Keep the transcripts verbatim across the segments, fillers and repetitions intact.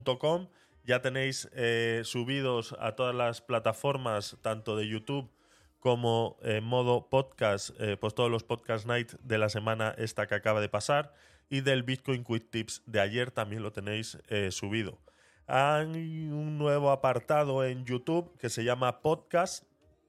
punto com. Ya tenéis eh, subidos a todas las plataformas, tanto de YouTube como en modo podcast, eh, pues todos los podcast night de la semana esta que acaba de pasar, y del Bitcoin Quick Tips de ayer también lo tenéis eh, subido. Hay un nuevo apartado en YouTube que se llama Podcast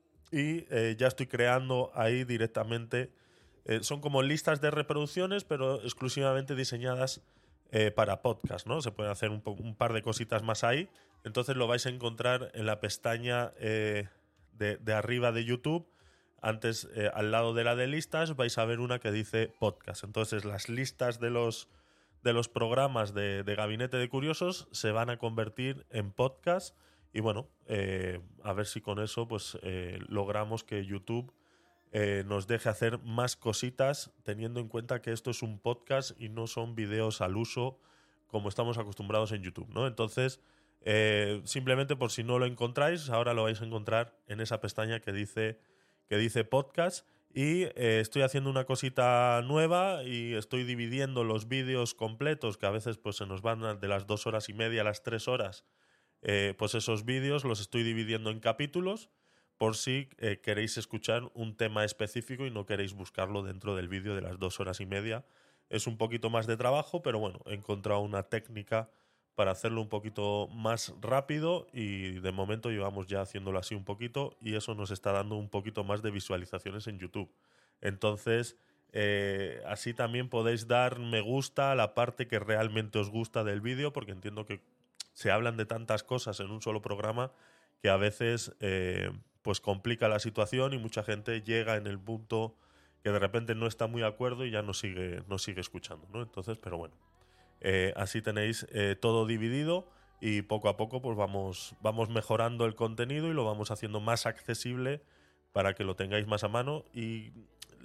y eh, ya estoy creando ahí directamente. Eh, son como listas de reproducciones, pero exclusivamente diseñadas eh, para podcast, ¿no? Se pueden hacer un, un par de cositas más ahí. Entonces lo vais a encontrar en la pestaña eh, de, de arriba de YouTube. Antes, eh, al lado de la de listas, vais a ver una que dice podcast. Entonces las listas de los, de los programas de, de Gabinete de Curiosos se van a convertir en podcast. Y bueno, eh, a ver si con eso pues eh, logramos que YouTube eh, nos deje hacer más cositas, teniendo en cuenta que esto es un podcast y no son videos al uso como estamos acostumbrados en YouTube, ¿no? Entonces, eh, simplemente por si no lo encontráis, ahora lo vais a encontrar en esa pestaña que dice, que dice podcast. Y eh, estoy haciendo una cosita nueva y estoy dividiendo los vídeos completos, que a veces pues se nos van de las dos horas y media a las tres horas. Eh, pues esos vídeos los estoy dividiendo en capítulos por si eh, queréis escuchar un tema específico y no queréis buscarlo dentro del vídeo de las dos horas y media. Es un poquito más de trabajo, pero bueno, he encontrado una técnica para hacerlo un poquito más rápido y de momento llevamos ya haciéndolo así un poquito y eso nos está dando un poquito más de visualizaciones en YouTube. Entonces, eh, así también podéis dar me gusta a la parte que realmente os gusta del vídeo, porque entiendo que se hablan de tantas cosas en un solo programa que a veces eh, pues complica la situación y mucha gente llega en el punto que de repente no está muy de acuerdo y ya no sigue, no sigue escuchando, ¿no? Entonces, pero bueno, eh, así tenéis eh, todo dividido y poco a poco pues vamos, vamos mejorando el contenido y lo vamos haciendo más accesible para que lo tengáis más a mano y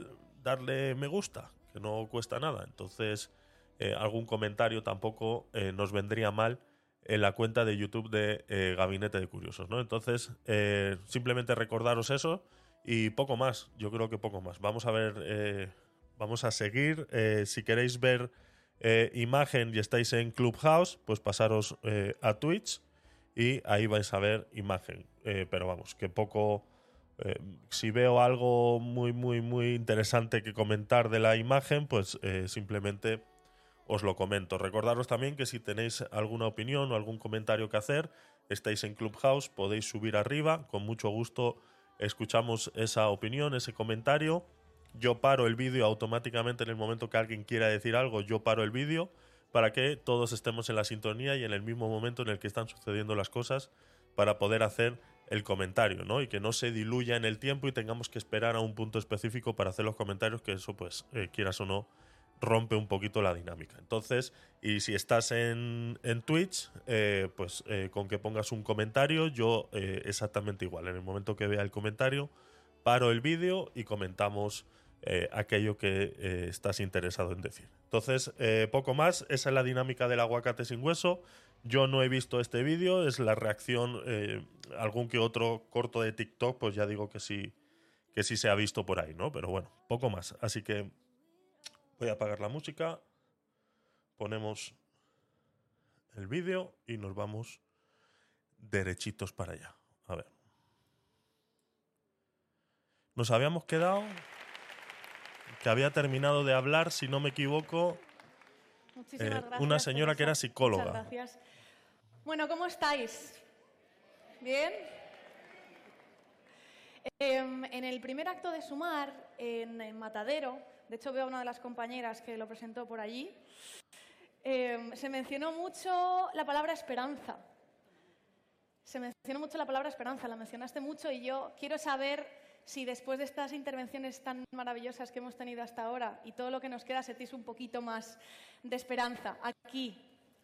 darle me gusta, que no cuesta nada. Entonces, eh, algún comentario tampoco eh, nos vendría mal en la cuenta de YouTube de eh, Gabinete de Curiosos, ¿no? Entonces, eh, simplemente recordaros eso y poco más. Yo creo que poco más. Vamos a ver, eh, vamos a seguir. Eh, si queréis ver eh, imagen y estáis en Clubhouse, pues pasaros eh, a Twitch y ahí vais a ver imagen. Eh, pero vamos, que poco. Eh, si veo algo muy, muy, muy interesante que comentar de la imagen, pues eh, simplemente os lo comento. Recordaros también que si tenéis alguna opinión o algún comentario que hacer, estáis en Clubhouse, podéis subir arriba, con mucho gusto escuchamos esa opinión, ese comentario. Yo paro el vídeo automáticamente en el momento que alguien quiera decir algo, yo paro el vídeo para que todos estemos en la sintonía y en el mismo momento en el que están sucediendo las cosas para poder hacer el comentario, ¿no? Y que no se diluya en el tiempo y tengamos que esperar a un punto específico para hacer los comentarios, que eso pues, eh, quieras o no, rompe un poquito la dinámica. Entonces, y si estás en, en Twitch, eh, pues eh, con que pongas un comentario, yo eh, exactamente igual. En el momento que vea el comentario, paro el vídeo y comentamos eh, aquello que eh, estás interesado en decir. Entonces, eh, poco más. Esa es la dinámica del aguacate sin hueso. Yo no he visto este vídeo, es la reacción, eh, algún que otro corto de TikTok, pues ya digo que sí, que sí se ha visto por ahí, ¿no? Pero bueno, poco más. Así que voy a apagar la música, ponemos el vídeo y nos vamos derechitos para allá. A ver. Nos habíamos quedado que había terminado de hablar, si no me equivoco, Muchísimas eh, gracias, una señora Teresa. que era psicóloga. Muchas gracias. Bueno, ¿cómo estáis? ¿Bien? Eh, en el primer acto de Sumar, en, en Matadero, de hecho veo a una de las compañeras que lo presentó por allí, eh, se mencionó mucho la palabra esperanza. Se mencionó mucho la palabra esperanza, la mencionaste mucho y yo quiero saber si después de estas intervenciones tan maravillosas que hemos tenido hasta ahora y todo lo que nos queda, sentís un poquito más de esperanza aquí.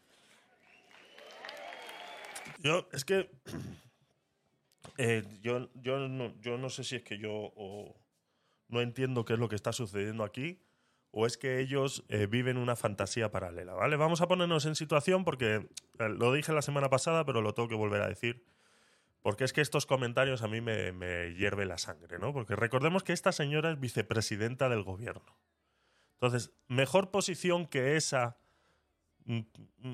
Yo, es que eh, yo, yo, no, yo no sé si es que yo o no entiendo qué es lo que está sucediendo aquí o es que ellos eh, viven una fantasía paralela, ¿vale? Vamos a ponernos en situación porque eh, lo dije la semana pasada, pero lo tengo que volver a decir. Porque es que estos comentarios a mí me, me hierve la sangre, ¿no? Porque recordemos que esta señora es vicepresidenta del gobierno. Entonces, mejor posición que esa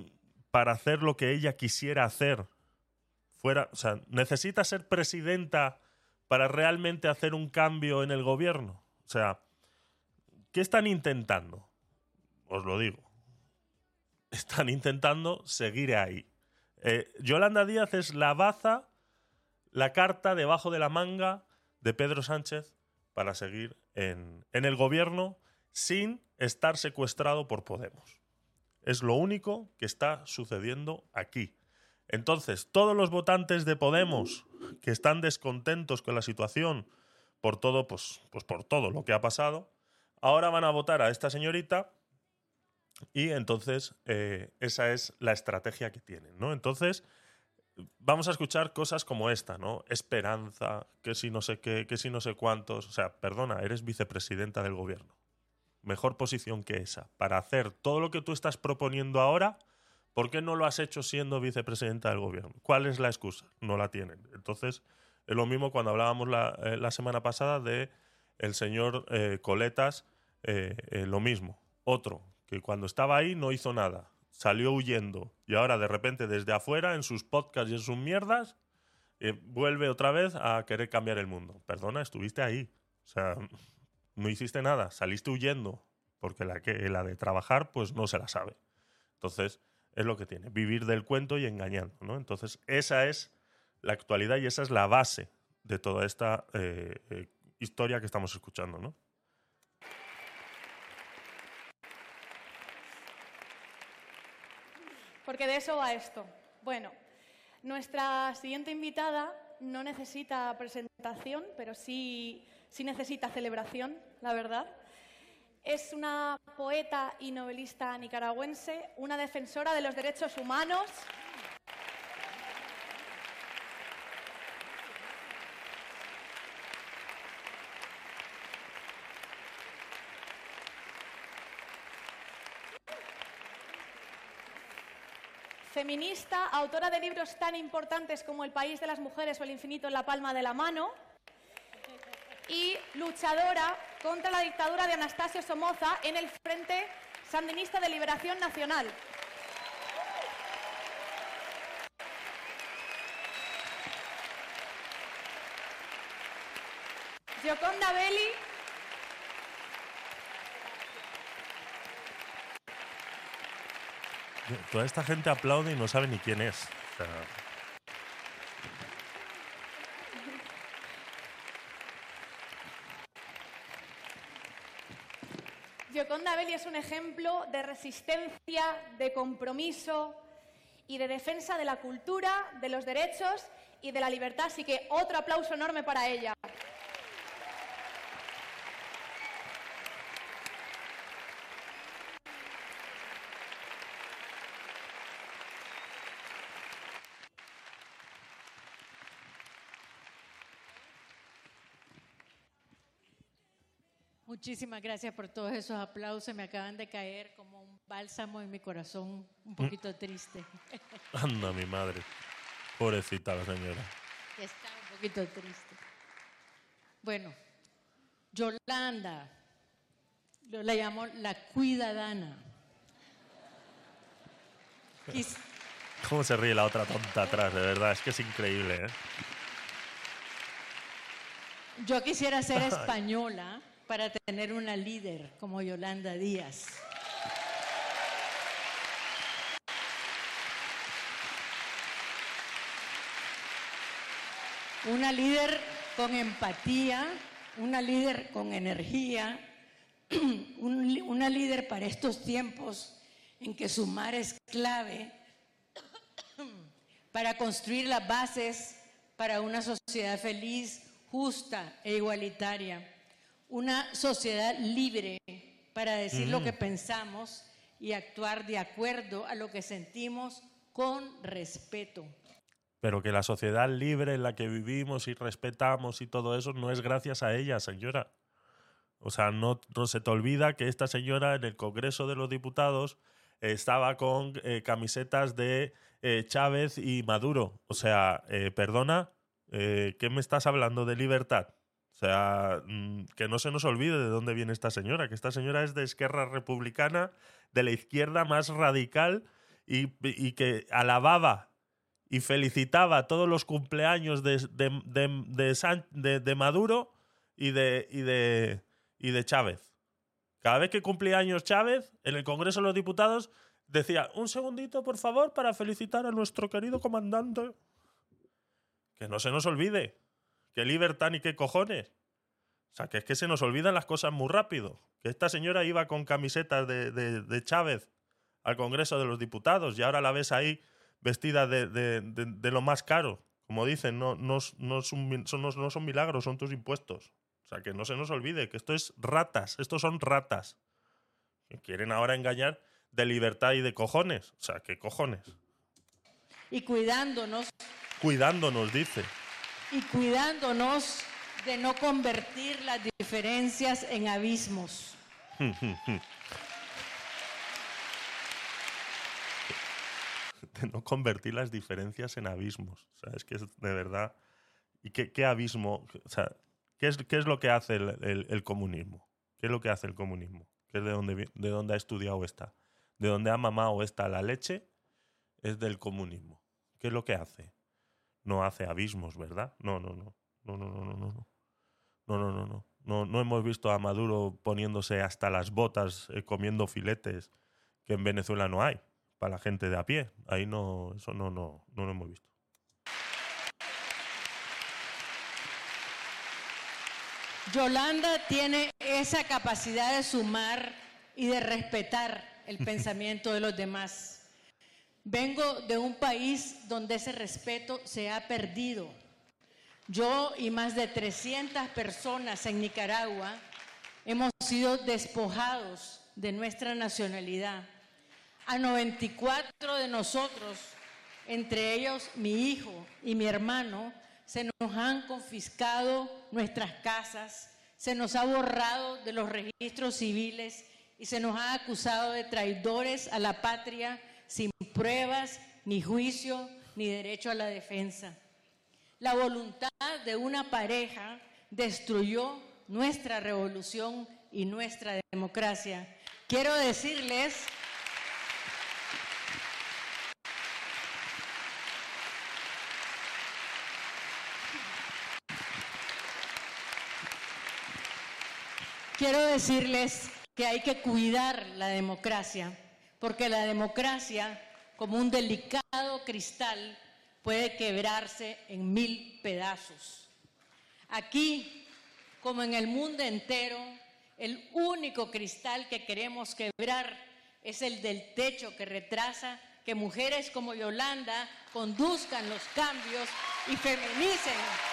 para hacer lo que ella quisiera hacer. Fuera, o sea, ¿necesita ser presidenta para realmente hacer un cambio en el gobierno? O sea, ¿qué están intentando? Os lo digo. Están intentando seguir ahí. Eh, Yolanda Díaz es la baza, la carta debajo de la manga de Pedro Sánchez para seguir en, en el gobierno sin estar secuestrado por Podemos. Es lo único que está sucediendo aquí. Entonces, todos los votantes de Podemos que están descontentos con la situación por todo, pues, pues por todo lo que ha pasado, ahora van a votar a esta señorita y entonces eh, esa es la estrategia que tienen, ¿no? Entonces, vamos a escuchar cosas como esta, ¿no? Esperanza, que si no sé qué, que si no sé cuántos. O sea, perdona, eres vicepresidenta del gobierno. Mejor posición que esa. Para hacer todo lo que tú estás proponiendo ahora, ¿por qué no lo has hecho siendo vicepresidenta del gobierno? ¿Cuál es la excusa? No la tienen. Entonces, es lo mismo cuando hablábamos la, eh, la semana pasada de el señor eh, Coletas, eh, eh, lo mismo. Otro, que cuando estaba ahí no hizo nada. Salió huyendo y ahora de repente desde afuera, en sus podcasts y en sus mierdas, eh, vuelve otra vez a querer cambiar el mundo. Perdona, estuviste ahí. O sea, no hiciste nada, saliste huyendo, porque la, que, la de trabajar pues no se la sabe. Entonces, es lo que tiene, vivir del cuento y engañando, ¿no? Entonces, esa es la actualidad y esa es la base de toda esta eh, eh, historia que estamos escuchando, ¿no? Porque de eso va esto. Bueno, nuestra siguiente invitada no necesita presentación, pero sí, sí necesita celebración, la verdad. Es una poeta y novelista nicaragüense, una defensora de los derechos humanos. Feminista, autora de libros tan importantes como El país de las mujeres o El infinito en la palma de la mano, y luchadora contra la dictadura de Anastasio Somoza en el Frente Sandinista de Liberación Nacional. Gioconda Belli. Toda esta gente aplaude y no sabe ni quién es. O sea, Gioconda Belli es un ejemplo de resistencia, de compromiso y de defensa de la cultura, de los derechos y de la libertad. Así que otro aplauso enorme para ella. Muchísimas gracias por todos esos aplausos. Me acaban de caer como un bálsamo en mi corazón, un poquito triste. anda mi madre. Pobrecita la señora. Está un poquito triste. Bueno, Yolanda, yo la llamo la cuidadana. Quis- ¿Cómo se ríe la otra tonta atrás? De verdad, es que es increíble, ¿eh? Yo quisiera ser española para tener una líder como Yolanda Díaz. Una líder con empatía, una líder con energía, un, una líder para estos tiempos en que sumar es clave para construir las bases para una sociedad feliz, justa e igualitaria. Una sociedad libre para decir mm. lo que pensamos y actuar de acuerdo a lo que sentimos con respeto. Pero que la sociedad libre en la que vivimos y respetamos y todo eso no es gracias a ella, señora. O sea, no, no se te olvida que esta señora en el Congreso de los Diputados eh, estaba con eh, camisetas de eh, Chávez y Maduro. O sea, eh, perdona, eh, ¿qué me estás hablando de libertad? O sea, mmm, que no se nos olvide de dónde viene esta señora, que esta señora es de Esquerra Republicana, de la izquierda más radical y, y que alababa y felicitaba todos los cumpleaños de, de, de, de, San, de, de Maduro y de, y, de, y de Chávez. Cada vez que cumplía años Chávez, en el Congreso de los Diputados, decía, un segundito, por favor, para felicitar a nuestro querido comandante. Que no se nos olvide. Qué libertad ni qué cojones. O sea, que es que se nos olvidan las cosas muy rápido. Que esta señora iba con camisetas de, de, de Chávez al Congreso de los Diputados y ahora la ves ahí vestida de, de, de, de lo más caro. Como dicen, no, no, no, son, son, no son milagros, son tus impuestos. O sea, que no se nos olvide que esto es ratas, estos son ratas. Que quieren ahora engañar de libertad y de cojones. O sea, ¿qué cojones? Y cuidándonos. Cuidándonos, dice. Y cuidándonos de no convertir las diferencias en abismos. De no convertir las diferencias en abismos. O sea, es que es de verdad... ¿Y qué, qué abismo? O sea, ¿qué es, qué es lo que hace el, el, el comunismo? ¿Qué es lo que hace el comunismo? ¿Qué es de dónde, de dónde ha estudiado esta? ¿De dónde ha mamado esta la leche? Es del comunismo. ¿Qué es lo que hace? No hace abismos, ¿verdad? No, no, no. No, no, no, no, no. No, no, no, no. No, no hemos visto a Maduro poniéndose hasta las botas, eh, comiendo filetes, que en Venezuela no hay, para la gente de a pie. Ahí no, eso no, no, no lo hemos visto. Yolanda tiene esa capacidad de sumar y de respetar el pensamiento de los demás. Vengo de un país donde ese respeto se ha perdido. Yo y más de trescientas personas en Nicaragua hemos sido despojados de nuestra nacionalidad. A noventa y cuatro de nosotros, entre ellos mi hijo y mi hermano, se nos han confiscado nuestras casas, se nos ha borrado de los registros civiles y se nos ha acusado de traidores a la patria sin pruebas, ni juicio, ni derecho a la defensa. La voluntad de una pareja destruyó nuestra revolución y nuestra democracia. Quiero decirles Quiero decirles que hay que cuidar la democracia, porque la democracia, como un delicado cristal, puede quebrarse en mil pedazos. Aquí, como en el mundo entero, el único cristal que queremos quebrar es el del techo que retrasa que mujeres como Yolanda conduzcan los cambios y feminicen.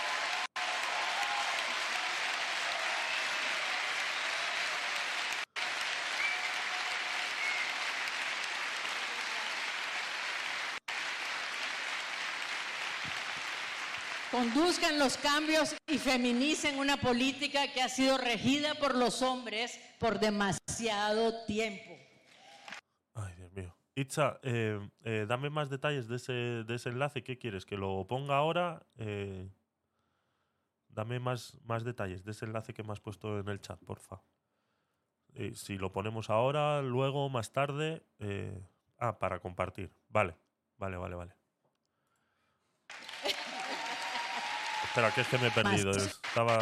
Conduzcan los cambios y feminicen una política que ha sido regida por los hombres por demasiado tiempo. Ay, Dios mío. Itza, eh, eh, dame más detalles de ese, de ese enlace. ¿Qué quieres? ¿Que lo ponga ahora? Eh, dame más, más detalles de ese enlace que me has puesto en el chat, porfa. Eh, si lo ponemos ahora, luego, más tarde... Eh, ah, para compartir. Vale, vale, vale, vale. Espera, que es que me he perdido. Estaba...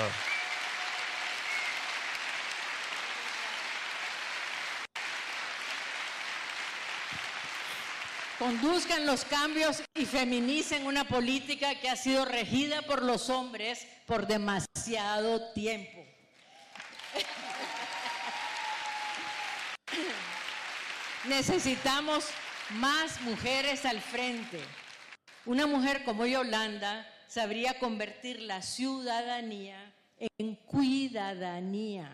Conduzcan los cambios y feminicen una política que ha sido regida por los hombres por demasiado tiempo. Necesitamos más mujeres al frente. Una mujer como Yolanda sabría convertir la ciudadanía en cuidadanía.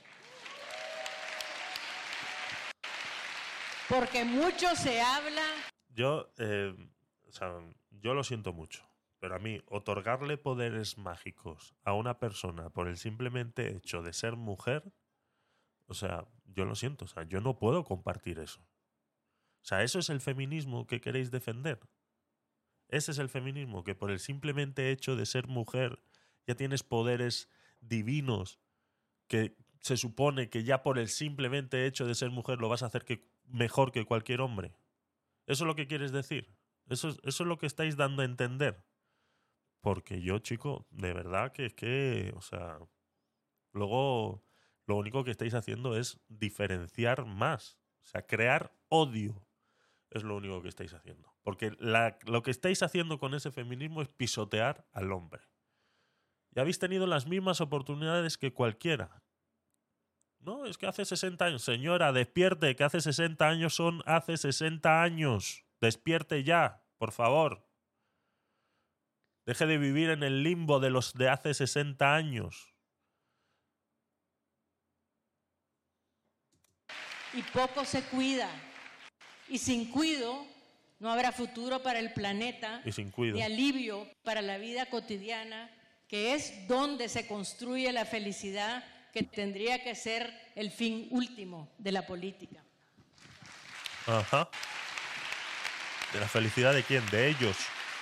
Porque mucho se habla... Yo, eh, o sea, yo lo siento mucho, pero a mí otorgarle poderes mágicos a una persona por el simplemente hecho de ser mujer, o sea, yo lo siento, o sea, yo no puedo compartir eso. O sea, ¿eso es el feminismo que queréis defender? Ese es el feminismo, que por el simplemente hecho de ser mujer ya tienes poderes divinos, que se supone que ya por el simplemente hecho de ser mujer lo vas a hacer que, mejor que cualquier hombre. ¿Eso es lo que quieres decir? ¿Eso es, eso es lo que estáis dando a entender? Porque yo, chico, de verdad que es que, o sea, luego lo único que estáis haciendo es diferenciar más. O sea, crear odio es lo único que estáis haciendo. Porque la, lo que estáis haciendo con ese feminismo es pisotear al hombre. Y habéis tenido las mismas oportunidades que cualquiera. No, es que hace sesenta años. Señora, despierte, que hace sesenta años son hace sesenta años. Despierte ya, por favor. Deje de vivir en el limbo de los de hace sesenta años. Y poco se cuida. Y sin cuido no habrá futuro para el planeta, y sin cuido. ni alivio para la vida cotidiana, que es donde se construye la felicidad, que tendría que ser el fin último de la política. Ajá. ¿De la felicidad de quién? De ellos.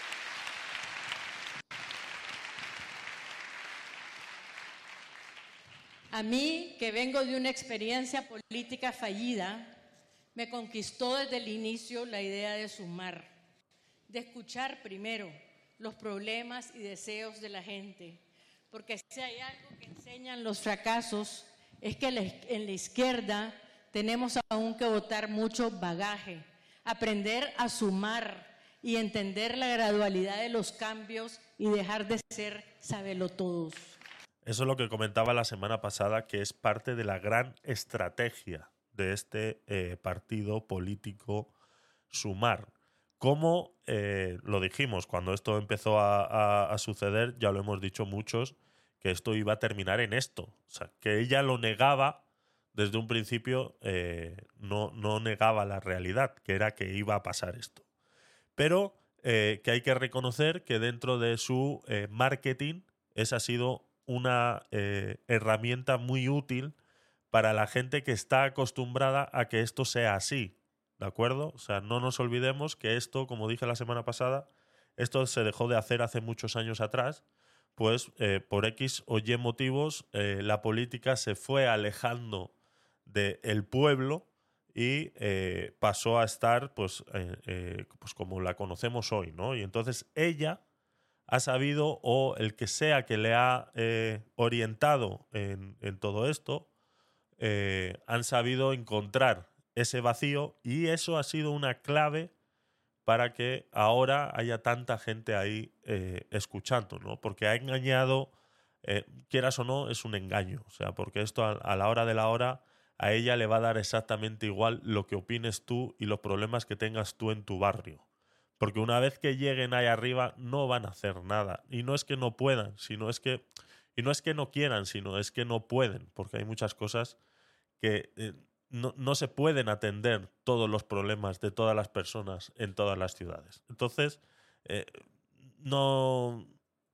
A mí, que vengo de una experiencia política fallida, me conquistó desde el inicio la idea de sumar, de escuchar primero los problemas y deseos de la gente, porque si hay algo que enseñan los fracasos es que en la izquierda tenemos aún que botar mucho bagaje, aprender a sumar y entender la gradualidad de los cambios y dejar de ser sabelotodos. Eso es lo que comentaba la semana pasada, que es parte de la gran estrategia de este eh, partido político Sumar. Como eh, lo dijimos cuando esto empezó a, a, a suceder, ya lo hemos dicho muchos, que esto iba a terminar en esto. O sea, que ella lo negaba desde un principio, eh, no, no negaba la realidad, que era que iba a pasar esto. Pero eh, que hay que reconocer que dentro de su eh, marketing esa ha sido una eh, herramienta muy útil para la gente que está acostumbrada a que esto sea así, ¿de acuerdo? O sea, no nos olvidemos que esto, como dije la semana pasada, esto se dejó de hacer hace muchos años atrás, pues eh, por X o Y motivos eh, la política se fue alejando del pueblo y eh, pasó a estar pues, eh, eh, pues como la conocemos hoy, ¿no? Y entonces ella ha sabido, o el que sea que le ha eh, orientado en, en todo esto, eh, han sabido encontrar ese vacío, y eso ha sido una clave para que ahora haya tanta gente ahí eh, escuchando, ¿no? Porque ha engañado, eh, quieras o no, es un engaño. O sea, porque esto a, a la hora de la hora a ella le va a dar exactamente igual lo que opines tú y los problemas que tengas tú en tu barrio. Porque una vez que lleguen ahí arriba no van a hacer nada. Y no es que no puedan, sino es que, y no es que no quieran, sino es que no pueden. Porque hay muchas cosas que eh, no, no se pueden atender todos los problemas de todas las personas en todas las ciudades. Entonces, eh, no...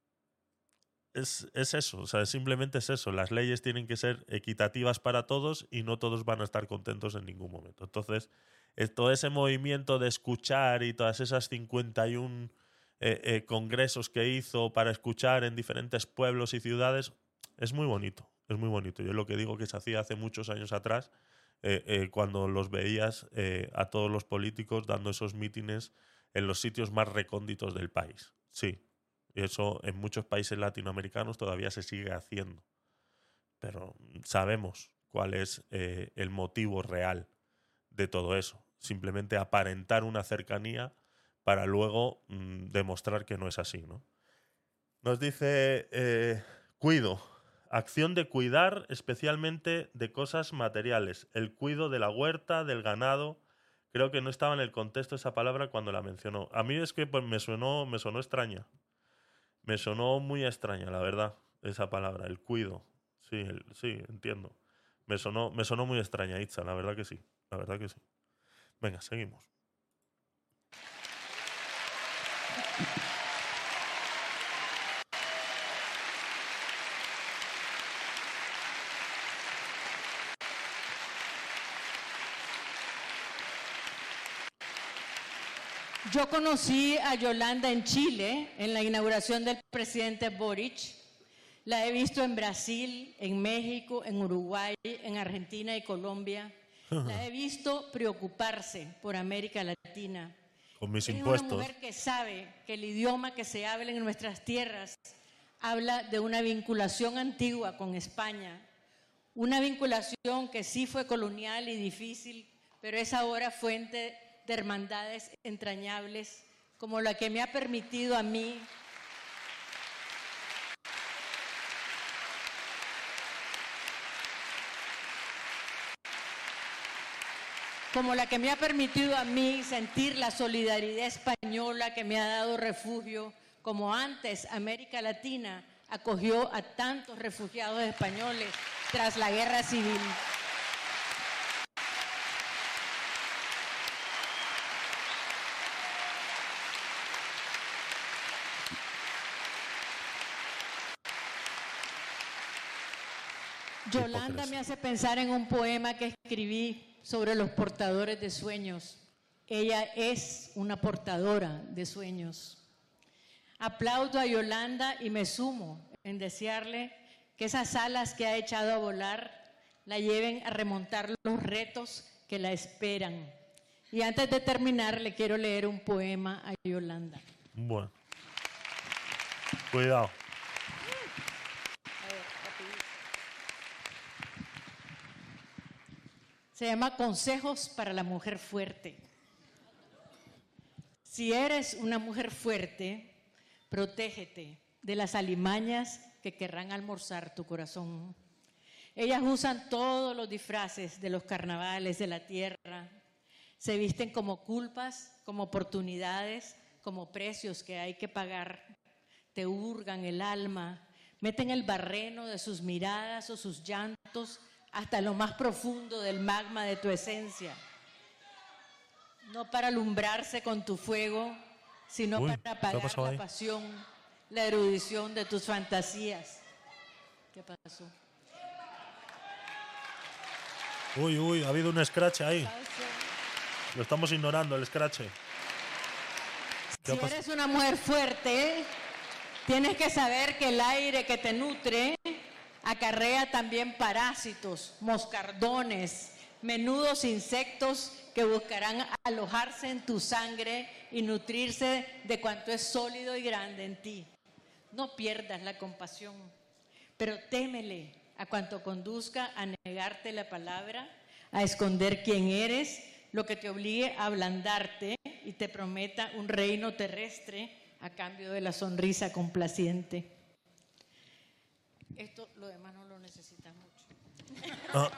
Es, es eso, o sea, simplemente es eso. Las leyes tienen que ser equitativas para todos y no todos van a estar contentos en ningún momento. Entonces, todo ese movimiento de escuchar y todas esas cincuenta y uno eh, eh, congresos que hizo para escuchar en diferentes pueblos y ciudades es muy bonito, es muy bonito. Yo lo que digo que se hacía hace muchos años atrás, eh, eh, cuando los veías eh, a todos los políticos dando esos mítines en los sitios más recónditos del país. Sí, y eso en muchos países latinoamericanos todavía se sigue haciendo. Pero sabemos cuál es eh, el motivo real de todo eso. Simplemente aparentar una cercanía para luego mmm, demostrar que no es así, ¿no? Nos dice eh, cuido. Acción de cuidar, especialmente de cosas materiales. El cuido de la huerta, del ganado. Creo que no estaba en el contexto esa palabra cuando la mencionó. A mí es que pues, me sonó, me sonó extraña. Me sonó muy extraña, la verdad, esa palabra, el cuido. Sí, el, sí, entiendo. Me sonó, me sonó muy extraña, Itza, la verdad que sí. La verdad que sí. Venga, seguimos. Yo conocí a Yolanda en Chile, en la inauguración del presidente Boric. La he visto en Brasil, en México, en Uruguay, en Argentina y Colombia. La he visto preocuparse por América Latina. con mis Ella impuestos. es una mujer que sabe que el idioma que se habla en nuestras tierras habla de una vinculación antigua con España, una vinculación que sí fue colonial y difícil, pero es ahora fuente de hermandades entrañables, como la que me ha permitido a mí como la que me ha permitido a mí sentir la solidaridad española que me ha dado refugio, como antes América Latina acogió a tantos refugiados españoles tras la guerra civil. Yolanda me hace pensar en un poema que escribí sobre los portadores de sueños. Ella es una portadora de sueños. Aplaudo a Yolanda y me sumo en desearle que esas alas que ha echado a volar la lleven a remontar los retos que la esperan. Y antes de terminar, le quiero leer un poema a Yolanda. Bueno. Cuidado. Se llama Consejos para la mujer fuerte. Si eres una mujer fuerte, protégete de las alimañas que querrán almorzar tu corazón. Ellas usan todos los disfraces de los carnavales de la tierra. Se visten como culpas, como oportunidades, como precios que hay que pagar. Te hurgan el alma, meten el barreno de sus miradas o sus llantos hasta lo más profundo del magma de tu esencia. No para alumbrarse con tu fuego, sino Uy, para apagar la ahí? pasión, la erudición de tus fantasías. ¿Qué pasó? Uy, uy, ha habido un scratch ahí. Lo estamos ignorando, el scratch. Si eres una mujer fuerte, tienes que saber que el aire que te nutre acarrea también parásitos, moscardones, menudos insectos que buscarán alojarse en tu sangre y nutrirse de cuanto es sólido y grande en ti. No pierdas la compasión, pero témele a cuanto conduzca a negarte la palabra, a esconder quién eres, lo que te obligue a ablandarte y te prometa un reino terrestre a cambio de la sonrisa complaciente. Esto, lo demás no lo necesitas mucho. Ah.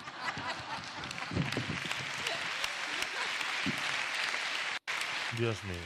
Dios mío.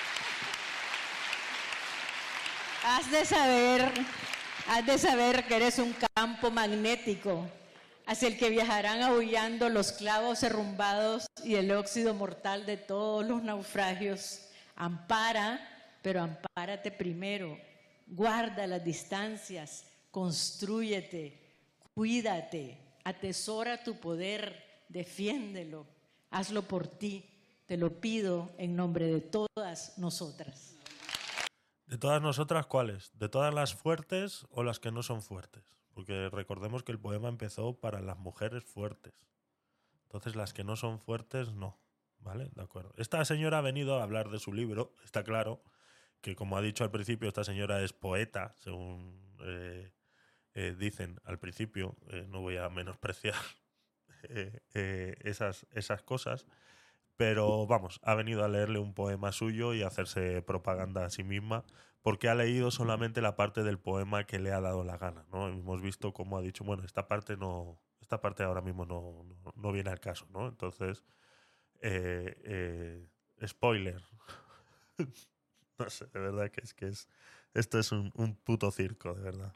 Has de saber, has de saber que eres un campo magnético hacia el que viajarán aullando los clavos derrumbados y el óxido mortal de todos los naufragios. Ampara, pero ampárate primero. Guarda las distancias. Constrúyete, cuídate, atesora tu poder, defiéndelo, hazlo por ti, te lo pido en nombre de todas nosotras. ¿De todas nosotras cuáles? ¿De todas las fuertes o las que no son fuertes? Porque recordemos que el poema empezó para las mujeres fuertes. Entonces las que no son fuertes, no. ¿Vale? De acuerdo. Esta señora ha venido a hablar de su libro, está claro que como ha dicho al principio, esta señora es poeta, según... Eh, Eh, dicen al principio, eh, no voy a menospreciar eh, eh, esas, esas cosas, pero vamos, ha venido a leerle un poema suyo y a hacerse propaganda a sí misma porque ha leído solamente la parte del poema que le ha dado la gana, ¿no? Hemos visto cómo ha dicho, bueno, esta parte no, esta parte ahora mismo no, no, no viene al caso, ¿no? Entonces, eh, eh, spoiler. No sé, de verdad que es que es esto es un, un puto circo, de verdad.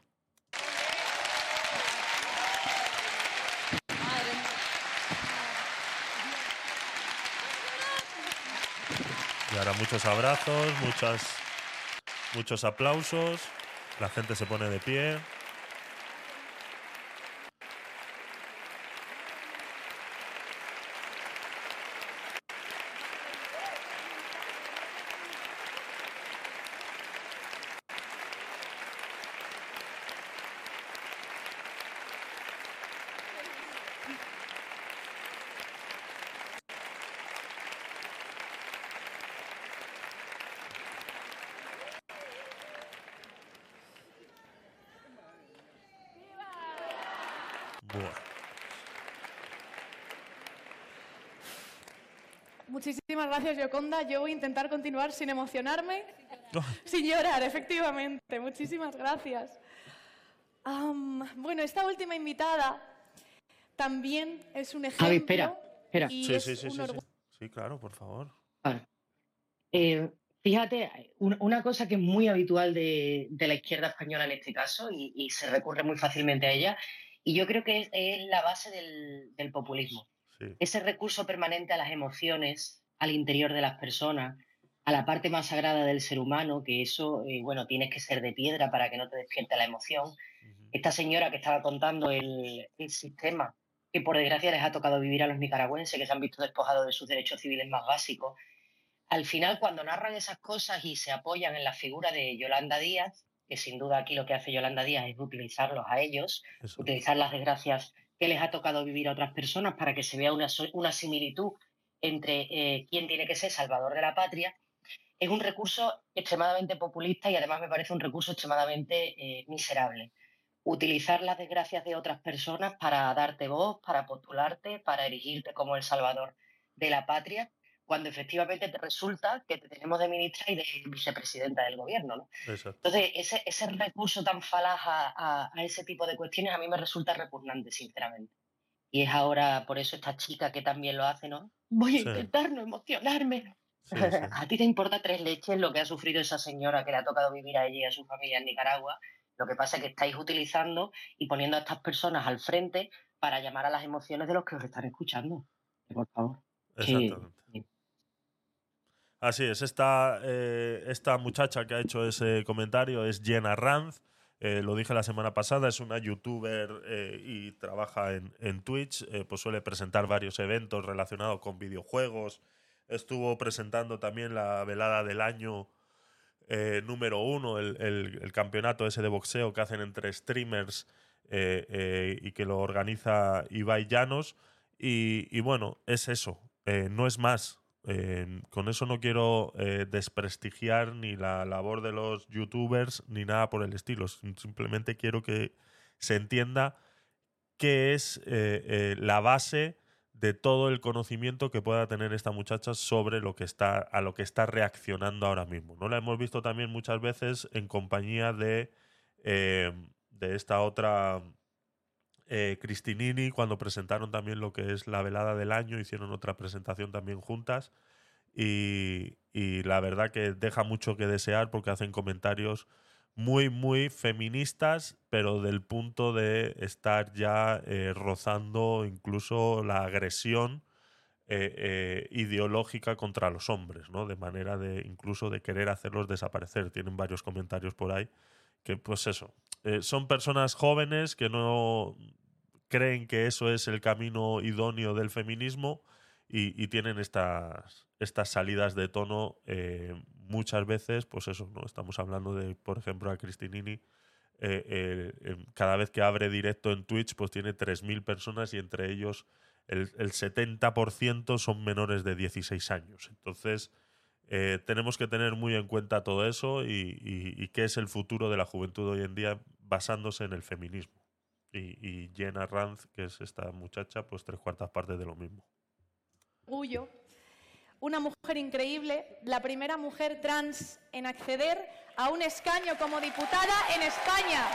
Y ahora muchos abrazos, muchas, muchos aplausos, la gente se pone de pie. Buah. Muchísimas gracias, Yoconda. Yo voy a intentar continuar sin emocionarme, sin llorar, efectivamente. Muchísimas gracias. Um, bueno, esta última invitada también es un ejemplo. Javi, espera, espera. Y Sí, es sí, sí, un sí, sí. orgullo. Sí, claro, por favor. Vale. Eh, fíjate, un- una cosa que es muy habitual de, de la izquierda española en este caso, y, y se recurre muy fácilmente a ella, y yo creo que es, es la base del, del populismo. Sí. Ese recurso permanente a las emociones, al interior de las personas, a la parte más sagrada del ser humano, que eso, eh, bueno, tienes que ser de piedra para que no te despierte la emoción. Ujú. Esta señora que estaba contando el, el sistema que por desgracia les ha tocado vivir a los nicaragüenses, que se han visto despojados de sus derechos civiles más básicos. Al final, cuando narran esas cosas y se apoyan en la figura de Yolanda Díaz, que sin duda aquí lo que hace Yolanda Díaz es utilizarlos a ellos, Exacto. utilizar las desgracias que les ha tocado vivir a otras personas para que se vea una, so- una similitud entre eh, quién tiene que ser salvador de la patria, es un recurso extremadamente populista y además me parece un recurso extremadamente eh, miserable. Utilizar las desgracias de otras personas para darte voz, para postularte, para erigirte como el salvador de la patria, cuando efectivamente te resulta que te tenemos de ministra y de vicepresidenta del gobierno, ¿no? Exacto. Entonces, ese, ese recurso tan falaz a, a- a ese tipo de cuestiones a mí me resulta repugnante, sinceramente. Y es ahora por eso esta chica que también lo hace, ¿no? Voy a Sí, intentar no emocionarme. sí, sí. A ti te importa tres leches lo que ha sufrido esa señora que le ha tocado vivir a ella y a su familia en Nicaragua. Lo que pasa es que estáis utilizando y poniendo a estas personas al frente para llamar a las emociones de los que os están escuchando. Por favor. Que- Exactamente. Así es, esta, eh, esta muchacha que ha hecho ese comentario es Jenna Ranz, eh, lo dije la semana pasada, es una youtuber eh, y trabaja en, en Twitch, eh, pues suele presentar varios eventos relacionados con videojuegos, estuvo presentando también la velada del año eh, número uno, el, el- el campeonato ese de boxeo que hacen entre streamers eh, eh, y que lo organiza Ibai Llanos. Y, y bueno, es eso, eh, no es más. Eh, con eso no quiero eh, desprestigiar ni la labor de los youtubers ni nada por el estilo. Sim- Simplemente quiero que se entienda qué es eh, eh, la base de todo el conocimiento que pueda tener esta muchacha sobre lo que está, a lo que está reaccionando ahora mismo. ¿No? La hemos visto también muchas veces en compañía de, eh, de esta otra eh, Cristinini, cuando presentaron también lo que es la velada del año, hicieron otra presentación también juntas. Y, y la verdad que deja mucho que desear porque hacen comentarios muy, muy feministas, pero del punto de estar ya eh, rozando incluso la agresión eh, eh, ideológica contra los hombres, ¿no? De manera de incluso de querer hacerlos desaparecer. Tienen varios comentarios por ahí que, pues eso, eh, son personas jóvenes que no creen que eso es el camino idóneo del feminismo y, y tienen estas, estas salidas de tono eh, muchas veces, pues eso, ¿no? Estamos hablando de, por ejemplo, a Cristinini, eh, eh, eh, cada vez que abre directo en Twitch, pues tiene tres mil personas y entre ellos el, el setenta por ciento son menores de dieciséis años. Entonces, eh, tenemos que tener muy en cuenta todo eso y, y, y qué es el futuro de la juventud hoy en día basándose en el feminismo. Y, y Jenna Ranz, que es esta muchacha, pues tres cuartas partes de lo mismo. Orgullo. Una mujer increíble, la primera mujer trans en acceder a un escaño como diputada en España.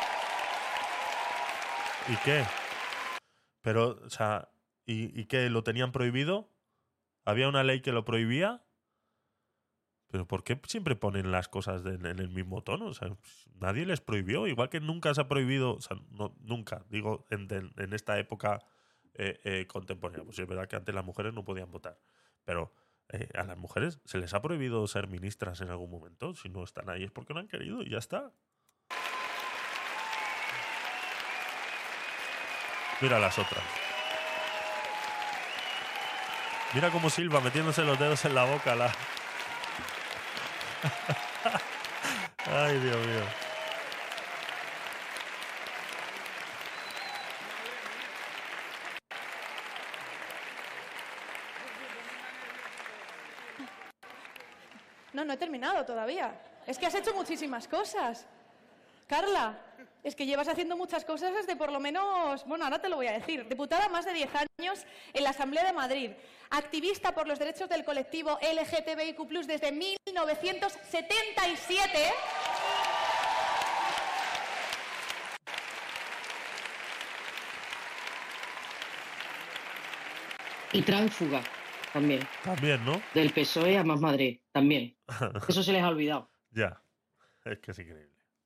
¿Y qué? Pero, o sea, ¿y, y qué? ¿Lo tenían prohibido? ¿Había una ley que lo prohibía? ¿Pero por qué siempre ponen las cosas de- en el mismo tono? O sea, pues, nadie les prohibió. Igual que nunca se ha prohibido, o sea, no, nunca, digo, en, en- en esta época eh, eh, contemporánea. Pues es verdad que antes las mujeres no podían votar. Pero eh, a las mujeres se les ha prohibido ser ministras en algún momento. Si no están ahí es porque no han querido y ya está. Mira las otras. Mira cómo silba metiéndose los dedos en la boca. La... Ay, Dios mío. No, no he terminado todavía. Es que has hecho muchísimas cosas. Carla, es que llevas haciendo muchas cosas desde por lo menos, bueno, ahora te lo voy a decir, diputada más de diez años en la Asamblea de Madrid, activista por los derechos del colectivo L G T B I Q plus, desde mil novecientos setenta y siete. Y tránsfuga también. También, ¿no? Del P S O E a Más Madrid, también. Eso se les ha olvidado. Ya, es que es increíble.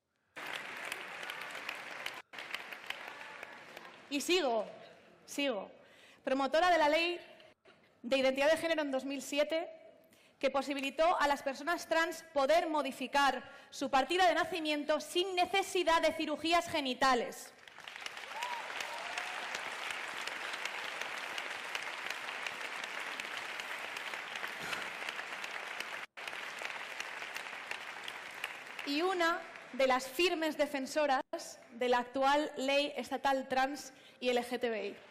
Y sigo, sigo. Promotora de la Ley de Identidad de Género en dos mil siete, que posibilitó a las personas trans poder modificar su partida de nacimiento sin necesidad de cirugías genitales. Y una de las firmes defensoras de la actual ley estatal trans y L G T B I.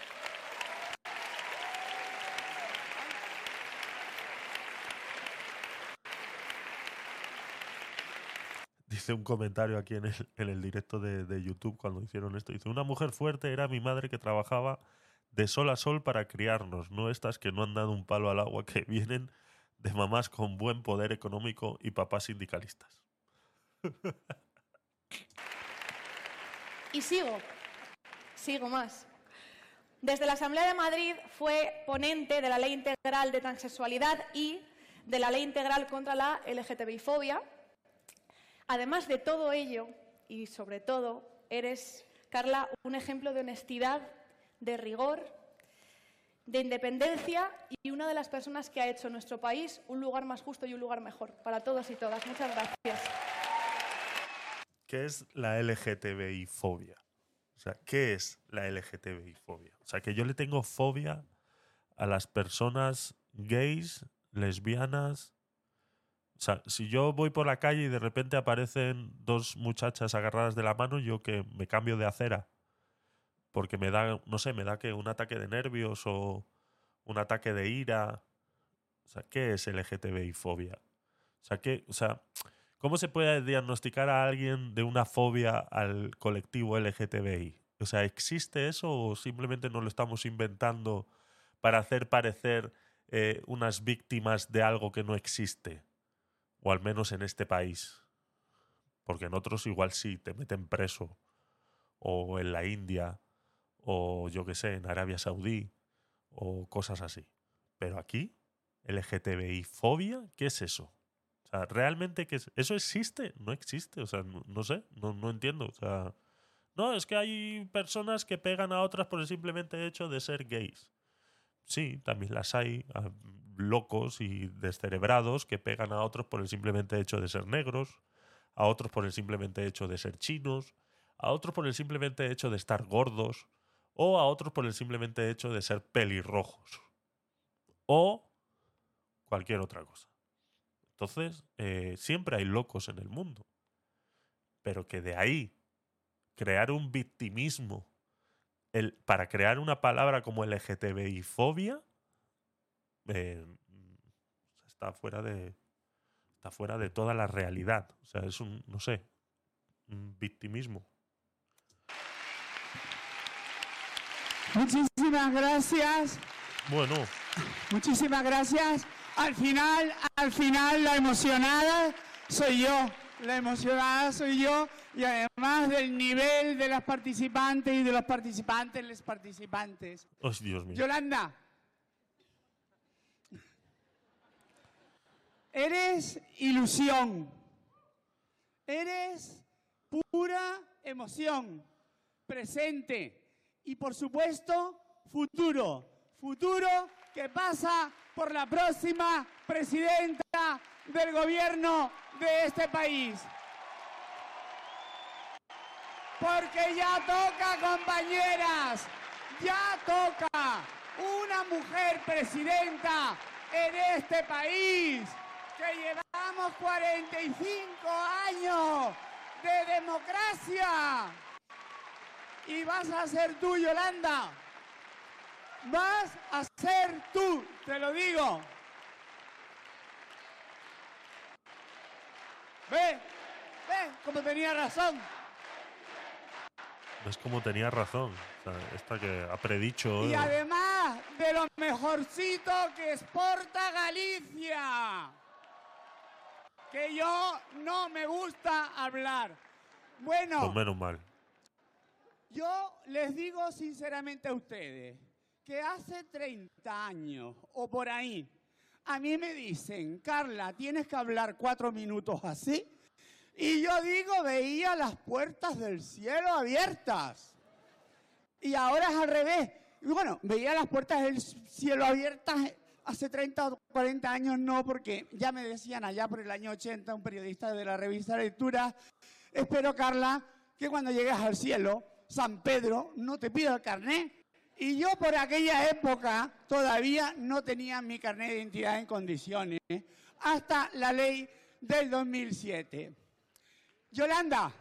Dice un comentario aquí en el, en el directo de, de YouTube cuando hicieron esto. Dice, una mujer fuerte era mi madre que trabajaba de sol a sol para criarnos, no estas que no han dado un palo al agua, que vienen de mamás con buen poder económico y papás sindicalistas. Y sigo, sigo más. Desde la Asamblea de Madrid fue ponente de la Ley Integral de Transexualidad y de la Ley Integral contra la L G T B I fobia. Además de todo ello, y sobre todo, eres, Carla, un ejemplo de honestidad, de rigor, de independencia y una de las personas que ha hecho nuestro país un lugar más justo y un lugar mejor para todos y todas. Muchas gracias. ¿Qué es la L G T B I fobia? O sea, ¿qué es la L G T B I fobia? O sea, que yo le tengo fobia a las personas gays, lesbianas. O sea, si yo voy por la calle y de repente aparecen dos muchachas agarradas de la mano, yo que me cambio de acera. Porque me da, no sé, me da que un ataque de nervios o un ataque de ira. O sea, ¿qué es L G T B I fobia? O sea, ¿qué, o sea, ¿cómo se puede diagnosticar a alguien de una fobia al colectivo L G T B I? O sea, ¿existe eso o simplemente nos lo estamos inventando para hacer parecer eh, unas víctimas de algo que no existe? O al menos en este país. Porque en otros igual sí, te meten preso. O en la India. O yo qué sé, en Arabia Saudí. O cosas así. Pero aquí, L G T B I fobia, ¿qué es eso? O sea, ¿realmente qué es? ¿Eso existe? No existe. O sea, no, no sé, no, no entiendo. O sea, no, es que hay personas que pegan a otras por el simplemente hecho de ser gays. Sí, también las hay, a locos y descerebrados que pegan a otros por el simplemente hecho de ser negros, a otros por el simplemente hecho de ser chinos, a otros por el simplemente hecho de estar gordos, o a otros por el simplemente hecho de ser pelirrojos, o cualquier otra cosa. Entonces, eh, siempre hay locos en el mundo, pero que de ahí crear un victimismo el, para crear una palabra como L G T B I fobia eh, está fuera de está fuera de toda la realidad. O sea, es un, no sé, un victimismo. Muchísimas gracias. Bueno. Muchísimas gracias. Al final, al final la emocionada soy yo. La emocionada soy yo. Y además del nivel de las participantes y de los participantes, les participantes. Oh, Dios mío. Yolanda, eres ilusión. Eres pura emoción. Presente. Y por supuesto, futuro. Futuro que pasa por la próxima presidenta del gobierno de este país. Porque ya toca, compañeras, ya toca una mujer presidenta en este país, que llevamos cuarenta y cinco años de democracia. Y vas a ser tú, Yolanda. Vas a ser tú, te lo digo. Ve, ¿Ves? Como tenía razón. ¿Ves cómo tenía razón? O sea, esta que ha predicho... Y eh, además de lo mejorcito que exporta Galicia. Que yo no me gusta hablar. Bueno, pues menos mal. yo les digo sinceramente a ustedes que hace treinta años o por ahí, a mí me dicen, Carla, tienes que hablar cuatro minutos así. Y yo digo, veía las puertas del cielo abiertas. Y ahora es al revés. Y bueno, veía las puertas del cielo abiertas hace treinta o cuarenta años, no, porque ya me decían allá por el año ochenta, un periodista de la revista Lectura, espero, Carla, que cuando llegues al cielo, San Pedro no te pida el carnet. Y yo por aquella época todavía no tenía mi carnet de identidad en condiciones, hasta la ley del dos mil siete. Yolanda,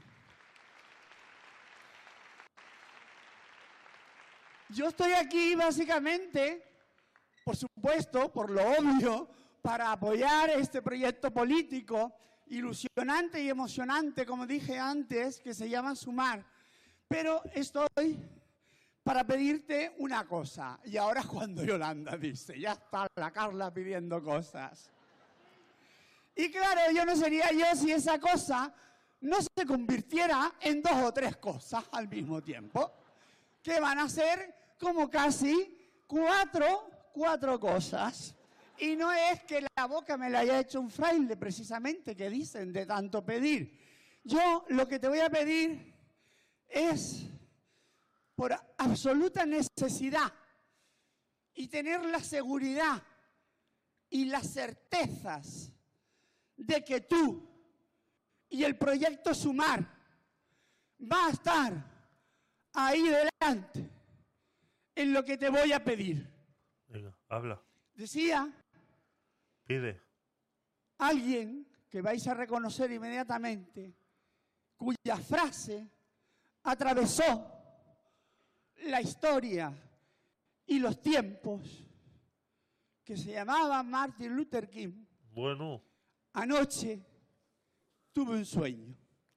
yo estoy aquí básicamente, por supuesto, por lo obvio, para apoyar este proyecto político ilusionante y emocionante, como dije antes, que se llama Sumar. Pero estoy para pedirte una cosa. Y ahora cuando Yolanda dice, ya está la Carla pidiendo cosas. Y claro, yo no sería yo si esa cosa no se convirtiera en dos o tres cosas al mismo tiempo, que van a ser como casi cuatro, cuatro cosas. Y no es que la boca me la haya hecho un fraile, precisamente, que dicen de tanto pedir. Yo lo que te voy a pedir es, por absoluta necesidad, y tener la seguridad y las certezas de que tú y el proyecto Sumar va a estar ahí delante en lo que te voy a pedir. Venga, habla. Decía Pide. alguien que vais a reconocer inmediatamente, cuya frase atravesó la historia y los tiempos, que se llamaba Martin Luther King. Bueno. Anoche tuve un sueño.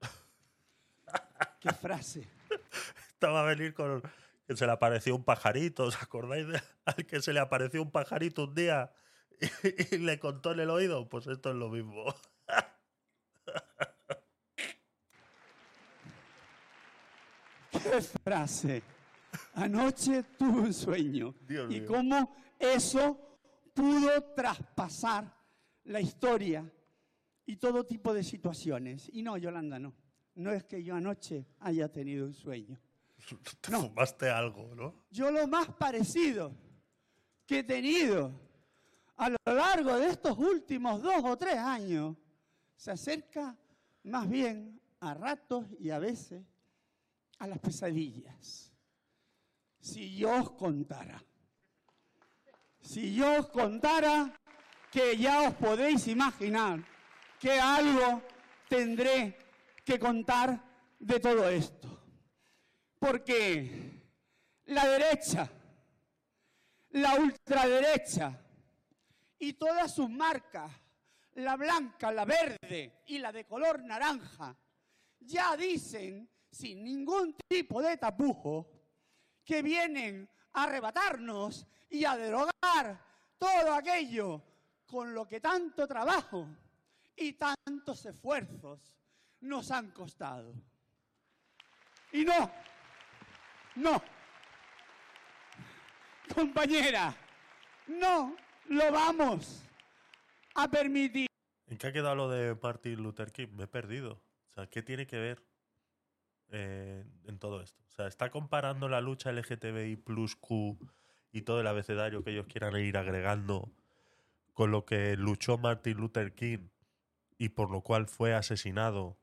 ¿Qué frase? Estaba a venir con que se le apareció un pajarito. ¿Os acordáis de al que se le apareció un pajarito un día y, y le contó en el oído? Pues esto es lo mismo. ¿Qué frase? Anoche tuve un sueño. Dios y mío. cómo eso pudo traspasar la historia y todo tipo de situaciones. Y no, Yolanda, no. No es que yo anoche haya tenido un sueño. Te No. fumaste algo, ¿no? Yo lo más parecido que he tenido a lo largo de estos últimos dos o tres años se acerca más bien a ratos y a veces a las pesadillas. Si yo os contara, si yo os contara que ya os podéis imaginar que algo tendré que contar de todo esto. Porque la derecha, la ultraderecha y todas sus marcas, la blanca, la verde y la de color naranja, ya dicen sin ningún tipo de tapujo que vienen a arrebatarnos y a derogar todo aquello con lo que tanto trabajo y tantos esfuerzos nos han costado. Y no, no, compañera, no lo vamos a permitir. ¿En qué ha quedado lo de Martin Luther King? Me he perdido. O sea, ¿qué tiene que ver eh, en todo esto? O sea, ¿está comparando la lucha L G T B I plus Q y todo el abecedario que ellos quieran ir agregando con lo que luchó Martin Luther King y por lo cual fue asesinado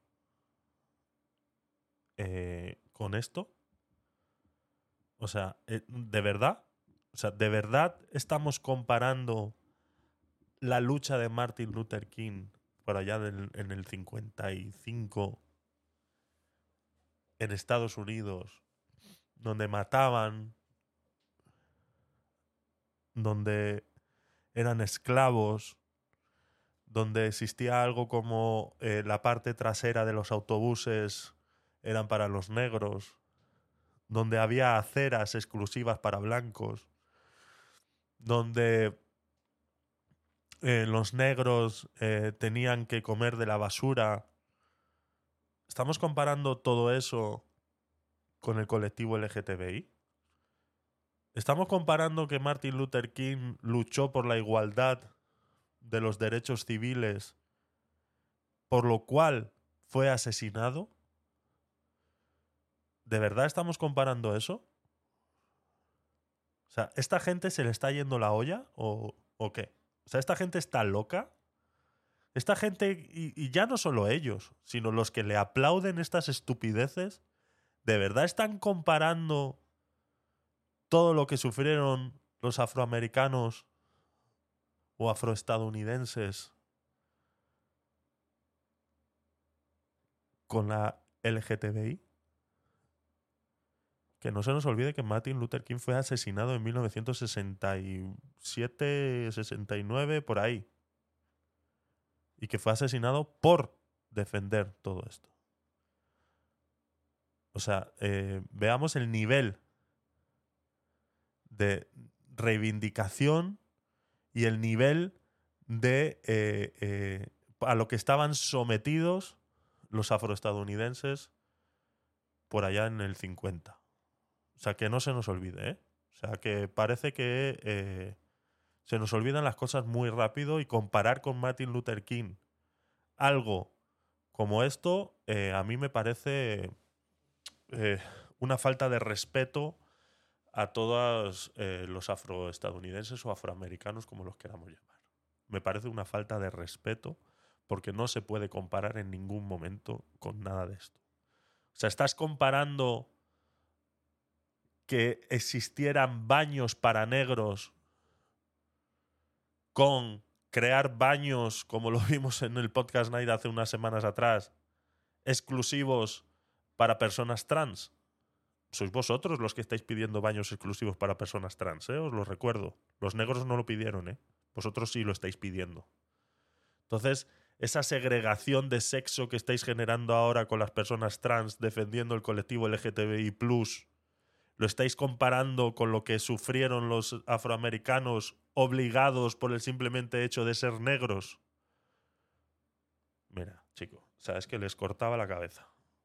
eh, con esto? O sea, eh, ¿de verdad? O sea, ¿de verdad estamos comparando la lucha de Martin Luther King por allá del, en el cincuenta y cinco en Estados Unidos, donde mataban, donde eran esclavos, donde existía algo como eh, la parte trasera de los autobuses eran para los negros, donde había aceras exclusivas para blancos, donde eh, los negros eh, tenían que comer de la basura. ¿Estamos comparando todo eso con el colectivo L G T B I? ¿Estamos comparando que Martin Luther King luchó por la igualdad de los derechos civiles, por lo cual fue asesinado? ¿De verdad estamos comparando eso? O sea, ¿esta gente se le está yendo la olla o, o qué? O sea, ¿esta gente está loca? Esta gente, y, y ya no solo ellos, sino los que le aplauden estas estupideces, ¿de verdad están comparando todo lo que sufrieron los afroamericanos o afroestadounidenses con la L G T B I? Que no se nos olvide que Martin Luther King fue asesinado en mil novecientos sesenta y siete, sesenta y nueve, por ahí. Y que fue asesinado por defender todo esto. O sea, eh, veamos el nivel de reivindicación y el nivel de eh, eh, a lo que estaban sometidos los afroestadounidenses por allá en el cincuenta. O sea, que no se nos olvide, ¿eh? O sea, que parece que eh, se nos olvidan las cosas muy rápido, y comparar con Martin Luther King algo como esto, eh, a mí me parece eh, una falta de respeto a todos eh, los afroestadounidenses o afroamericanos, como los queramos llamar. Me parece una falta de respeto, porque no se puede comparar en ningún momento con nada de esto. O sea, estás comparando que existieran baños para negros con crear baños, como lo vimos en el Podcast Night hace unas semanas atrás, exclusivos para personas trans. Sois vosotros los que estáis pidiendo baños exclusivos para personas trans, ¿eh? Os lo recuerdo. Los negros no lo pidieron, ¿eh? Vosotros sí lo estáis pidiendo. Entonces, esa segregación de sexo que estáis generando ahora con las personas trans defendiendo el colectivo L G T B I plus, ¿lo estáis comparando con lo que sufrieron los afroamericanos obligados por el simplemente hecho de ser negros? Mira, chico, o sea, es que les cortaba la cabeza.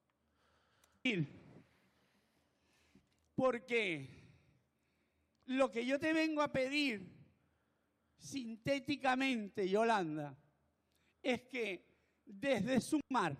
Porque lo que yo te vengo a pedir sintéticamente, Yolanda, es que desde Sumar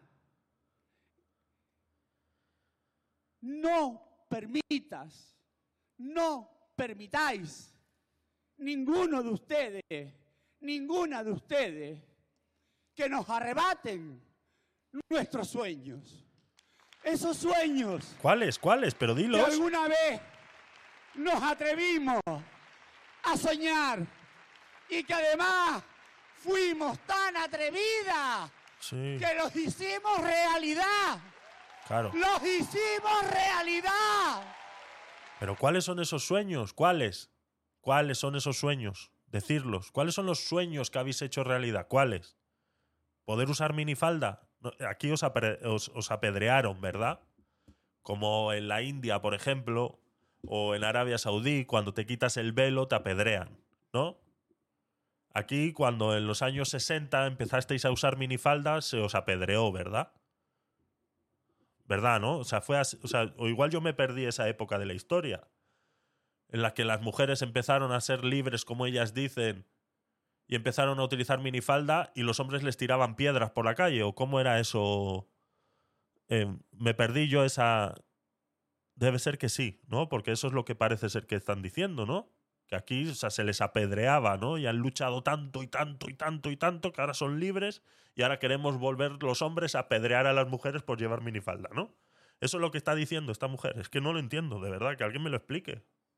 no permitas, no permitáis ninguno de ustedes, ninguna de ustedes, que nos arrebaten nuestros sueños. Esos sueños. ¿Cuáles? ¿Cuáles? Pero dilos. Que alguna vez nos atrevimos a soñar y que además fuimos tan atrevidas sí. que los hicimos realidad. Claro. ¡Los hicimos realidad! Pero ¿cuáles son esos sueños? ¿Cuáles? ¿Cuáles son esos sueños? Decirlos. ¿Cuáles son los sueños que habéis hecho realidad? ¿Cuáles? ¿Poder usar minifalda? Aquí os, os, os apedrearon, ¿verdad? Como en la India, por ejemplo, o en Arabia Saudí, cuando te quitas el velo te apedrean, ¿no? Aquí, cuando en los años sesenta empezasteis a usar minifaldas, se os apedreó, ¿verdad? ¿Verdad, no? O sea, fue así, o sea, o igual yo me perdí esa época de la historia en la que las mujeres empezaron a ser libres, como ellas dicen, y empezaron a utilizar minifalda y los hombres les tiraban piedras por la calle. ¿O cómo era eso? Eh, me perdí yo esa... Debe ser que sí, ¿no? Porque eso es lo que parece ser que están diciendo, ¿no? Que aquí, o sea, se les apedreaba, ¿no? Y han luchado tanto y tanto y tanto y tanto que ahora son libres y ahora queremos volver los hombres a apedrear a las mujeres por llevar minifalda, ¿no? Eso es lo que está diciendo esta mujer. Es que no lo entiendo, de verdad, que alguien me lo explique.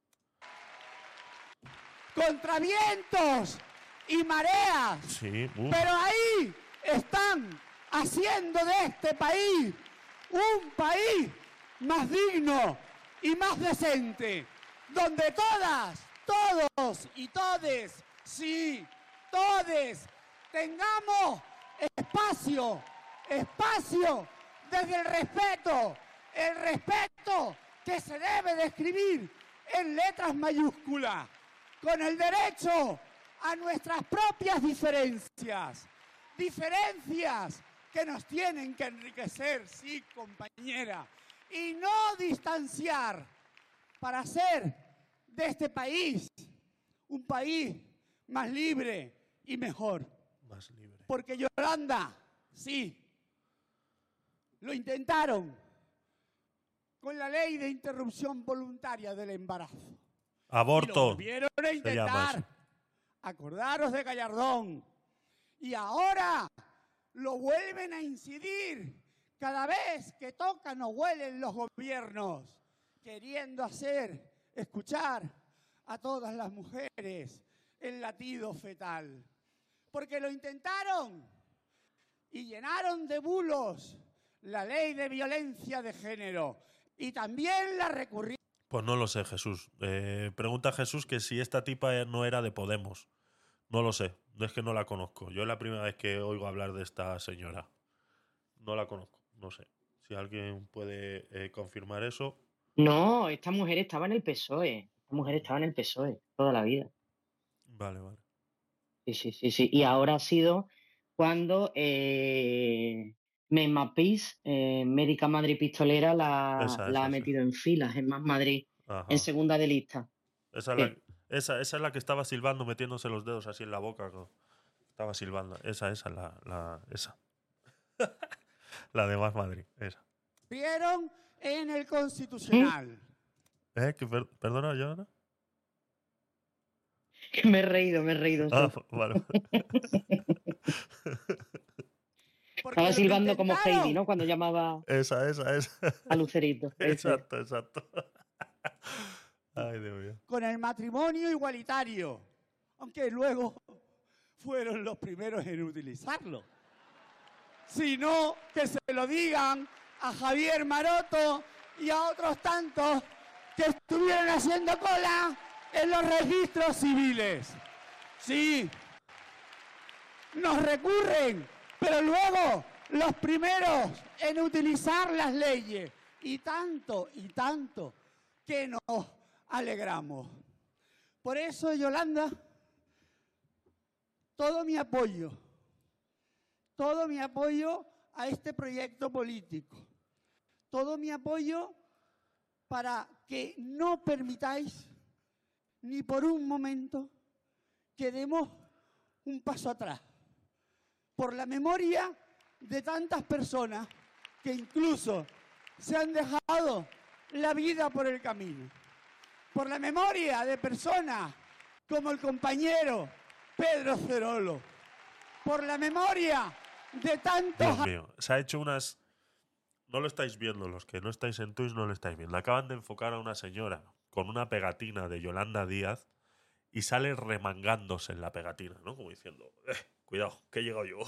Contra vientos y mareas. Sí, uf. Pero ahí están haciendo de este país un país más digno y más decente, donde todas, todos y todes, sí, todes, tengamos espacio, espacio desde el respeto, el respeto que se debe de escribir en letras mayúsculas, con el derecho a nuestras propias diferencias, diferencias que nos tienen que enriquecer, sí, compañera, y no distanciar para hacer de este país un país más libre y mejor. Más libre. Porque Yolanda, sí, lo intentaron con la ley de interrupción voluntaria del embarazo. Aborto. Y lo volvieron a se llama intentar. eso. Acordaros de Gallardón. Y ahora lo vuelven a incidir cada vez que tocan o huelen los gobiernos, queriendo hacer escuchar a todas las mujeres el latido fetal. Porque lo intentaron y llenaron de bulos la ley de violencia de género y también la recurrieron. Pues no lo sé, Jesús. Eh, pregunta a Jesús que si esta tipa no era de Podemos. No lo sé, es que no la conozco. Yo es la primera vez que oigo hablar de esta señora. No la conozco, no sé. Si alguien puede eh, confirmar eso. No, esta mujer estaba en el P S O E. Esta mujer estaba en el P S O E toda la vida. Vale, vale. Sí, sí, sí, sí. Y ahora ha sido cuando eh, Mema Pis, eh, médica Madrid pistolera, la, Esa, la esa, ha esa. metido en filas en Más Madrid, Ajá. en segunda de lista. Esa es, Sí. la, esa, esa es la que estaba silbando, metiéndose los dedos así en la boca. ¿No? Estaba silbando. Esa, esa, la, la esa. La de Más Madrid, esa. Vieron en el Constitucional. ¿Eh? ¿Que per- ¿Perdona, Joana? Me he reído, me he reído. Ah, sí. vale. Porque Estaba lo silbando como intentaron. Heidi, ¿no? Cuando llamaba Esa, esa, esa. a Lucerito. Ese. Exacto, exacto. Ay, Dios mío. Con el matrimonio igualitario, aunque luego fueron los primeros en utilizarlo. Sino que se lo digan a Javier Maroto y a otros tantos que estuvieron haciendo cola en los registros civiles. Sí, nos recurren, pero luego los primeros en utilizar las leyes. Y tanto, y tanto, que nos alegramos. Por eso, Yolanda, todo mi apoyo, todo mi apoyo a este proyecto político, todo mi apoyo para que no permitáis ni por un momento que demos un paso atrás, por la memoria de tantas personas que incluso se han dejado la vida por el camino, por la memoria de personas como el compañero Pedro Cerolo, por la memoria de tantos... Dios mío, se ha hecho unas... No lo estáis viendo, los que no estáis en Twitch no lo estáis viendo. Acaban de enfocar a una señora con una pegatina de Yolanda Díaz y sale remangándose en la pegatina, ¿no? Como diciendo, eh, cuidado, que he llegado yo.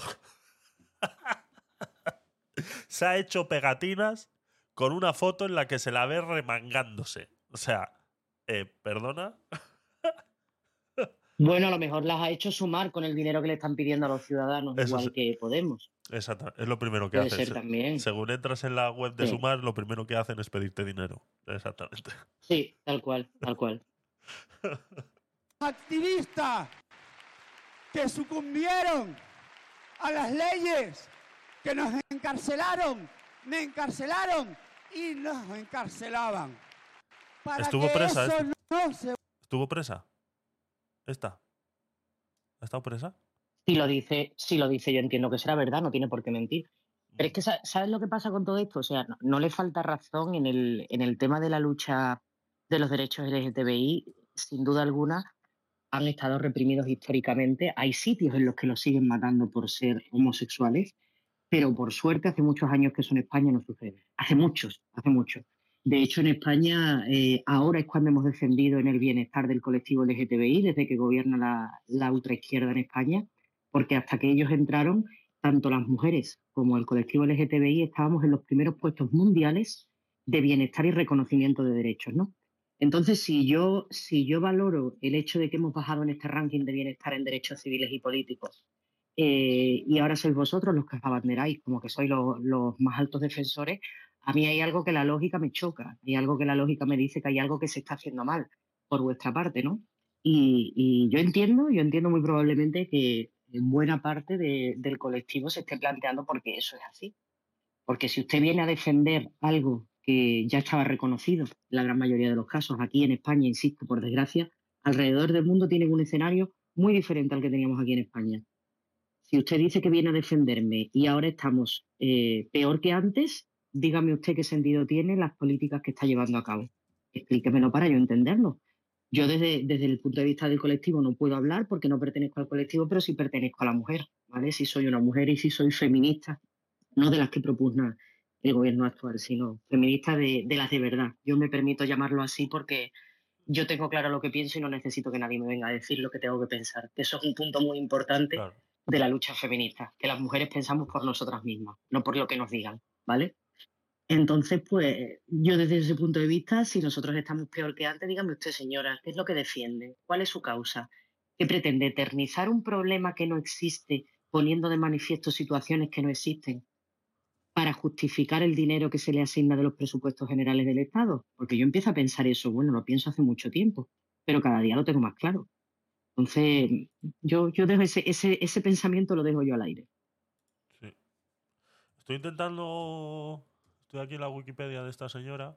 Se ha hecho pegatinas con una foto en la que se la ve remangándose. O sea, eh, ¿perdona? Bueno, a lo mejor las ha hecho sumar con el dinero que le están pidiendo a los ciudadanos, Eso igual sí. que Podemos. Exacto, es lo primero que Puede hacen. ser Se- también. Según entras en la web de Sí. Sumar, lo primero que hacen es pedirte dinero. Exactamente. Sí, tal cual, tal cual. activistas que sucumbieron a las leyes, que nos encarcelaron, me encarcelaron y nos encarcelaban. Para Estuvo que presa eso esta. no se... ¿Estuvo presa? ¿Esta? ¿Ha estado presa? Si lo dice, si lo dice, yo entiendo que será verdad, no tiene por qué mentir. Pero es que, sa- ¿sabes lo que pasa con todo esto? O sea, no, no le falta razón en el, en el tema de la lucha de los derechos L G T B I, sin duda alguna, han estado reprimidos históricamente. Hay sitios en los que los siguen matando por ser homosexuales, pero por suerte hace muchos años que eso en España no sucede. Hace muchos, hace muchos. De hecho, en España eh, ahora es cuando hemos defendido en el bienestar del colectivo L G T B I, desde que gobierna la, la ultraizquierda en España, porque hasta que ellos entraron, tanto las mujeres como el colectivo L G T B I estábamos en los primeros puestos mundiales de bienestar y reconocimiento de derechos, ¿no? Entonces, si yo, si yo valoro el hecho de que hemos bajado en este ranking de bienestar en derechos civiles y políticos eh, y ahora sois vosotros los que os abanderáis como que sois lo, los más altos defensores, a mí hay algo que la lógica me choca, hay algo que la lógica me dice que hay algo que se está haciendo mal por vuestra parte, ¿no? Y, y yo entiendo, yo entiendo muy probablemente que buena parte de, del colectivo se esté planteando porque eso es así. Porque si usted viene a defender algo que ya estaba reconocido en la gran mayoría de los casos, aquí en España, insisto, por desgracia, alrededor del mundo tienen un escenario muy diferente al que teníamos aquí en España. Si usted dice que viene a defenderme y ahora estamos eh, peor que antes, dígame usted qué sentido tienen las políticas que está llevando a cabo. Explíquemelo para yo entenderlo. Yo desde, desde el punto de vista del colectivo no puedo hablar porque no pertenezco al colectivo, pero sí pertenezco a la mujer, ¿vale? Si soy una mujer y si soy feminista, no de las que propugna el gobierno actual, sino feminista de, de las de verdad. Yo me permito llamarlo así porque yo tengo claro lo que pienso y no necesito que nadie me venga a decir lo que tengo que pensar. Eso es un punto muy importante Claro. de la lucha feminista, que las mujeres pensamos por nosotras mismas, no por lo que nos digan, ¿vale? Entonces, pues, yo desde ese punto de vista, si nosotros estamos peor que antes, dígame usted, señora, ¿qué es lo que defiende? ¿Cuál es su causa? ¿Qué pretende? ¿Eternizar un problema que no existe, poniendo de manifiesto situaciones que no existen, para justificar el dinero que se le asigna de los presupuestos generales del Estado? Porque yo empiezo a pensar eso, bueno, lo pienso hace mucho tiempo, pero cada día lo tengo más claro. Entonces, yo, yo dejo ese, ese, ese pensamiento lo dejo yo al aire. Sí. Estoy intentando... Estoy aquí en la Wikipedia de esta señora,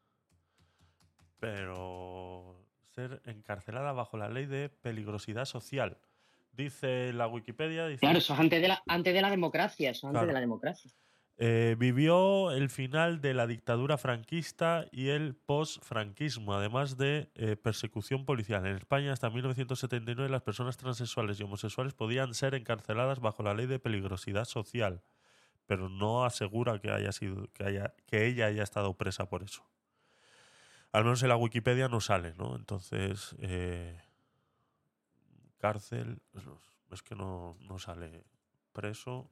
pero ser encarcelada bajo la ley de peligrosidad social. Dice la Wikipedia... Dice, Claro, eso es antes de la, antes de la democracia, eso es Claro. antes de la democracia. Eh, vivió el final de la dictadura franquista y el post-franquismo, además de eh, persecución policial. En España, hasta mil novecientos setenta y nueve, las personas transexuales y homosexuales podían ser encarceladas bajo la ley de peligrosidad social, pero no asegura que haya sido que haya que ella haya estado presa por eso. Al menos en la Wikipedia no sale, ¿no? Entonces, eh, cárcel, es que no, no sale preso.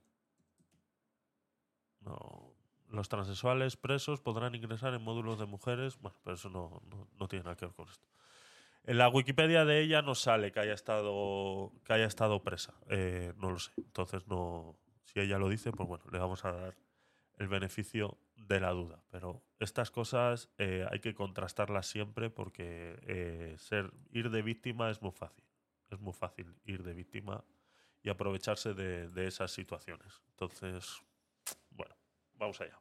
No. Los transexuales presos podrán ingresar en módulos de mujeres. Bueno, pero eso no, no, no tiene nada que ver con esto. En la Wikipedia de ella no sale que haya estado, que haya estado presa. Eh, no lo sé. Entonces, no, si ella lo dice, pues bueno, le vamos a dar el beneficio de la duda. Pero estas cosas eh, hay que contrastarlas siempre porque eh, ser, ir de víctima es muy fácil. Es muy fácil ir de víctima y aprovecharse de, de esas situaciones. Entonces... Bueno, vamos allá.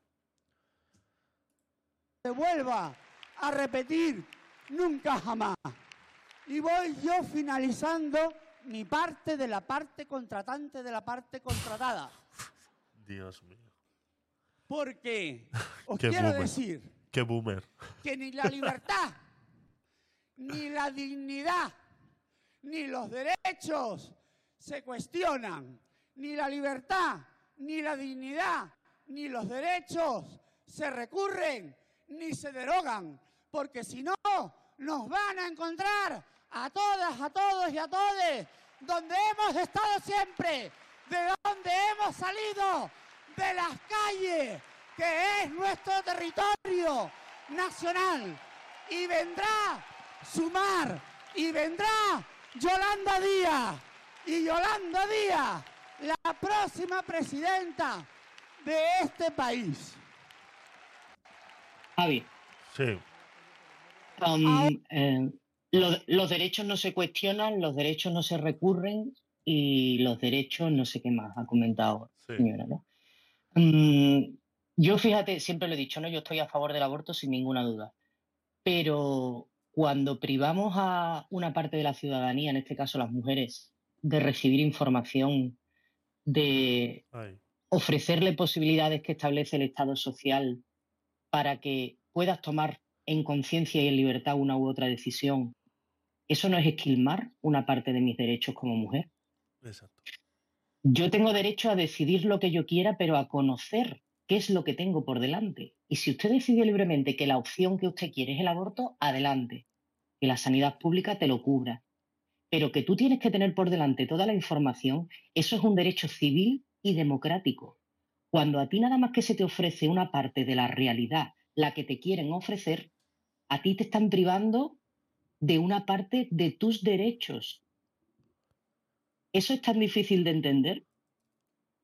Se vuelva a repetir nunca jamás. Y voy yo finalizando mi parte de la parte contratante de la parte contratada. Dios mío. Porque os Qué quiero boomer. decir Qué boomer. que ni la libertad, ni la dignidad, ni los derechos se cuestionan. Ni la libertad, ni la dignidad, ni los derechos se recurren, ni se derogan. Porque si no, nos van a encontrar a todas, a todos y a todes donde hemos estado siempre, de donde hemos salido, de las calles, que es nuestro territorio nacional. Y vendrá Sumar, y vendrá Yolanda Díaz, y Yolanda Díaz, la próxima presidenta de este país. Javi, Sí. um, eh, lo- los derechos no se cuestionan, los derechos no se recurren y los derechos no sé qué más ha comentado Sí. señora, ¿no? Mm, yo, fíjate, siempre lo he dicho, ¿no? Yo estoy a favor del aborto sin ninguna duda. Pero cuando privamos a una parte de la ciudadanía, en este caso las mujeres, de recibir información, de Ay. ofrecerle posibilidades que establece el Estado social para que puedas tomar en conciencia y en libertad una u otra decisión, ¿eso no es esquilmar una parte de mis derechos como mujer? Exacto. Yo tengo derecho a decidir lo que yo quiera, pero a conocer qué es lo que tengo por delante. Y si usted decide libremente que la opción que usted quiere es el aborto, adelante, que la sanidad pública te lo cubra. Pero que tú tienes que tener por delante toda la información, eso es un derecho civil y democrático. Cuando a ti nada más que se te ofrece una parte de la realidad, la que te quieren ofrecer, a ti te están privando de una parte de tus derechos. ¿Eso es tan difícil de entender?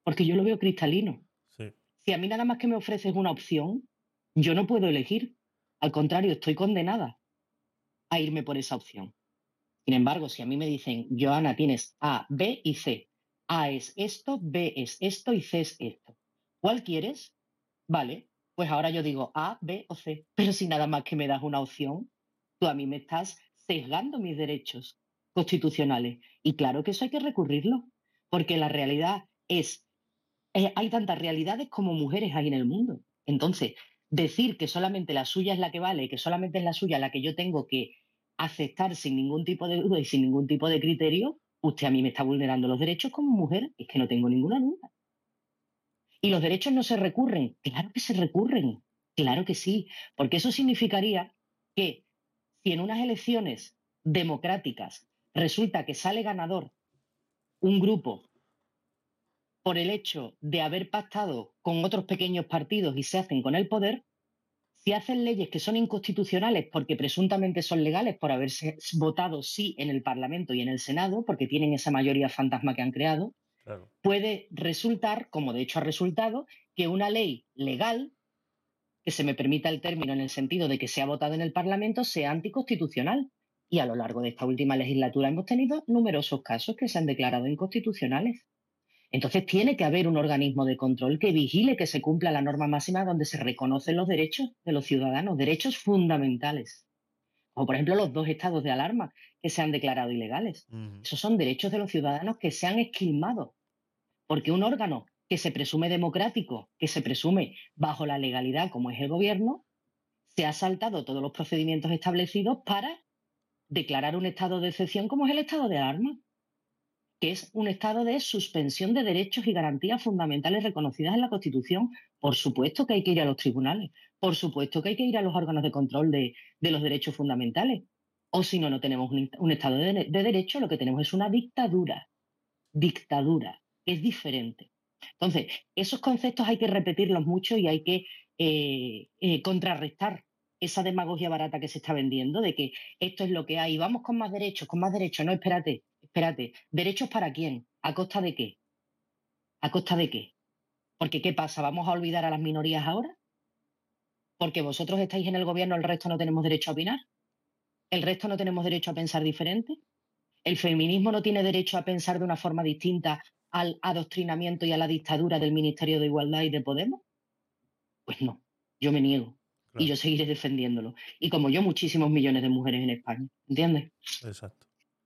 porque yo lo veo cristalino. Sí. Si a mí nada más que me ofreces una opción, yo no puedo elegir. Al contrario, estoy condenada a irme por esa opción. Sin embargo, si a mí me dicen, Joana, tienes A, B y C. A es esto, B es esto y C es esto. ¿Cuál quieres? Vale, pues ahora yo digo A, B o C. Pero si nada más que me das una opción, tú a mí me estás sesgando mis derechos constitucionales. Y claro que eso hay que recurrirlo, porque la realidad es, eh, hay tantas realidades como mujeres hay en el mundo. Entonces, decir que solamente la suya es la que vale, que solamente es la suya la que yo tengo que aceptar sin ningún tipo de duda y sin ningún tipo de criterio, usted a mí me está vulnerando los derechos como mujer, es que no tengo ninguna duda. ¿Y los derechos no se recurren? Claro que se recurren, claro que sí, porque eso significaría que si en unas elecciones democráticas resulta que sale ganador un grupo por el hecho de haber pactado con otros pequeños partidos y se hacen con el poder, si hacen leyes que son inconstitucionales porque presuntamente son legales por haberse votado sí en el Parlamento y en el Senado, porque tienen esa mayoría fantasma que han creado, Claro. puede resultar, como de hecho ha resultado, que una ley legal, que se me permita el término en el sentido de que se ha votado en el Parlamento, sea anticonstitucional. Y a lo largo de esta última legislatura hemos tenido numerosos casos que se han declarado inconstitucionales. Entonces tiene que haber un organismo de control que vigile que se cumpla la norma máxima donde se reconocen los derechos de los ciudadanos, derechos fundamentales. Como por ejemplo los dos estados de alarma que se han declarado ilegales. Ujú. Esos son derechos de los ciudadanos que se han esquilmado. Porque un órgano que se presume democrático, que se presume bajo la legalidad como es el gobierno, se ha saltado todos los procedimientos establecidos para declarar un estado de excepción como es el estado de alarma, que es un estado de suspensión de derechos y garantías fundamentales reconocidas en la Constitución. Por supuesto que hay que ir a los tribunales, por supuesto que hay que ir a los órganos de control de, de los derechos fundamentales. O si no, no tenemos un, un estado de, de derecho, lo que tenemos es una dictadura. Dictadura, que es diferente. Entonces, esos conceptos hay que repetirlos mucho y hay que eh, eh, contrarrestar esa demagogia barata que se está vendiendo de que esto es lo que hay, vamos con más derechos, con más derechos. No, espérate, espérate. ¿Derechos para quién? ¿A costa de qué? ¿A costa de qué? Porque ¿qué pasa? ¿Vamos a olvidar a las minorías ahora? Porque vosotros estáis en el gobierno, el resto no tenemos derecho a opinar. ¿El resto no tenemos derecho a pensar diferente? ¿El feminismo no tiene derecho a pensar de una forma distinta al adoctrinamiento y a la dictadura del Ministerio de Igualdad y de Podemos? Pues no, yo me niego. Claro. Y yo seguiré defendiéndolo. Y como yo, muchísimos millones de mujeres en España. ¿Entiendes? Exacto.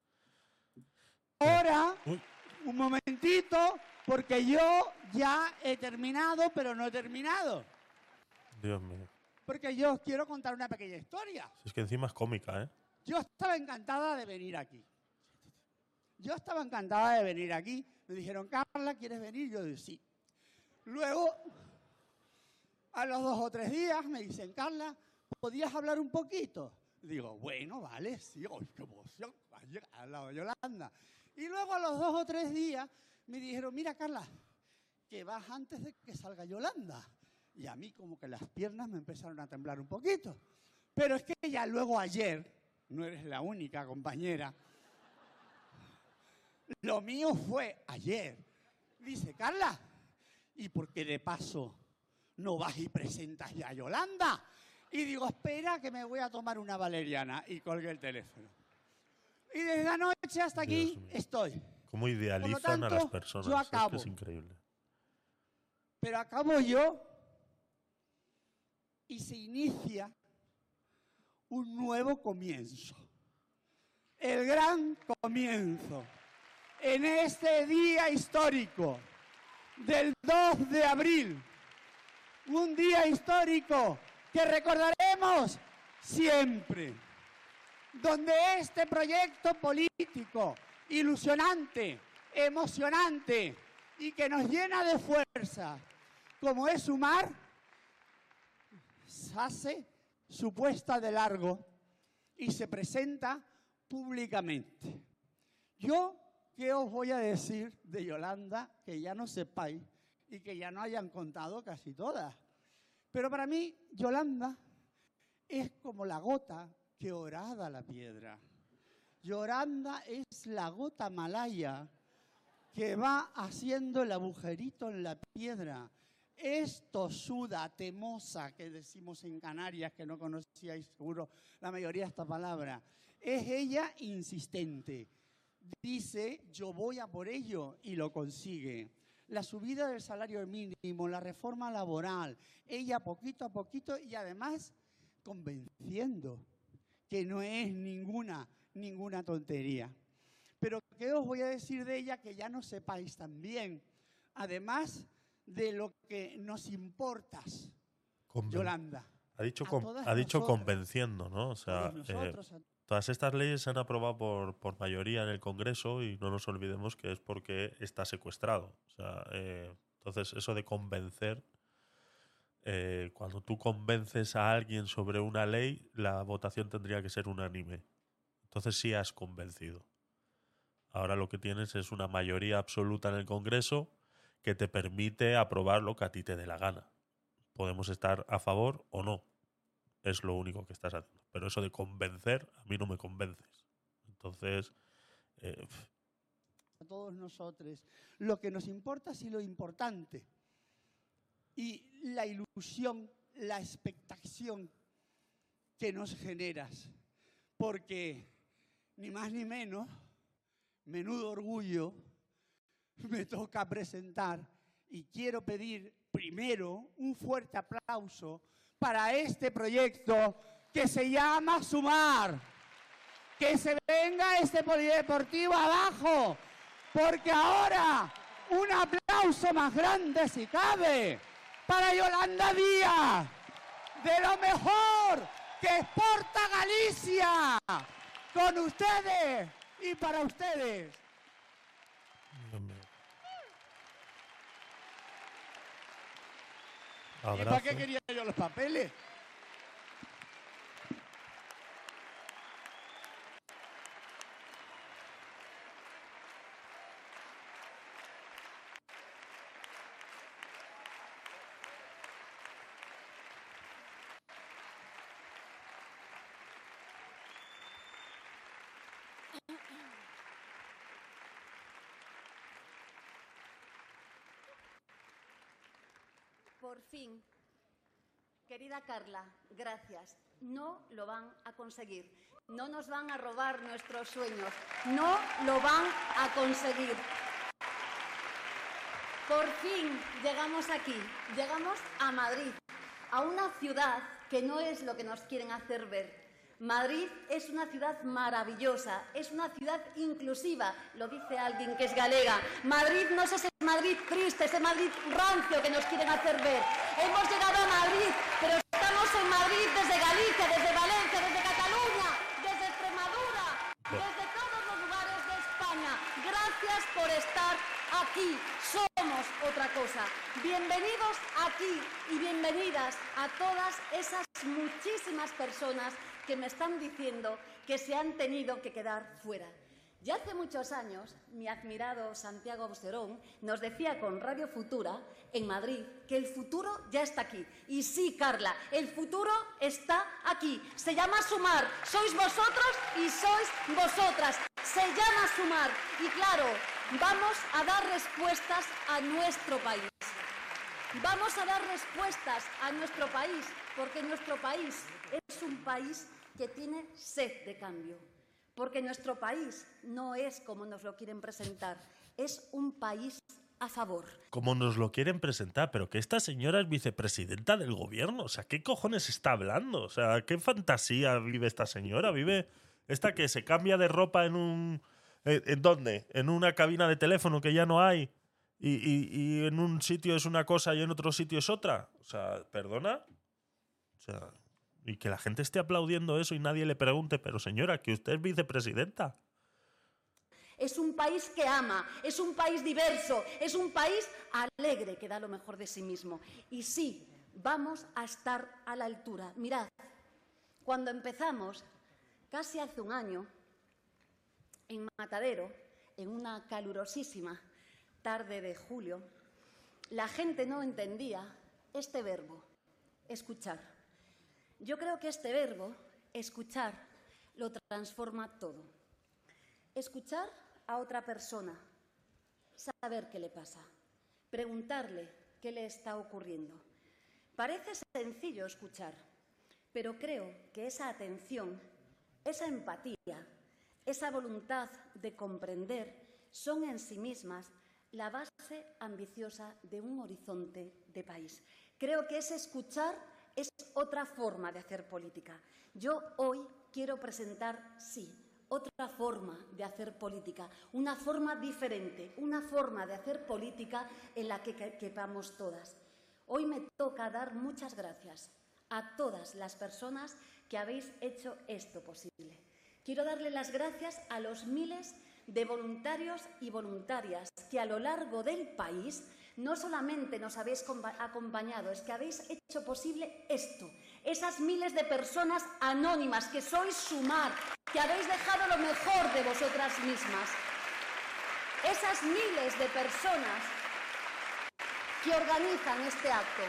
Ahora, Uy. un momentito, porque yo ya he terminado, pero no he terminado. Dios mío. Porque yo os quiero contar una pequeña historia. Si es que encima es cómica, ¿eh? Yo estaba encantada de venir aquí. Yo estaba encantada de venir aquí. Me dijeron, Carla, ¿quieres venir? Yo dije, sí. Luego, a los dos o tres días, me dicen, Carla, ¿podías hablar un poquito? Digo, bueno, vale, sí. ¡Ay, qué emoción! Al lado de Yolanda. Y luego, a los dos o tres días, me dijeron, mira, Carla, que vas antes de que salga Yolanda. Y a mí como que las piernas me empezaron a temblar un poquito. Pero es que ya luego ayer, no eres la única compañera, lo mío fue ayer. Dice, Carla, ¿y por qué de paso no vas y presentas ya a Yolanda? Y digo, espera que me voy a tomar una valeriana. Y colgué el teléfono. Y desde anoche hasta aquí Dios mío. estoy. Cómo idealizan tanto, a las personas. yo Es que acabo. es increíble. Pero acabo yo y se inicia un nuevo comienzo. El gran comienzo. En este día histórico del dos de abril. Un día histórico que recordaremos siempre. Donde este proyecto político ilusionante, emocionante y que nos llena de fuerza, como es Sumar, hace su puesta de largo y se presenta públicamente. Yo, ¿qué os voy a decir de Yolanda que ya no sepáis y que ya no hayan contado casi todas? Pero para mí, Yolanda es como la gota que horada la piedra. Yolanda es la gota malaya que va haciendo el agujerito en la piedra. Esto suda, temosa, que decimos en Canarias, que no conocíais seguro la mayoría de esta palabra. Es ella insistente. Dice, yo voy a por ello, y lo consigue. La subida del salario mínimo, la reforma laboral, ella poquito a poquito y además convenciendo que no es ninguna, ninguna tontería. Pero ¿qué os voy a decir de ella que ya no sepáis también? Además de lo que nos importas, Conven Yolanda. Ha dicho, ha dicho convenciendo, ¿no? O sea, nosotros, eh, todas estas leyes se han aprobado por, por mayoría en el Congreso y no nos olvidemos que es porque está secuestrado. O sea, eh, entonces eso de convencer, eh, cuando tú convences a alguien sobre una ley, la votación tendría que ser unánime. Entonces sí has convencido. Ahora lo que tienes es una mayoría absoluta en el Congreso que te permite aprobar lo que a ti te dé la gana. Podemos estar a favor o no. Es lo único que estás haciendo. Pero eso de convencer, a mí no me convences. Entonces... Eh, a todos nosotros. Lo que nos importa es lo importante. Y la ilusión, la expectación que nos generas. Porque, ni más ni menos, menudo orgullo me toca presentar y quiero pedir primero un fuerte aplauso para este proyecto que se llama Sumar. Que se venga este polideportivo abajo, porque ahora un aplauso más grande si cabe para Yolanda Díaz, de lo mejor que exporta Galicia, con ustedes y para ustedes. Abrazo. ¿Y para qué quería yo los papeles? Por fin, querida Carla, gracias. No lo van a conseguir. No nos van a robar nuestros sueños. No lo van a conseguir. Por fin llegamos aquí. Llegamos a Madrid, a una ciudad que no es lo que nos quieren hacer ver. Madrid es una ciudad maravillosa, es una ciudad inclusiva, lo dice alguien que es galega. Madrid no es ese Madrid triste, ese Madrid rancio que nos quieren hacer ver. Hemos llegado a Madrid, pero estamos en Madrid desde Galicia, desde Valencia, desde Cataluña, desde Extremadura, desde todos los lugares de España. Gracias por estar aquí. Somos otra cosa. Bienvenidos aquí y bienvenidas a todas esas muchísimas personas que me están diciendo que se han tenido que quedar fuera. Ya hace muchos años, mi admirado Santiago Auserón nos decía con Radio Futura, en Madrid, que el futuro ya está aquí. Y sí, Carla, el futuro está aquí. Se llama Sumar. Sois vosotros y sois vosotras. Se llama Sumar. Y claro, vamos a dar respuestas a nuestro país. Vamos a dar respuestas a nuestro país, porque nuestro país es un país que tiene sed de cambio. Porque nuestro país no es como nos lo quieren presentar, es un país a favor. Como nos lo quieren presentar, pero que esta señora es vicepresidenta del gobierno. O sea, ¿qué cojones está hablando? O sea, ¿qué fantasía vive esta señora? Vive esta que se cambia de ropa en un... ¿En dónde? En una cabina de teléfono que ya no hay. Y, y, y en un sitio es una cosa y en otro sitio es otra. O sea, ¿perdona? O sea... Y que la gente esté aplaudiendo eso y nadie le pregunte, pero señora, que usted es vicepresidenta. Es un país que ama, es un país diverso, es un país alegre que da lo mejor de sí mismo. Y sí, vamos a estar a la altura. Mirad, cuando empezamos, casi hace un año, en Matadero, en una calurosísima tarde de julio, la gente no entendía este verbo, escuchar. Yo creo que este verbo, escuchar, lo transforma todo. Escuchar a otra persona, saber qué le pasa, preguntarle qué le está ocurriendo. Parece sencillo escuchar, pero creo que esa atención, esa empatía, esa voluntad de comprender son en sí mismas la base ambiciosa de un horizonte de país. Creo que ese escuchar es otra forma de hacer política. Yo hoy quiero presentar, sí, otra forma de hacer política, una forma diferente, una forma de hacer política en la que quepamos todas. Hoy me toca dar muchas gracias a todas las personas que habéis hecho esto posible. Quiero darle las gracias a los miles de voluntarios y voluntarias que a lo largo del país no solamente nos habéis acompañado, es que habéis hecho posible esto. Esas miles de personas anónimas que sois Sumar, que habéis dejado lo mejor de vosotras mismas. Esas miles de personas que organizan este acto.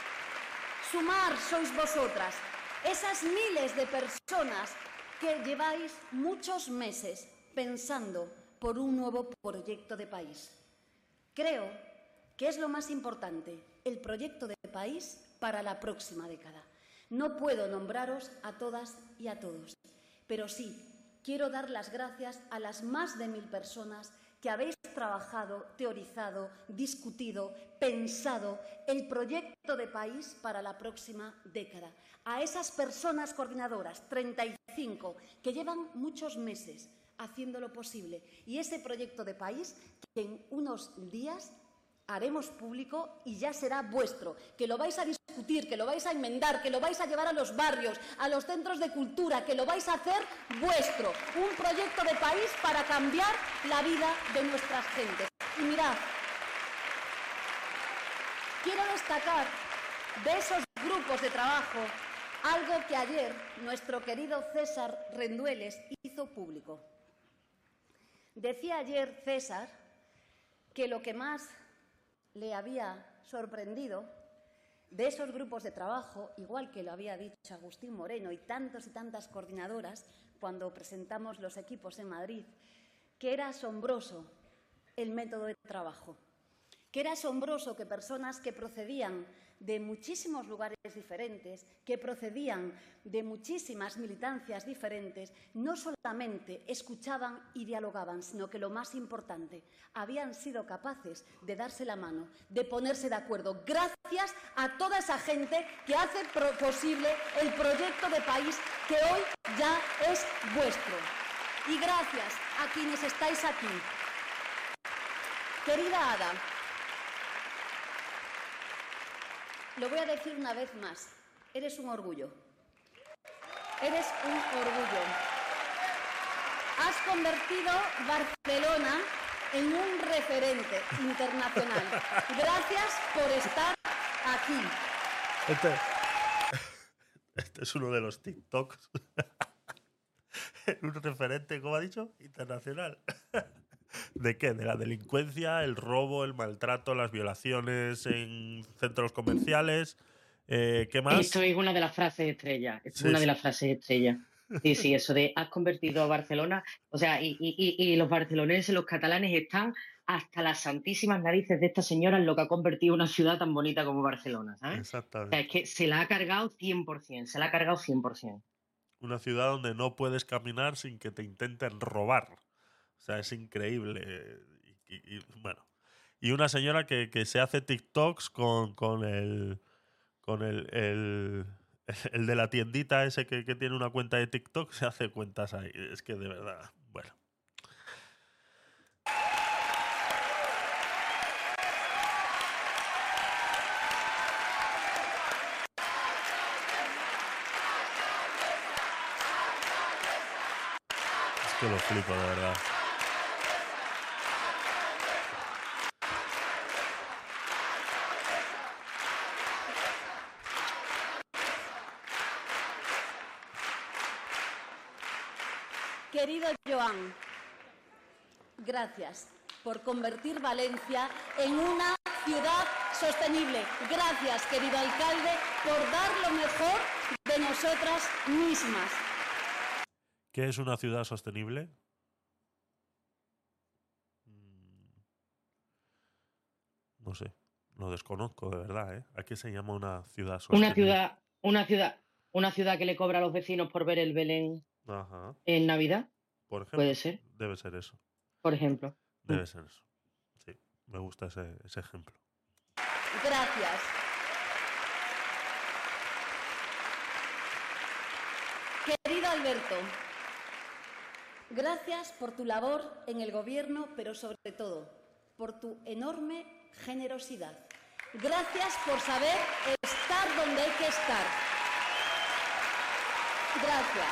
Sumar sois vosotras. Esas miles de personas que lleváis muchos meses pensando por un nuevo proyecto de país. Creo que es lo más importante, el proyecto de país para la próxima década. No puedo nombraros a todas y a todos, pero sí quiero dar las gracias a las más de mil personas que habéis trabajado, teorizado, discutido, pensado el proyecto de país para la próxima década. A esas personas coordinadoras, treinta y cinco, que llevan muchos meses haciéndolo posible. Y ese proyecto de país que en unos días haremos público y ya será vuestro, que lo vais a discutir, que lo vais a enmendar, que lo vais a llevar a los barrios, a los centros de cultura, que lo vais a hacer vuestro. Un proyecto de país para cambiar la vida de nuestras gentes. Y mirad, quiero destacar de esos grupos de trabajo algo que ayer nuestro querido César Rendueles hizo público. Decía ayer César que lo que más le había sorprendido de esos grupos de trabajo, igual que lo había dicho Agustín Moreno y tantos y tantas coordinadoras cuando presentamos los equipos en Madrid, que era asombroso el método de trabajo, que era asombroso que personas que procedían de muchísimos lugares diferentes, que procedían de muchísimas militancias diferentes, no solamente escuchaban y dialogaban, sino que lo más importante, habían sido capaces de darse la mano, de ponerse de acuerdo. Gracias a toda esa gente que hace posible el proyecto de país que hoy ya es vuestro. Y gracias a quienes estáis aquí. Querida Ada, lo voy a decir una vez más, eres un orgullo. Eres un orgullo. Has convertido Barcelona en un referente internacional. Gracias por estar aquí. Este, este es uno de los TikToks. Un referente, ¿cómo ha dicho? Internacional. ¿De qué? De la delincuencia, el robo, el maltrato, las violaciones en centros comerciales. Eh, ¿Qué más? Esto es una de las frases estrellas. Es Sí, una sí. de las frases estrellas. Sí, sí, eso de has convertido a Barcelona. O sea, y, y, y los barceloneses, los catalanes están hasta las santísimas narices de esta señora en lo que ha convertido una ciudad tan bonita como Barcelona, ¿sabes? O sea, Exactamente. es que se la ha cargado cien por ciento, se la ha cargado cien por ciento. Una ciudad donde no puedes caminar sin que te intenten robar. O sea, es increíble. Y, y- y, bueno. Y una señora que, que se hace TikToks con, con el. Con el, el, el de la tiendita ese que, que tiene una cuenta de TikTok, se hace cuentas ahí. Es que de verdad. Bueno. Es que lo flipo, de verdad. Querido Joan, gracias por convertir Valencia en una ciudad sostenible. Gracias, querido alcalde, por dar lo mejor de nosotras mismas. ¿Qué es una ciudad sostenible? Mm, No sé, lo desconozco de verdad, ¿eh? ¿A qué se llama una ciudad Una sostenible? ciudad, una ciudad, una ciudad que le cobra a los vecinos por ver el Belén Ajá. en Navidad, Por ejemplo, puede ser, debe ser eso. por ejemplo. Mm. Debe ser eso. Sí, me gusta ese, ese ejemplo. Gracias. Querido Alberto, gracias por tu labor en el gobierno, pero sobre todo por tu enorme generosidad. Gracias por saber estar donde hay que estar. Gracias.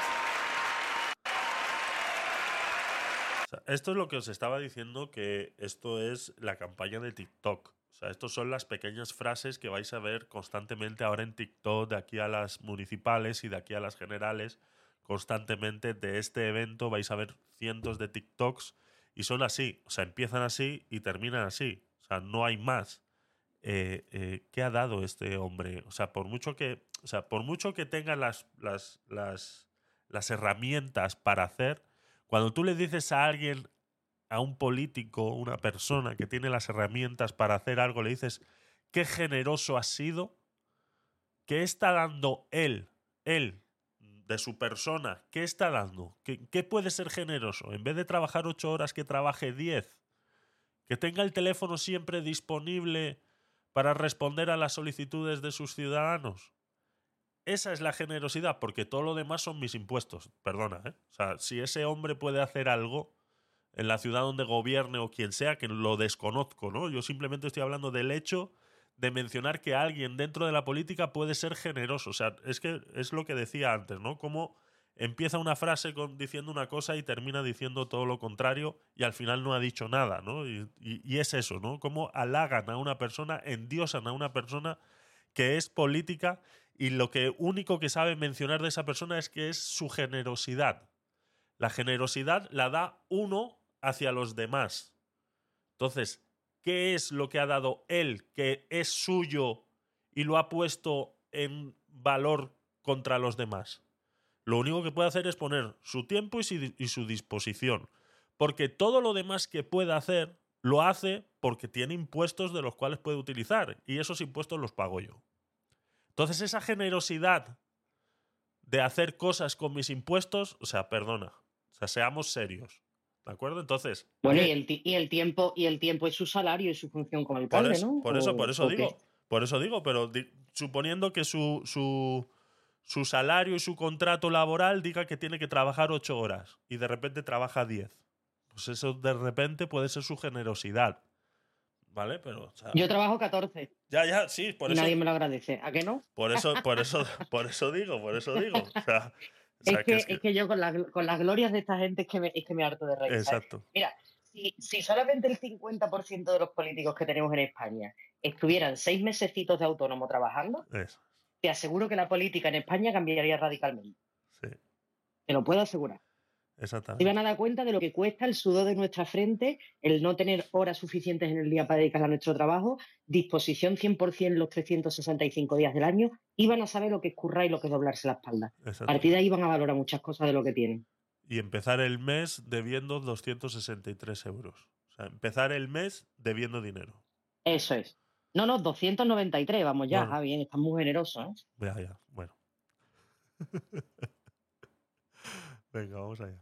O sea, esto es lo que os estaba diciendo, que esto es la campaña de TikTok. O sea, estos son las pequeñas frases que vais a ver constantemente ahora en TikTok, de aquí a las municipales y de aquí a las generales. Constantemente de este evento vais a ver cientos de TikToks y son así. O sea, empiezan así y terminan así. O sea, no hay más. Eh, eh, ¿Qué ha dado este hombre? O sea, por mucho que, o sea, por mucho que tenga las, las, las, las herramientas para hacer, cuando tú le dices a alguien, a un político, una persona que tiene las herramientas para hacer algo, le dices, qué generoso ha sido, ¿qué está dando él, él, de su persona? ¿Qué está dando? ¿Qué, qué puede ser generoso? En vez de trabajar ocho horas, que trabaje diez. Que tenga el teléfono siempre disponible para responder a las solicitudes de sus ciudadanos. Esa es la generosidad, porque todo lo demás son mis impuestos. Perdona, ¿eh? O sea, si ese hombre puede hacer algo en la ciudad donde gobierne o quien sea, que lo desconozco, ¿no? Yo simplemente estoy hablando del hecho de mencionar que alguien dentro de la política puede ser generoso. O sea, es que es lo que decía antes, ¿no? Cómo empieza una frase con, diciendo una cosa y termina diciendo todo lo contrario y al final no ha dicho nada, ¿no? Y, y, y es eso, ¿no? Cómo halagan a una persona, endiosan a una persona que es política y lo que único que sabe mencionar de esa persona es que es su generosidad. La generosidad la da uno hacia los demás. Entonces, ¿qué es lo que ha dado él que es suyo y lo ha puesto en valor contra los demás? Lo único que puede hacer es poner su tiempo y su, y su disposición. Porque todo lo demás que pueda hacer, lo hace porque tiene impuestos de los cuales puede utilizar. Y esos impuestos los pago yo. Entonces, esa generosidad de hacer cosas con mis impuestos, o sea, perdona. O sea, seamos serios. ¿De acuerdo? Entonces. Bueno, ¿qué? y el, y el tiempo, y el tiempo es su salario y su función como Por alcalde, eso, ¿no? por eso, O- por eso o qué. digo. Por eso digo, pero di- suponiendo que su, su, su salario y su contrato laboral diga que tiene que trabajar ocho horas y de repente trabaja diez. Pues eso de repente puede ser su generosidad. ¿Vale? Pero. O sea, Yo trabajo catorce ya, ya, sí, por y eso. nadie me lo agradece. ¿A qué no? Por eso, por eso, por eso digo, por eso digo. O sea, o sea, Es que, es que yo con, la- con las glorias de esta gente es que me, es que me harto de reír. ¿sabes? Exacto. Mira, si, si solamente el cincuenta por ciento de los políticos que tenemos en España estuvieran seis mesecitos de autónomo trabajando, Eso. te aseguro que la política en España cambiaría radicalmente. Sí, Te lo puedo asegurar. Se exactamente. van a dar cuenta de lo que cuesta el sudor de nuestra frente, el no tener horas suficientes en el día para dedicar a nuestro trabajo, disposición cien por ciento los trescientos sesenta y cinco días del año, y van a saber lo que es currar y lo que es doblarse la espalda. A partir de ahí van a valorar muchas cosas de lo que tienen. Y empezar el mes debiendo doscientos sesenta y tres euros. O sea, empezar el mes debiendo dinero. Eso es. No, no, doscientos noventa y tres, vamos ya. Bueno. Ah, bien, estás muy generoso, ¿eh? Ya, ya, bueno. Venga, vamos allá.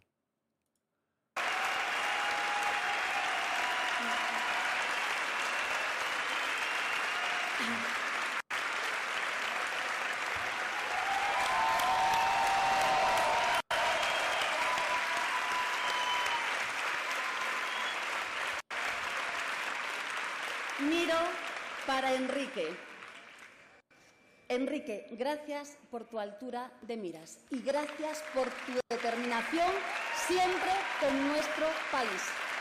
Miro para Enrique. Enrique, gracias por tu altura de miras y gracias por tu determinación siempre con nuestro país.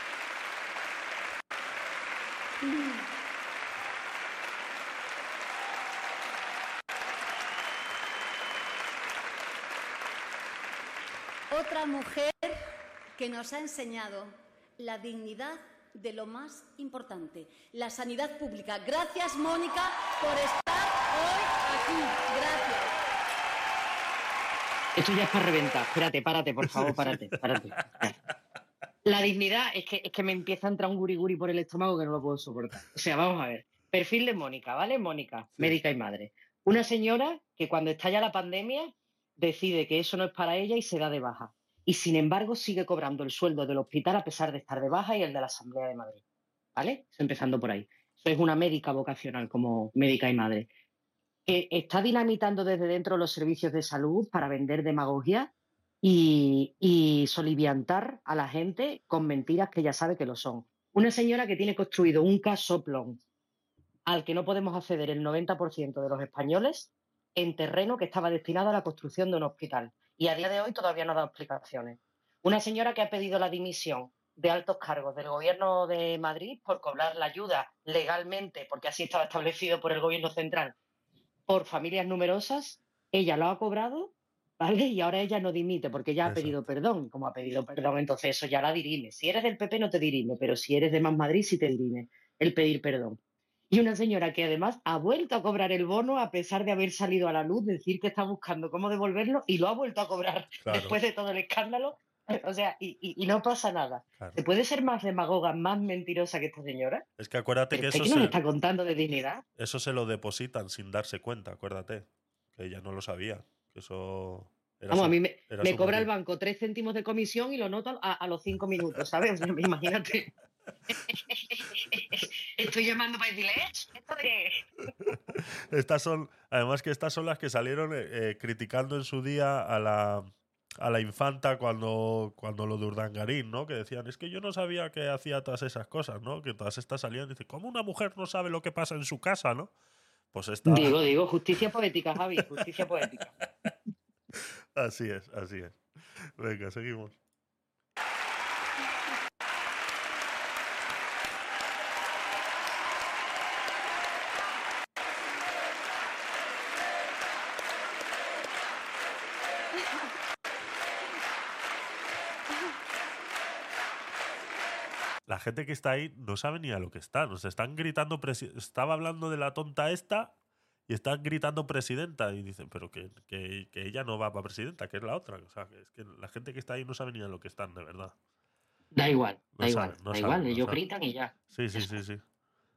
Otra mujer que nos ha enseñado la dignidad de lo más importante, la sanidad pública. Gracias, Mónica, por estar hoy aquí. Gracias. Esto ya es para reventar. Espérate, párate, por favor, párate, párate. La dignidad es que, es que me empieza a entrar un guri guri por el estómago que no lo puedo soportar. O sea, vamos a ver. Perfil de Mónica, ¿vale? Mónica, Sí. médica y madre. Una señora que cuando estalla la pandemia decide que eso no es para ella y se da de baja. Y sin embargo sigue cobrando el sueldo del hospital a pesar de estar de baja y el de la Asamblea de Madrid. ¿Vale? Eso empezando por ahí. Eso es una médica vocacional como médica y madre. Que está dinamitando desde dentro los servicios de salud para vender demagogia y, y soliviantar a la gente con mentiras que ya sabe que lo son. Una señora que tiene construido un casoplón al que no podemos acceder el noventa por ciento de los españoles en terreno que estaba destinado a la construcción de un hospital. Y a día de hoy todavía no ha dado explicaciones. Una señora que ha pedido la dimisión de altos cargos del Gobierno de Madrid por cobrar la ayuda legalmente, porque así estaba establecido por el Gobierno central, por familias numerosas. Ella lo ha cobrado, ¿vale? Y ahora ella no dimite porque ella ha Exacto. pedido perdón. Como ha pedido perdón, entonces eso ya la dirime. Si eres del P P no te dirime, pero si eres de Más Madrid sí te dirime el pedir perdón. Y una señora que además ha vuelto a cobrar el bono a pesar de haber salido a la luz, decir que está buscando cómo devolverlo y lo ha vuelto a cobrar Claro. después de todo el escándalo. O sea, y, y, y no pasa nada. Claro. ¿Se puede ser más demagoga, más mentirosa que esta señora? Es que acuérdate ¿Pero que usted eso qué nos se, está contando de dignidad? eso se lo depositan sin darse cuenta, acuérdate. Que ella no lo sabía. Que eso era Vamos, su, a mí me, era me su cobra el morir. banco tres céntimos de comisión y lo noto a, a los cinco minutos, ¿sabes? O sea, imagínate. Estoy llamando para decirle, "¿Eh? ¿Esto de qué es?". Estas son, además que estas son las que salieron eh, eh, criticando en su día a la, a la infanta cuando, cuando lo de Urdangarín, ¿no? Que decían, es que yo no sabía que hacía todas esas cosas, ¿no? Que todas estas salían y dicen, ¿cómo una mujer no sabe lo que pasa en su casa, ¿no? Pues esta... Digo, digo, justicia poética, Javi, justicia poética. Así es, así es. Venga, seguimos. La gente que está ahí no sabe ni a lo que está. Nos están gritando. presi- Estaba hablando de la tonta esta y están gritando presidenta. Y dicen, pero que, que, que ella no va para presidenta, que es la otra. O sea, que es que la gente que está ahí no sabe ni a lo que están, de verdad. Da igual, da No igual, saben, no da saben, igual, no ellos saben. gritan y ya. Sí, sí, sí, sí.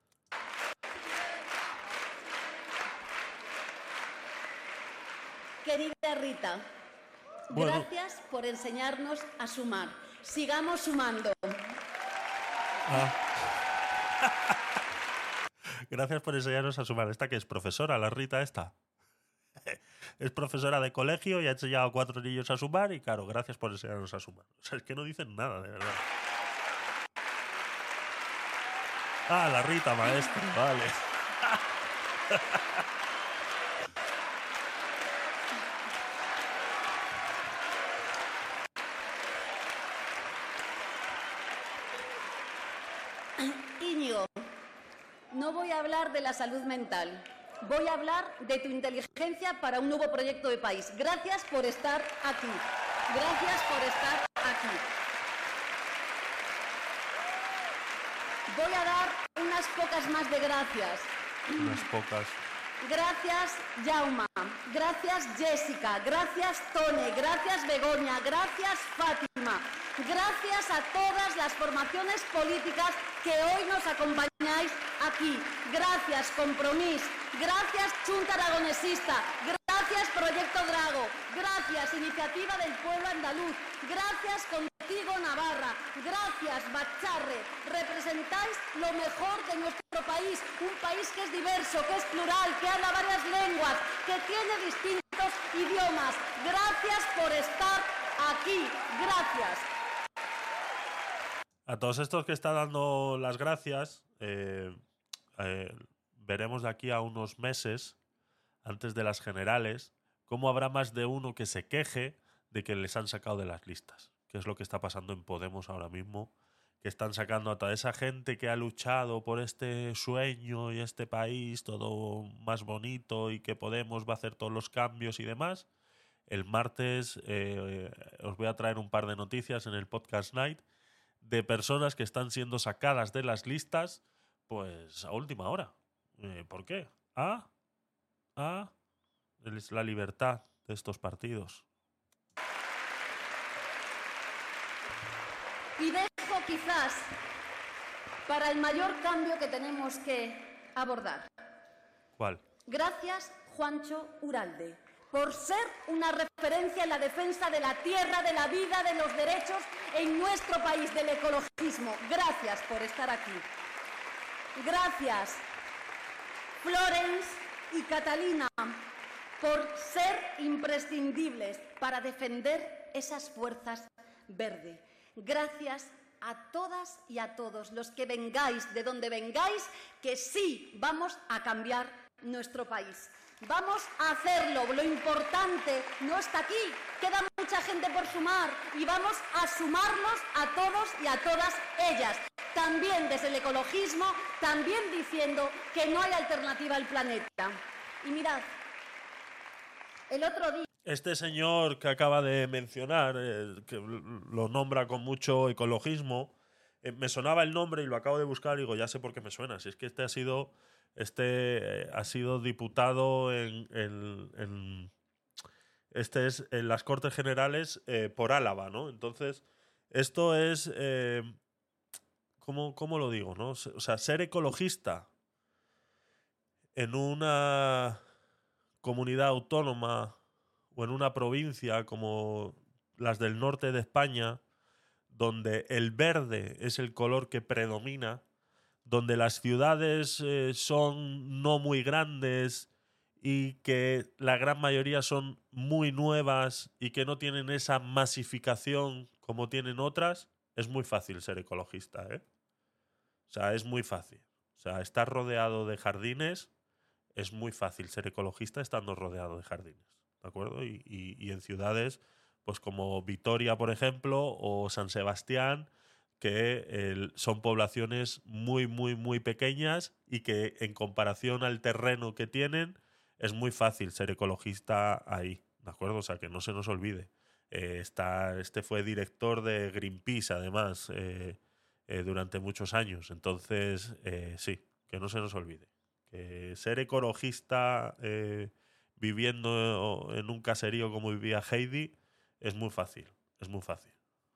Querida Rita, Bueno. gracias por enseñarnos a sumar. Sigamos sumando. Ah. Gracias por enseñarnos a sumar. ¿Esta que es profesora, la Rita esta? Es profesora de colegio y ha enseñado a cuatro niños a sumar y claro, gracias por enseñarnos a sumar. O sea, es que no dicen nada, de verdad. Ah, la Rita maestra, vale. Íñigo, no voy a hablar de la salud mental. Voy a hablar de tu inteligencia para un nuevo proyecto de país. Gracias por estar aquí. Gracias por estar aquí. Voy a dar unas pocas más de gracias. Unas pocas. Gracias, Jauma. Gracias, Jessica. Gracias, Tone. Gracias, Begoña. Gracias, Fátima. Gracias a todas las formaciones políticas que hoy nos acompañáis aquí. Gracias, Compromís. Gracias, Junta Aragonesista. Gracias, Proyecto Drago. Gracias, Iniciativa del Pueblo Andaluz. Gracias, Contigo Navarra. Gracias, Bacharre. Representáis lo mejor de nuestro país. Un país que es diverso, que es plural, que habla varias lenguas, que tiene distintos idiomas. Gracias por estar aquí. Gracias. A todos estos que están dando las gracias, eh, eh, veremos de aquí a unos meses, antes de las generales, cómo habrá más de uno que se queje de que les han sacado de las listas. Que es lo que está pasando en Podemos ahora mismo, que están sacando a toda esa gente que ha luchado por este sueño y este país todo más bonito y que Podemos va a hacer todos los cambios y demás. El martes eh, os voy a traer un par de noticias en el Podcast Night de personas que están siendo sacadas de las listas pues a última hora. Eh, ¿Por qué? A, a es la libertad de estos partidos. Y dejo quizás para el mayor cambio que tenemos que abordar. ¿Cuál? Gracias, Juancho Uralde, por ser una referencia en la defensa de la tierra, de la vida, de los derechos en nuestro país, del ecologismo. Gracias por estar aquí. Gracias, Florence y Catalina, por ser imprescindibles para defender esas fuerzas verdes. Gracias a todas y a todos los que vengáis de donde vengáis, que sí vamos a cambiar nuestro país. Vamos a hacerlo. Lo importante no está aquí. Queda mucha gente por sumar y vamos a sumarnos a todos y a todas ellas. También desde el ecologismo, también diciendo que no hay alternativa al planeta. Y mirad, el otro día... Este señor que acaba de mencionar, eh, que lo nombra con mucho ecologismo, eh, me sonaba el nombre y lo acabo de buscar y digo, ya sé por qué me suena. Si es que este ha sido... Este eh, ha sido diputado en, en, en este es en las Cortes Generales eh, por Álava, ¿no? Entonces, esto es eh, ¿cómo, cómo lo digo, no? O sea, ser ecologista en una comunidad autónoma o en una provincia como las del norte de España, donde el verde es el color que predomina, donde las ciudades eh, son no muy grandes y que la gran mayoría son muy nuevas y que no tienen esa masificación como tienen otras, es muy fácil ser ecologista, ¿eh? O sea, es muy fácil. O sea, estar rodeado de jardines, es muy fácil ser ecologista estando rodeado de jardines, ¿de acuerdo? Y, y, y en ciudades pues como Vitoria, por ejemplo, o San Sebastián, que eh, son poblaciones muy, muy, muy pequeñas y que en comparación al terreno que tienen es muy fácil ser ecologista ahí, ¿de acuerdo? O sea, que no se nos olvide. Eh, está, este fue director de Greenpeace, además, eh, eh, durante muchos años. Entonces, eh, sí, que no se nos olvide. Que ser ecologista eh, viviendo en un caserío como vivía Heidi es muy fácil, es muy fácil.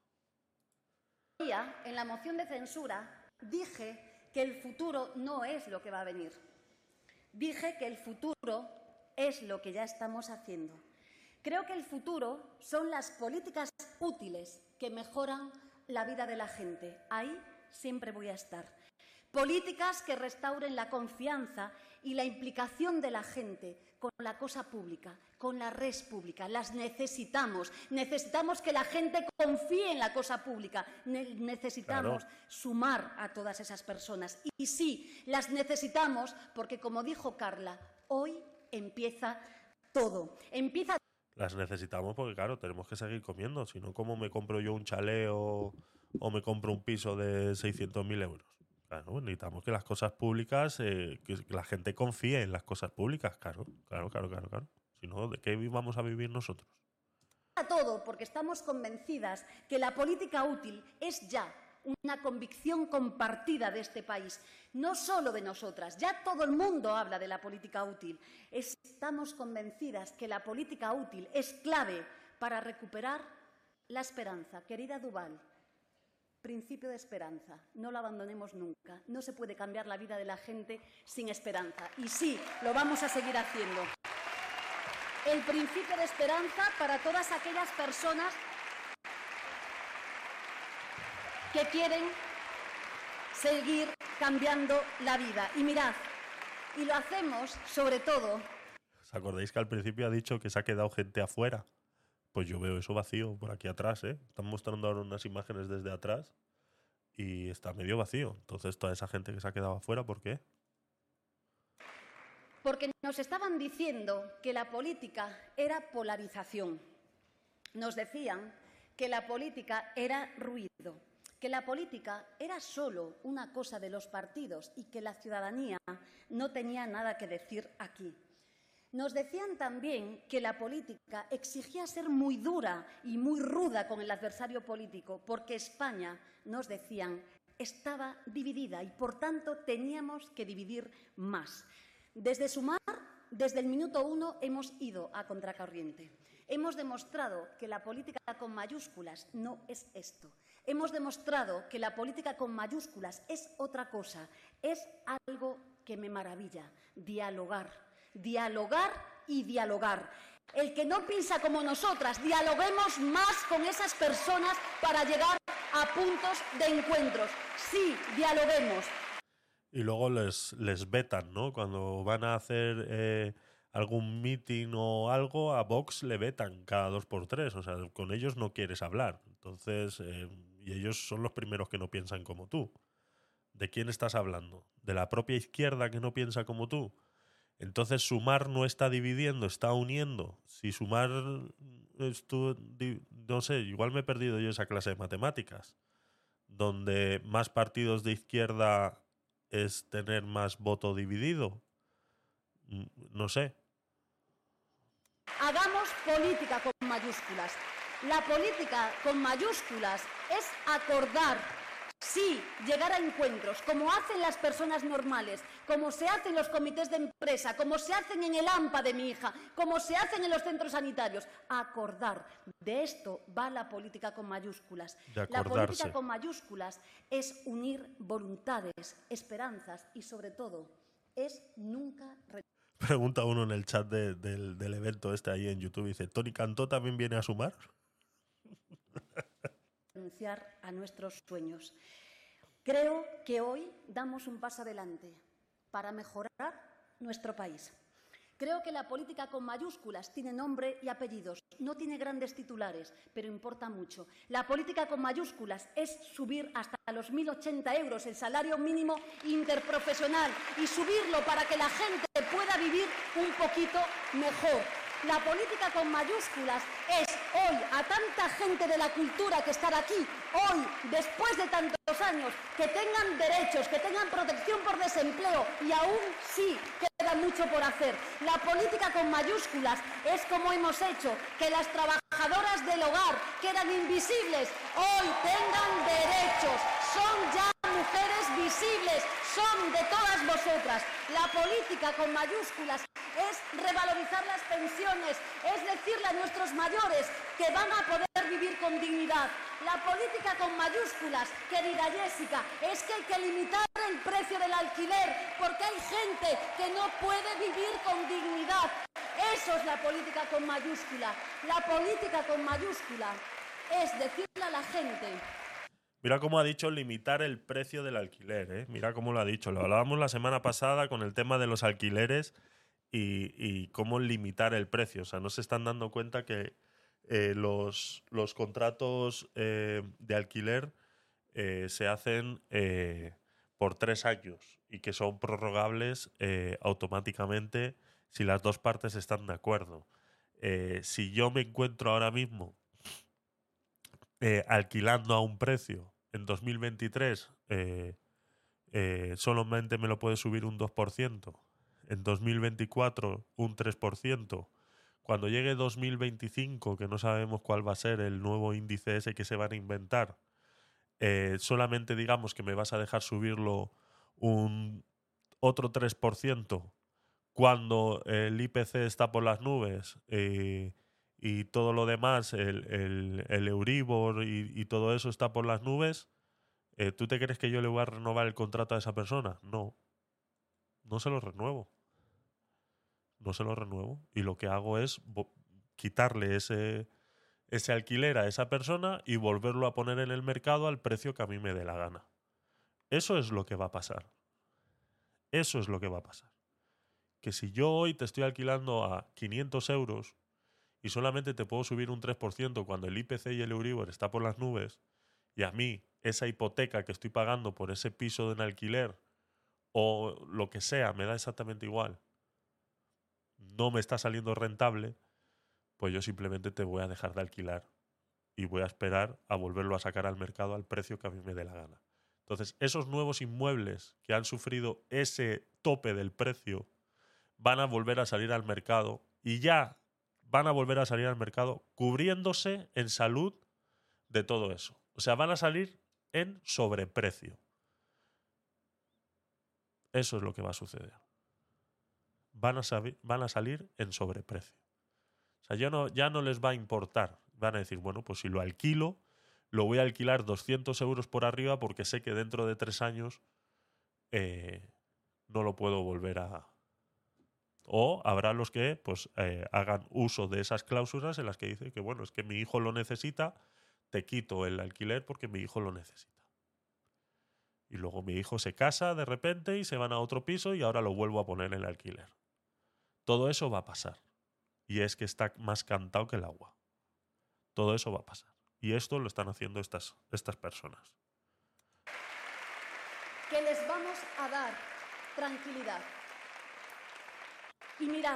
En la moción de censura dije que el futuro no es lo que va a venir. Dije que el futuro es lo que ya estamos haciendo. Creo que el futuro son las políticas útiles que mejoran la vida de la gente. Ahí siempre voy a estar. Políticas que restauren la confianza y la implicación de la gente con la cosa pública, con la res pública. Las necesitamos. Necesitamos que la gente confíe en la cosa pública. Ne- necesitamos claro. sumar a todas esas personas. Y sí, las necesitamos porque, como dijo Carla, hoy empieza todo. Empieza. Las necesitamos porque, claro, tenemos que seguir comiendo. Si no, ¿cómo me compro yo un chalet o, o me compro un piso de seiscientos mil euros? Claro, necesitamos que las cosas públicas, eh, que la gente confíe en las cosas públicas, claro, claro, claro, claro, claro. Si no, ¿de qué vamos a vivir nosotros? A todo, porque estamos convencidas que la política útil es ya una convicción compartida de este país, no solo de nosotras, ya todo el mundo habla de la política útil. Estamos convencidas que la política útil es clave para recuperar la esperanza. Querida Duval, principio de esperanza, no lo abandonemos nunca. No se puede cambiar la vida de la gente sin esperanza. Y sí, lo vamos a seguir haciendo. El principio de esperanza para todas aquellas personas que quieren seguir cambiando la vida. Y mirad, y lo hacemos sobre todo... ¿Os acordáis que al principio ha dicho que se ha quedado gente afuera? Pues yo veo eso vacío por aquí atrás, ¿eh? Están mostrando ahora unas imágenes desde atrás y está medio vacío. Entonces, toda esa gente que se ha quedado afuera, ¿por qué? Porque nos estaban diciendo que la política era polarización. Nos decían que la política era ruido, que la política era solo una cosa de los partidos y que la ciudadanía no tenía nada que decir aquí. Nos decían también que la política exigía ser muy dura y muy ruda con el adversario político, porque España, nos decían, estaba dividida y, por tanto, teníamos que dividir más. Desde Sumar, desde el minuto uno, hemos ido a contracorriente. Hemos demostrado que la política con mayúsculas no es esto. Hemos demostrado que la política con mayúsculas es otra cosa, es algo que que me maravilla, dialogar, dialogar y dialogar. El que no piensa como nosotras, dialoguemos más con esas personas para llegar a puntos de encuentros. Sí, dialoguemos. Y luego les, les vetan, ¿no? Cuando van a hacer eh, algún meeting o algo, a Vox le vetan cada dos por tres. O sea, con ellos no quieres hablar. Entonces, eh, y ellos son los primeros que no piensan como tú. ¿De quién estás hablando? ¿De la propia izquierda que no piensa como tú? Entonces Sumar no está dividiendo, está uniendo. Si Sumar, estu, no sé, igual me he perdido yo esa clase de matemáticas, donde más partidos de izquierda es tener más voto dividido. No sé. Hagamos política con mayúsculas. La política con mayúsculas es acordar. Sí, llegar a encuentros, como hacen las personas normales, como se hacen los comités de empresa, como se hacen en el AMPA de mi hija, como se hacen en los centros sanitarios. Acordar. De esto va la política con mayúsculas. La política con mayúsculas es unir voluntades, esperanzas y, sobre todo, es nunca... Pregunta uno en el chat de, del, del evento este ahí en YouTube, dice, ¿Tony Cantó también viene a sumar? Renunciar a nuestros sueños. Creo que hoy damos un paso adelante para mejorar nuestro país. Creo que la política con mayúsculas tiene nombre y apellidos, no tiene grandes titulares, pero importa mucho. La política con mayúsculas es subir hasta los mil ochenta euros el salario mínimo interprofesional y subirlo para que la gente pueda vivir un poquito mejor. La política con mayúsculas es hoy a tanta gente de la cultura que está aquí, hoy, después de tantos años, que tengan derechos, que tengan protección por desempleo y aún sí queda mucho por hacer. La política con mayúsculas es como hemos hecho que las trabajadoras del hogar, que eran invisibles, hoy tengan derechos. Son ya mujeres visibles, son de todas vosotras. La política con mayúsculas es revalorizar las pensiones, es decirle a nuestros mayores que van a poder vivir con dignidad. La política con mayúsculas, querida Jessica, es que hay que limitar el precio del alquiler porque hay gente que no puede vivir con dignidad. Eso es la política con mayúscula. La política con mayúscula es decirle a la gente... Mira cómo ha dicho limitar el precio del alquiler, ¿eh? Mira cómo lo ha dicho. Lo hablábamos la semana pasada con el tema de los alquileres y, y cómo limitar el precio. O sea, no se están dando cuenta que eh, los, los contratos eh, de alquiler eh, se hacen eh, por tres años y que son prorrogables eh, automáticamente si las dos partes están de acuerdo. Eh, si yo me encuentro ahora mismo Eh, alquilando a un precio en dos mil veintitrés, eh, eh, solamente me lo puede subir un dos por ciento. En dos mil veinticuatro, un tres por ciento. Cuando llegue dos mil veinticinco, que no sabemos cuál va a ser el nuevo índice ese que se van a inventar, eh, solamente digamos que me vas a dejar subirlo un otro tres por ciento cuando el I P C está por las nubes eh, y todo lo demás, el, el, el Euribor y, y todo eso está por las nubes, eh, ¿tú te crees que yo le voy a renovar el contrato a esa persona? No. No se lo renuevo. No se lo renuevo. Y lo que hago es quitarle ese, ese alquiler a esa persona y volverlo a poner en el mercado al precio que a mí me dé la gana. Eso es lo que va a pasar. Eso es lo que va a pasar. Que si yo hoy te estoy alquilando a quinientos euros y solamente te puedo subir un tres por ciento cuando el I P C y el Euribor está por las nubes, y a mí esa hipoteca que estoy pagando por ese piso en alquiler o lo que sea, me da exactamente igual, no me está saliendo rentable, pues yo simplemente te voy a dejar de alquilar y voy a esperar a volverlo a sacar al mercado al precio que a mí me dé la gana. Entonces, esos nuevos inmuebles que han sufrido ese tope del precio van a volver a salir al mercado y ya van a volver a salir al mercado cubriéndose en salud de todo eso. O sea, van a salir en sobreprecio. Eso es lo que va a suceder. Van a, van a salir en sobreprecio. O sea, ya no, ya no les va a importar. Van a decir, bueno, pues si lo alquilo, lo voy a alquilar doscientos euros por arriba porque sé que dentro de tres años eh, no lo puedo volver a... O habrá los que pues eh, hagan uso de esas cláusulas en las que dice que, bueno, es que mi hijo lo necesita, te quito el alquiler porque mi hijo lo necesita. Y luego mi hijo se casa de repente y se van a otro piso y ahora lo vuelvo a poner en el alquiler. Todo eso va a pasar. Y es que está más cantado que el agua. Todo eso va a pasar. Y esto lo están haciendo estas, estas personas. Que les vamos a dar tranquilidad. Y mirad,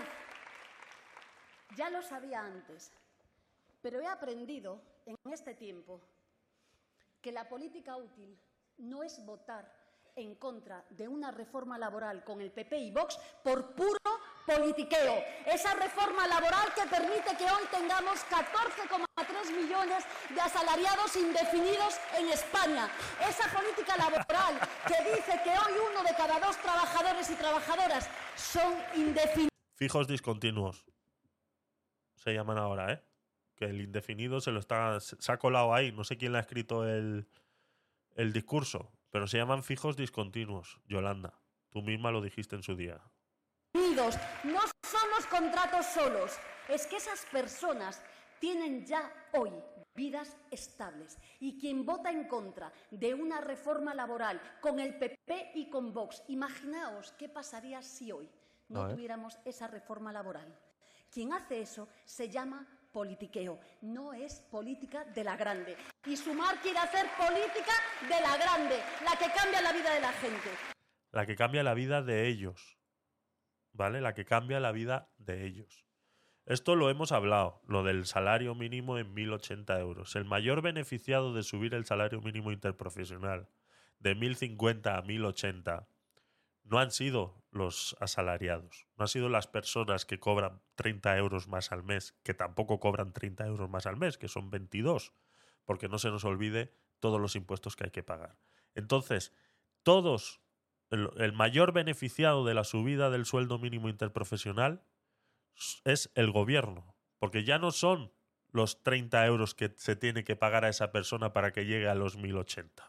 ya lo sabía antes, pero he aprendido en este tiempo que la política útil no es votar en contra de una reforma laboral con el P P y Vox por puro politiqueo. Esa reforma laboral que permite que hoy tengamos catorce coma tres millones de asalariados indefinidos en España. Esa política laboral que dice que hoy uno de cada dos trabajadores y trabajadoras son indefinidos. Fijos discontinuos. Se llaman ahora, ¿eh? Que el indefinido se lo está, se ha colado ahí. No sé quién le ha escrito el, el discurso, pero se llaman fijos discontinuos. Yolanda, tú misma lo dijiste en su día. No son los contratos solos. Es que esas personas tienen ya hoy vidas estables. Y quien vota en contra de una reforma laboral con el P P y con Vox, imaginaos qué pasaría si hoy no tuviéramos esa reforma laboral. Quien hace eso se llama politiqueo, no es política de la grande. Y Sumar quiere hacer política de la grande, la que cambia la vida de la gente. La que cambia la vida de ellos, ¿vale? La que cambia la vida de ellos. Esto lo hemos hablado, lo del salario mínimo en mil ochenta euros. El mayor beneficiado de subir el salario mínimo interprofesional de mil cincuenta a mil ochenta no han sido los asalariados, no han sido las personas que cobran treinta euros más al mes, que tampoco cobran treinta euros más al mes, que son veintidós, porque no se nos olvide todos los impuestos que hay que pagar. Entonces, todos, el, el mayor beneficiado de la subida del sueldo mínimo interprofesional es el gobierno, porque ya no son los treinta euros que se tiene que pagar a esa persona para que llegue a los mil ochenta.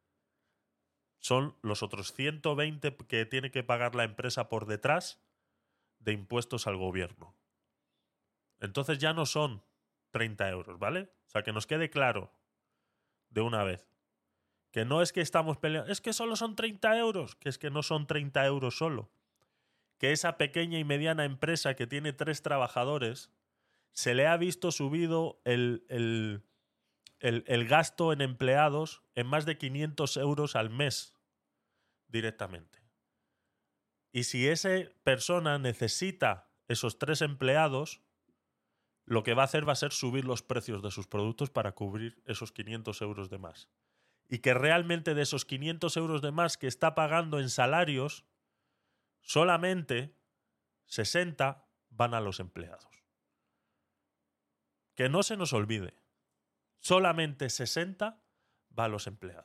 Son los otros ciento veinte que tiene que pagar la empresa por detrás de impuestos al gobierno. Entonces ya no son treinta euros, ¿vale? O sea, que nos quede claro de una vez. Que no es que estamos peleando, es que solo son treinta euros, que es que no son treinta euros solo. Que esa pequeña y mediana empresa que tiene tres trabajadores se le ha visto subido el, el, el, el gasto en empleados en más de quinientos euros al mes directamente. Y si esa persona necesita esos tres empleados, lo que va a hacer va a ser subir los precios de sus productos para cubrir esos quinientos euros de más. Y que realmente de esos quinientos euros de más que está pagando en salarios, solamente sesenta van a los empleados. Que no se nos olvide, solamente sesenta va a los empleados.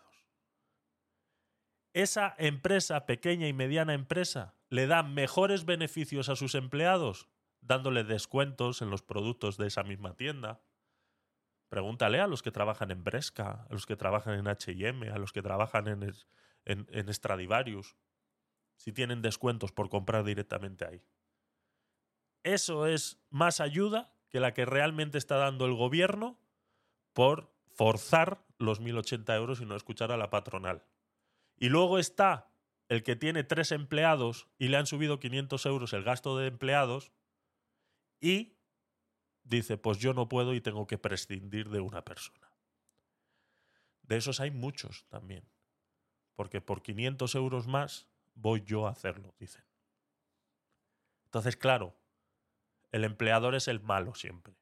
Esa empresa, pequeña y mediana empresa, le da mejores beneficios a sus empleados dándole descuentos en los productos de esa misma tienda. Pregúntale a los que trabajan en Bresca, a los que trabajan en H y M, a los que trabajan en, en, en Stradivarius, si tienen descuentos por comprar directamente ahí. Eso es más ayuda que la que realmente está dando el gobierno por forzar los mil ochenta euros y no escuchar a la patronal. Y luego está el que tiene tres empleados y le han subido quinientos euros el gasto de empleados y dice, pues yo no puedo y tengo que prescindir de una persona. De esos hay muchos también. Porque por quinientos euros más voy yo a hacerlo, dicen. Entonces, claro, el empleador es el malo siempre.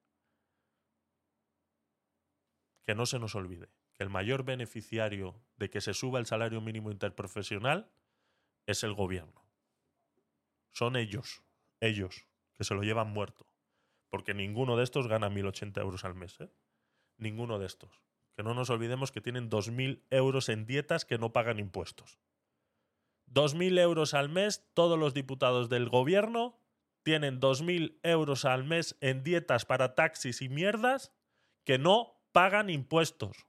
Que no se nos olvide que el mayor beneficiario de que se suba el salario mínimo interprofesional es el gobierno. Son ellos, ellos, que se lo llevan muerto. Porque ninguno de estos gana mil ochenta euros al mes, ¿eh? Ninguno de estos. Que no nos olvidemos que tienen dos mil euros en dietas que no pagan impuestos. dos mil euros al mes, todos los diputados del gobierno tienen dos mil euros al mes en dietas para taxis y mierdas que no pagan impuestos.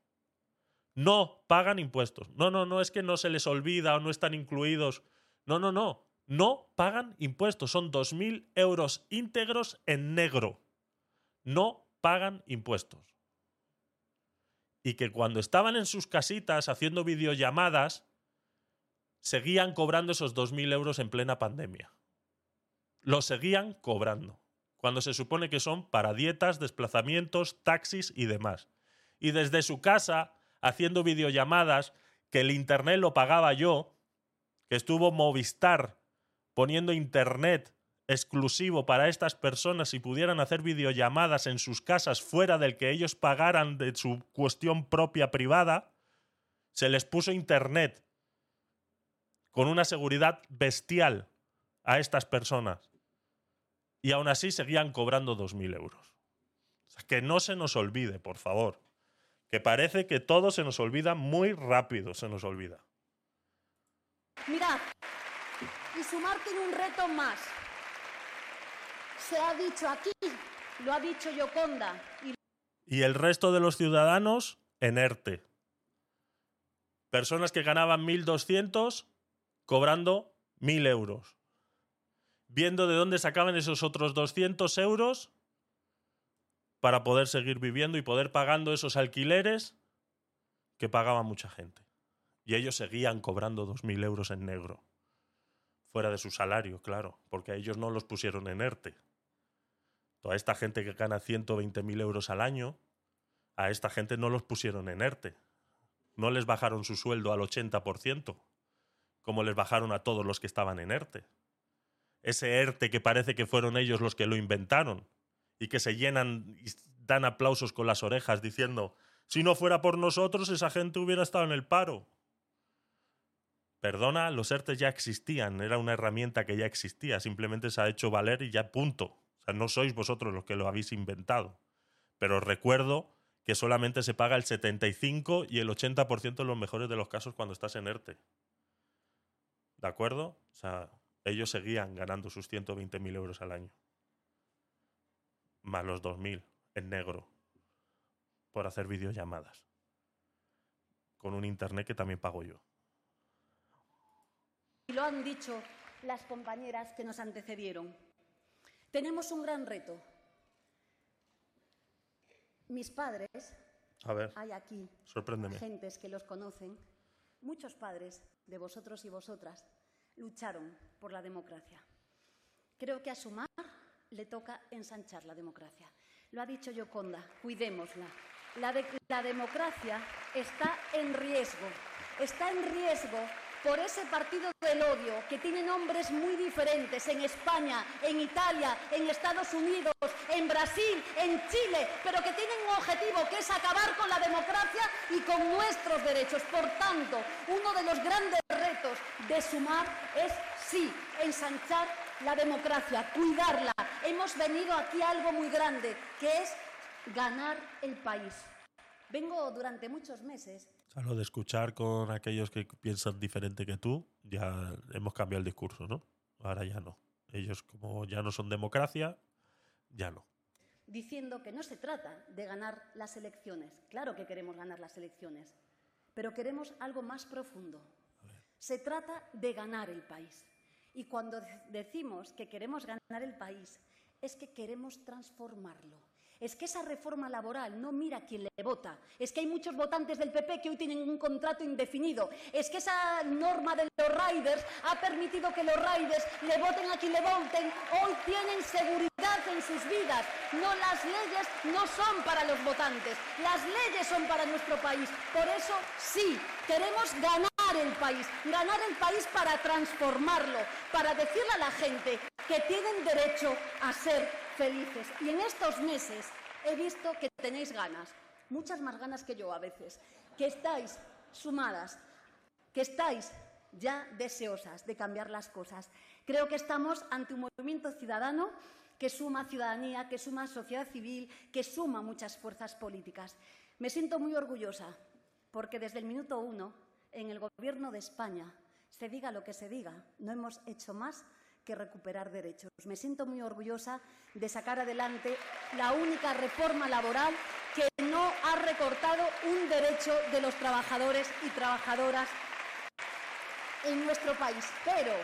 No pagan impuestos. No, no, no es que no se les olvida o no están incluidos. No, no, no. No pagan impuestos. Son dos mil euros íntegros en negro. No pagan impuestos. Y que cuando estaban en sus casitas haciendo videollamadas, seguían cobrando esos dos mil euros en plena pandemia. Los seguían cobrando. Cuando se supone que son para dietas, desplazamientos, taxis y demás. Y desde su casa, haciendo videollamadas, que el internet lo pagaba yo, que estuvo Movistar poniendo internet exclusivo para estas personas y pudieran hacer videollamadas en sus casas fuera del que ellos pagaran de su cuestión propia privada, se les puso internet con una seguridad bestial a estas personas. Y aún así seguían cobrando dos mil euros. O sea, que no se nos olvide, por favor. Que parece que todo se nos olvida muy rápido, se nos olvida. Mirad, y Sumar tiene un reto más. Se ha dicho aquí, lo ha dicho Yoconda. Y, y el resto de los ciudadanos en ERTE. Personas que ganaban mil doscientos cobrando mil euros. Viendo de dónde sacaban esos otros doscientos euros para poder seguir viviendo y poder pagando esos alquileres que pagaba mucha gente. Y ellos seguían cobrando dos mil euros en negro. Fuera de su salario, claro, porque a ellos no los pusieron en ERTE. Toda esta gente que gana ciento veinte mil euros al año, a esta gente no los pusieron en ERTE. No les bajaron su sueldo al ochenta por ciento, como les bajaron a todos los que estaban en ERTE. Ese ERTE que parece que fueron ellos los que lo inventaron y que se llenan y dan aplausos con las orejas diciendo si no fuera por nosotros esa gente hubiera estado en el paro. Perdona, los ERTE ya existían, era una herramienta que ya existía, simplemente se ha hecho valer y ya punto. O sea, no sois vosotros los que lo habéis inventado. Pero os recuerdo que solamente se paga el setenta y cinco y el ochenta por ciento en los mejores de los casos cuando estás en ERTE. ¿De acuerdo? O sea, ellos seguían ganando sus ciento veinte mil euros al año. Más los dos mil en negro por hacer videollamadas. Con un internet que también pago yo. y lo han dicho las compañeras que nos antecedieron. Tenemos un gran reto. Mis padres, A ver, hay aquí sorpréndeme. gentes que los conocen, muchos padres de vosotros y vosotras lucharon por la democracia. Creo que a Sumar le toca ensanchar la democracia. Lo ha dicho Yoconda, cuidémosla. La, de, la democracia está en riesgo. Está en riesgo por ese partido del odio que tiene nombres muy diferentes en España, en Italia, en Estados Unidos, en Brasil, en Chile, pero que tienen un objetivo que es acabar con la democracia y con nuestros derechos. Por tanto, uno de los grandes retos de Sumar es, sí, ensanchar la democracia, cuidarla. Hemos venido aquí a algo muy grande, que es ganar el país. Vengo durante muchos meses. O sea, lo de escuchar con aquellos que piensan diferente que tú, ya hemos cambiado el discurso, ¿no? Ahora ya no. Ellos, como ya no son democracia, ya no. Diciendo que no se trata de ganar las elecciones. Claro que queremos ganar las elecciones, pero queremos algo más profundo. Se trata de ganar el país. Y cuando decimos que queremos ganar el país, es que queremos transformarlo. Es que esa reforma laboral no mira a quién le vota. Es que hay muchos votantes del P P que hoy tienen un contrato indefinido. Es que esa norma de los riders ha permitido que los riders le voten a quien le voten. Hoy tienen seguridad en sus vidas. No, las leyes no son para los votantes. Las leyes son para nuestro país. Por eso, sí, queremos ganar el país. Ganar el país para transformarlo. Para decirle a la gente que tienen derecho a ser felices. Y en estos meses he visto que tenéis ganas, muchas más ganas que yo a veces, que estáis sumadas, que estáis ya deseosas de cambiar las cosas. Creo que estamos ante un movimiento ciudadano que suma ciudadanía, que suma sociedad civil, que suma muchas fuerzas políticas. Me siento muy orgullosa porque desde el minuto uno, en el Gobierno de España, se diga lo que se diga, no hemos hecho más que recuperar derechos. Me siento muy orgullosa de sacar adelante la única reforma laboral que no ha recortado un derecho de los trabajadores y trabajadoras en nuestro país. Pero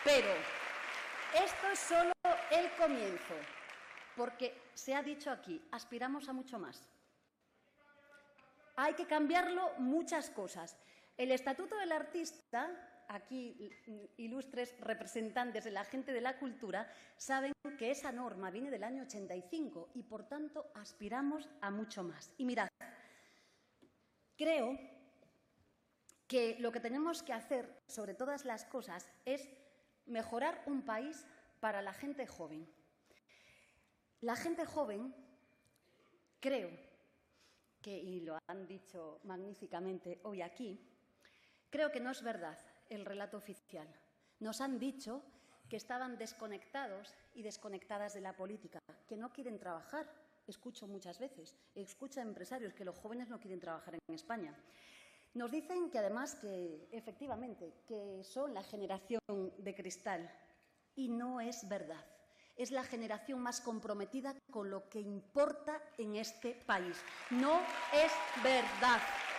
Pero esto es solo el comienzo, porque se ha dicho aquí, aspiramos a mucho más. Hay que cambiarlo muchas cosas. El Estatuto del Artista, aquí ilustres representantes de la gente de la cultura, saben que esa norma viene del año ochenta y cinco y, por tanto, aspiramos a mucho más. Y mirad, creo que lo que tenemos que hacer, sobre todas las cosas, es mejorar un país para la gente joven. La gente joven, creo que, y lo han dicho magníficamente hoy aquí, creo que no es verdad el relato oficial. Nos han dicho que estaban desconectados y desconectadas de la política, que no quieren trabajar. Escucho muchas veces, escucho a empresarios que los jóvenes no quieren trabajar en España. Nos dicen que además que, efectivamente, que son la generación de cristal, y no es verdad. Es la generación más comprometida con lo que importa en este país. No es verdad.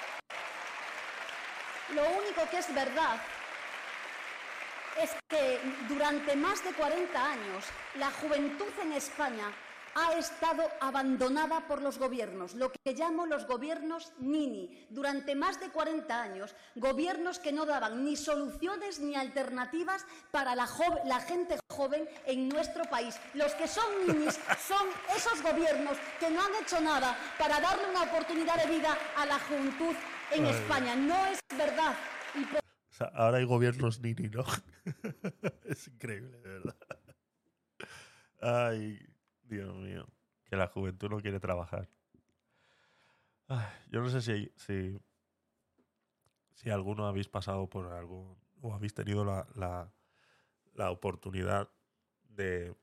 Lo único que es verdad es que durante más de cuarenta años la juventud en España ha estado abandonada por los gobiernos, lo que llamo los gobiernos nini. Durante más de cuarenta años, gobiernos que no daban ni soluciones ni alternativas para la, la gente joven en nuestro país. Los que son ninis son esos gobiernos que no han hecho nada para darle una oportunidad de vida a la juventud en Ay, España. No es verdad. Y por... o sea, ahora hay gobiernos nini, ¿no? Es increíble, de verdad. Ay... Dios mío, que la juventud no quiere trabajar. Ay, yo no sé si, si, si alguno habéis pasado por algo o habéis tenido la, la, la oportunidad de,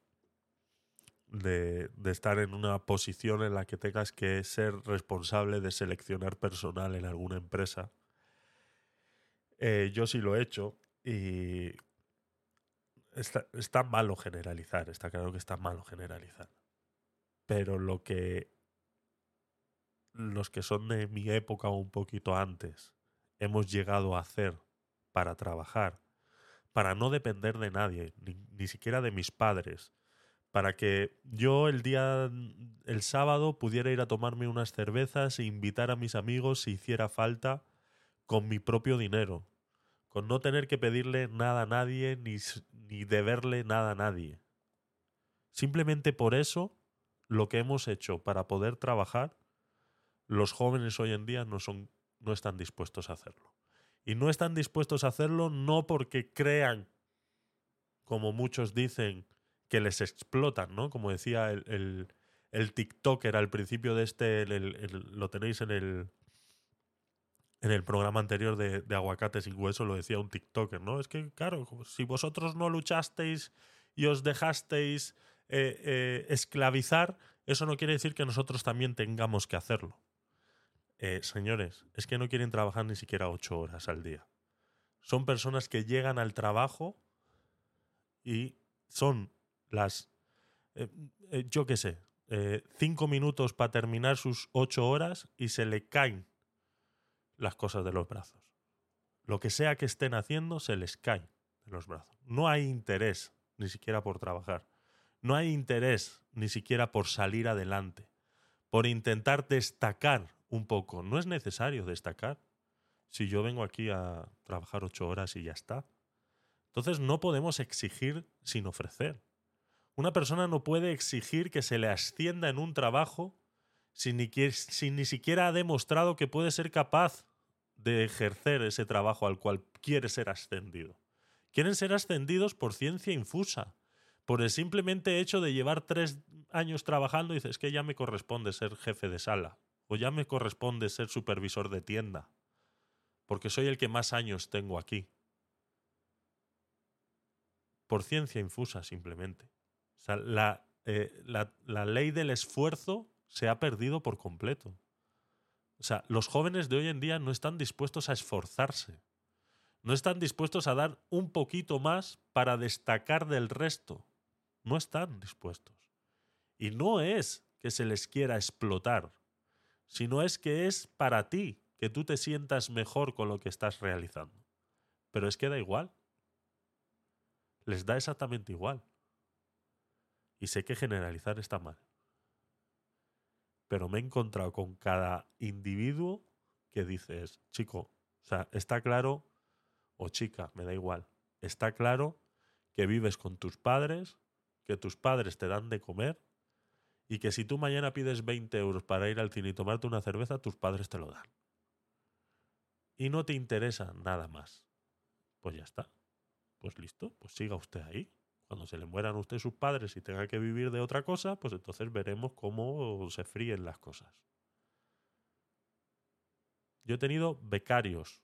de, de estar en una posición en la que tengas que ser responsable de seleccionar personal en alguna empresa. Eh, yo sí lo he hecho y... Está, está malo generalizar, está claro que está malo generalizar. Pero lo que los que son de mi época o un poquito antes hemos llegado a hacer para trabajar, para no depender de nadie, ni, ni siquiera de mis padres, para que yo el día, el sábado pudiera ir a tomarme unas cervezas e invitar a mis amigos si hiciera falta con mi propio dinero, con no tener que pedirle nada a nadie ni, ni deberle nada a nadie. Simplemente por eso, lo que hemos hecho para poder trabajar, los jóvenes hoy en día no, son, no están dispuestos a hacerlo. Y no están dispuestos a hacerlo no porque crean, como muchos dicen, que les explotan, ¿no? Como decía el, el, el TikToker al principio de este, el, el, el, lo tenéis en el... En el programa anterior de, de Aguacate sin Hueso lo decía un TikToker, ¿no? Es que, claro, si vosotros no luchasteis y os dejasteis eh, eh, esclavizar, eso no quiere decir que nosotros también tengamos que hacerlo. Eh, señores, es que no quieren trabajar ni siquiera ocho horas al día. Son personas que llegan al trabajo y son las, eh, eh, yo qué sé, eh, cinco minutos para terminar sus ocho horas y se le caen las cosas de los brazos. Lo que sea que estén haciendo se les cae de los brazos. No hay interés ni siquiera por trabajar. No hay interés ni siquiera por salir adelante, por intentar destacar un poco. No es necesario destacar si yo vengo aquí a trabajar ocho horas y ya está. Entonces no podemos exigir sin ofrecer. Una persona no puede exigir que se le ascienda en un trabajo si ni, si ni siquiera ha demostrado que puede ser capaz de ejercer ese trabajo al cual quiere ser ascendido. Quieren ser ascendidos por ciencia infusa, por el simplemente hecho de llevar tres años trabajando y dices, es que ya me corresponde ser jefe de sala o ya me corresponde ser supervisor de tienda, porque soy el que más años tengo aquí. Por ciencia infusa, simplemente. O sea, la, eh, la, la ley del esfuerzo se ha perdido por completo. O sea, los jóvenes de hoy en día no están dispuestos a esforzarse. No están dispuestos a dar un poquito más para destacar del resto. No están dispuestos. Y no es que se les quiera explotar, sino es que es para ti, que tú te sientas mejor con lo que estás realizando. Pero es que da igual. Les da exactamente igual. Y sé que generalizar está mal. Pero me he encontrado con cada individuo que dices, chico, o sea, está claro, o chica, me da igual, está claro que vives con tus padres, que tus padres te dan de comer y que si tú mañana pides veinte euros para ir al cine y tomarte una cerveza, tus padres te lo dan. Y no te interesa nada más. Pues ya está. Pues listo, pues siga usted ahí. Cuando se le mueran a usted sus padres y tenga que vivir de otra cosa, pues entonces veremos cómo se fríen las cosas. Yo he tenido becarios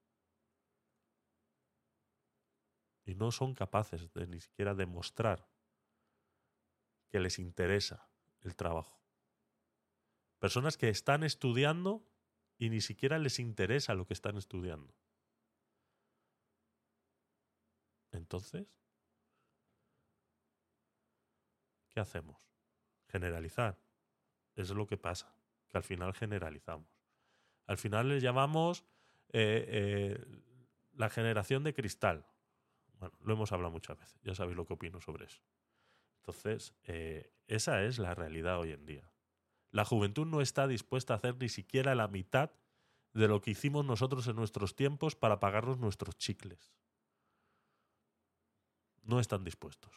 y no son capaces de ni siquiera demostrar que les interesa el trabajo. Personas que están estudiando y ni siquiera les interesa lo que están estudiando. Entonces, ¿qué hacemos? Generalizar. Eso es lo que pasa, que al final generalizamos. Al final les llamamos eh, eh, la generación de cristal. Bueno, lo hemos hablado muchas veces, ya sabéis lo que opino sobre eso. Entonces, eh, esa es la realidad hoy en día. La juventud no está dispuesta a hacer ni siquiera la mitad de lo que hicimos nosotros en nuestros tiempos para pagarnos nuestros chicles. No están dispuestos.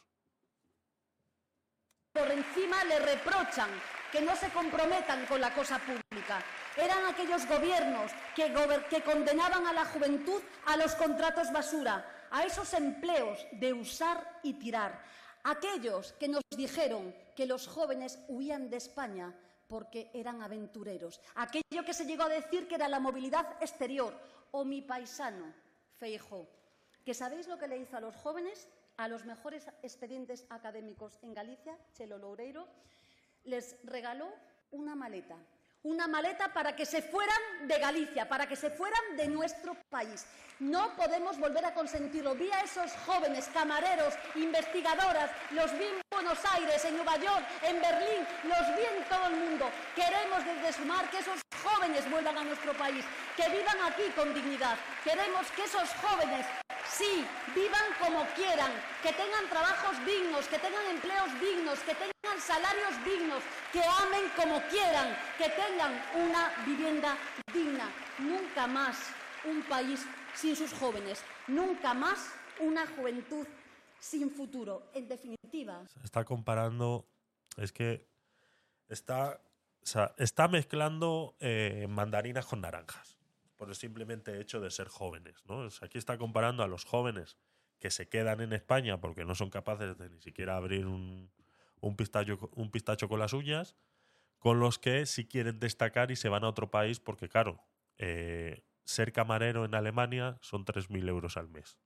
Por encima le reprochan que no se comprometan con la cosa pública. Eran aquellos gobiernos que, gober que condenaban a la juventud a los contratos basura, a esos empleos de usar y tirar. Aquellos que nos dijeron que los jóvenes huían de España porque eran aventureros. Aquello que se llegó a decir que era la movilidad exterior. O mi paisano, Feijóo, que ¿sabéis lo que le hizo a los jóvenes? A los mejores expedientes académicos en Galicia, Chelo Loureiro, les regaló una maleta. Una maleta para que se fueran de Galicia, para que se fueran de nuestro país. No podemos volver a consentirlo. Vi a esos jóvenes camareros, investigadoras, los vi en Buenos Aires, en Nueva York, en Berlín, los vi en todo el mundo. Queremos desde Sumar que esos jóvenes vuelvan a nuestro país, que vivan aquí con dignidad. Queremos que esos jóvenes, sí, vivan como quieran, que tengan trabajos dignos, que tengan empleos dignos, que tengan salarios dignos, que amen como quieran, que tengan una vivienda digna. Nunca más un país sin sus jóvenes, nunca más una juventud sin futuro. En definitiva. Se está comparando, es que está, o sea, está mezclando eh, mandarinas con naranjas, por el simplemente hecho de ser jóvenes, ¿no? O sea, aquí está comparando a los jóvenes que se quedan en España porque no son capaces de ni siquiera abrir un, un, pistacho, un pistacho con las uñas, con los que sí quieren destacar y se van a otro país porque, claro, eh, ser camarero en Alemania son tres mil euros al mes.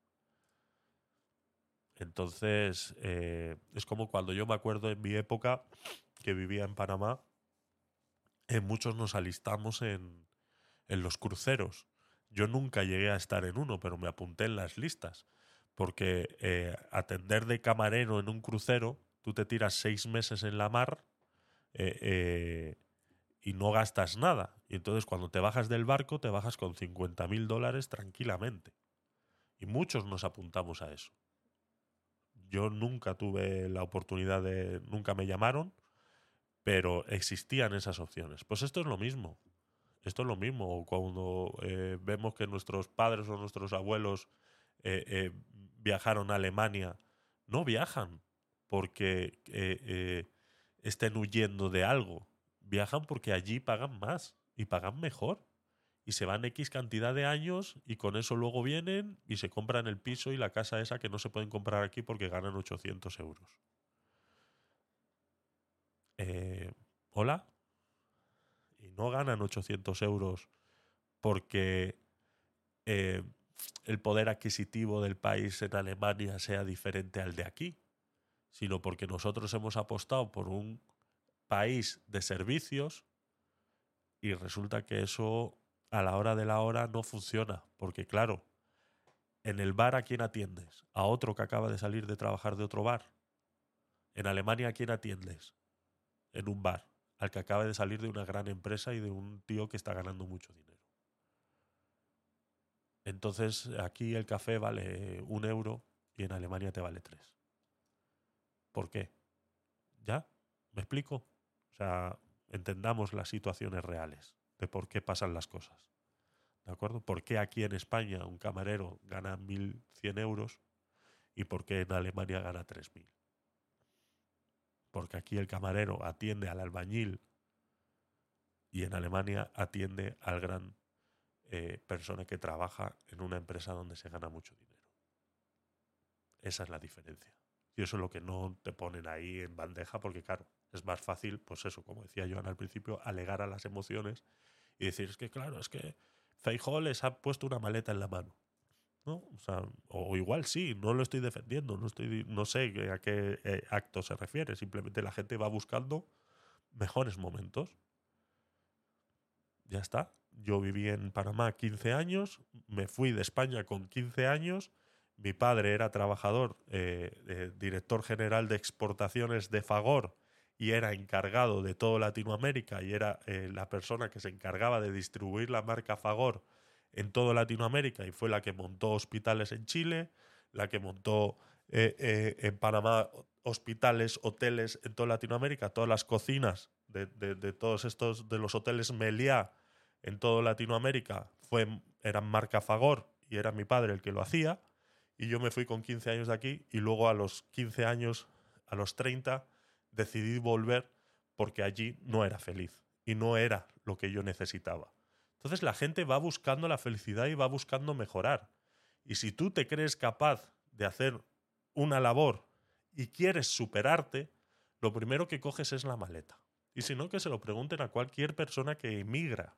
Entonces, eh, es como cuando yo me acuerdo en mi época que vivía en Panamá, eh, muchos nos alistamos en, en los cruceros. Yo nunca llegué a estar en uno, pero me apunté en las listas, porque eh, atender de camarero en un crucero, tú te tiras seis meses en la mar eh, eh, y no gastas nada. Y entonces cuando te bajas del barco, te bajas con cincuenta mil dólares tranquilamente. Y muchos nos apuntamos a eso. Yo nunca tuve la oportunidad de... Nunca me llamaron, pero existían esas opciones. Pues esto es lo mismo. Esto es lo mismo. Cuando eh, vemos que nuestros padres o nuestros abuelos eh, eh, viajaron a Alemania, no viajan porque eh, eh, estén huyendo de algo. Viajan porque allí pagan más y pagan mejor. Y se van X cantidad de años y con eso luego vienen y se compran el piso y la casa esa que no se pueden comprar aquí porque ganan ochocientos euros. Eh, ¿Hola? Y no ganan ochocientos euros porque eh, el poder adquisitivo del país en Alemania sea diferente al de aquí, sino porque nosotros hemos apostado por un país de servicios y resulta que eso a la hora de la hora no funciona, porque claro, en el bar ¿a quién atiendes? A otro que acaba de salir de trabajar de otro bar. En Alemania ¿a quién atiendes? En un bar, al que acaba de salir de una gran empresa y de un tío que está ganando mucho dinero. Entonces aquí el café vale un euro y en Alemania te vale tres. ¿Por qué? ¿Ya? ¿Me explico? O sea, entendamos las situaciones reales de por qué pasan las cosas. ¿De acuerdo? ¿Por qué aquí en España un camarero gana mil cien euros y por qué en Alemania gana tres mil? Porque aquí el camarero atiende al albañil y en Alemania atiende al gran eh, persona que trabaja en una empresa donde se gana mucho dinero. Esa es la diferencia. Y eso es lo que no te ponen ahí en bandeja porque, claro, es más fácil, pues eso, como decía Joan al principio, alegar a las emociones y decir, es que claro, es que Feijóo les ha puesto una maleta en la mano. ¿No? O sea, o igual sí, no lo estoy defendiendo, no, estoy, no sé a qué eh, acto se refiere, simplemente la gente va buscando mejores momentos. Ya está. Yo viví en Panamá quince años, me fui de España con quince años, mi padre era trabajador, eh, eh, director general de exportaciones de Fagor y era encargado de toda Latinoamérica y era eh, la persona que se encargaba de distribuir la marca Fagor en toda Latinoamérica y fue la que montó hospitales en Chile, la que montó eh, eh, en Panamá hospitales, hoteles en toda Latinoamérica, todas las cocinas de, de, de todos estos, de los hoteles Meliá en toda Latinoamérica fue, eran marca Fagor y era mi padre el que lo hacía y yo me fui con quince años de aquí y luego a los quince años, a los treinta, decidí volver porque allí no era feliz y no era lo que yo necesitaba. Entonces la gente va buscando la felicidad y va buscando mejorar. Y si tú te crees capaz de hacer una labor y quieres superarte, lo primero que coges es la maleta. Y si no, que se lo pregunten a cualquier persona que emigra.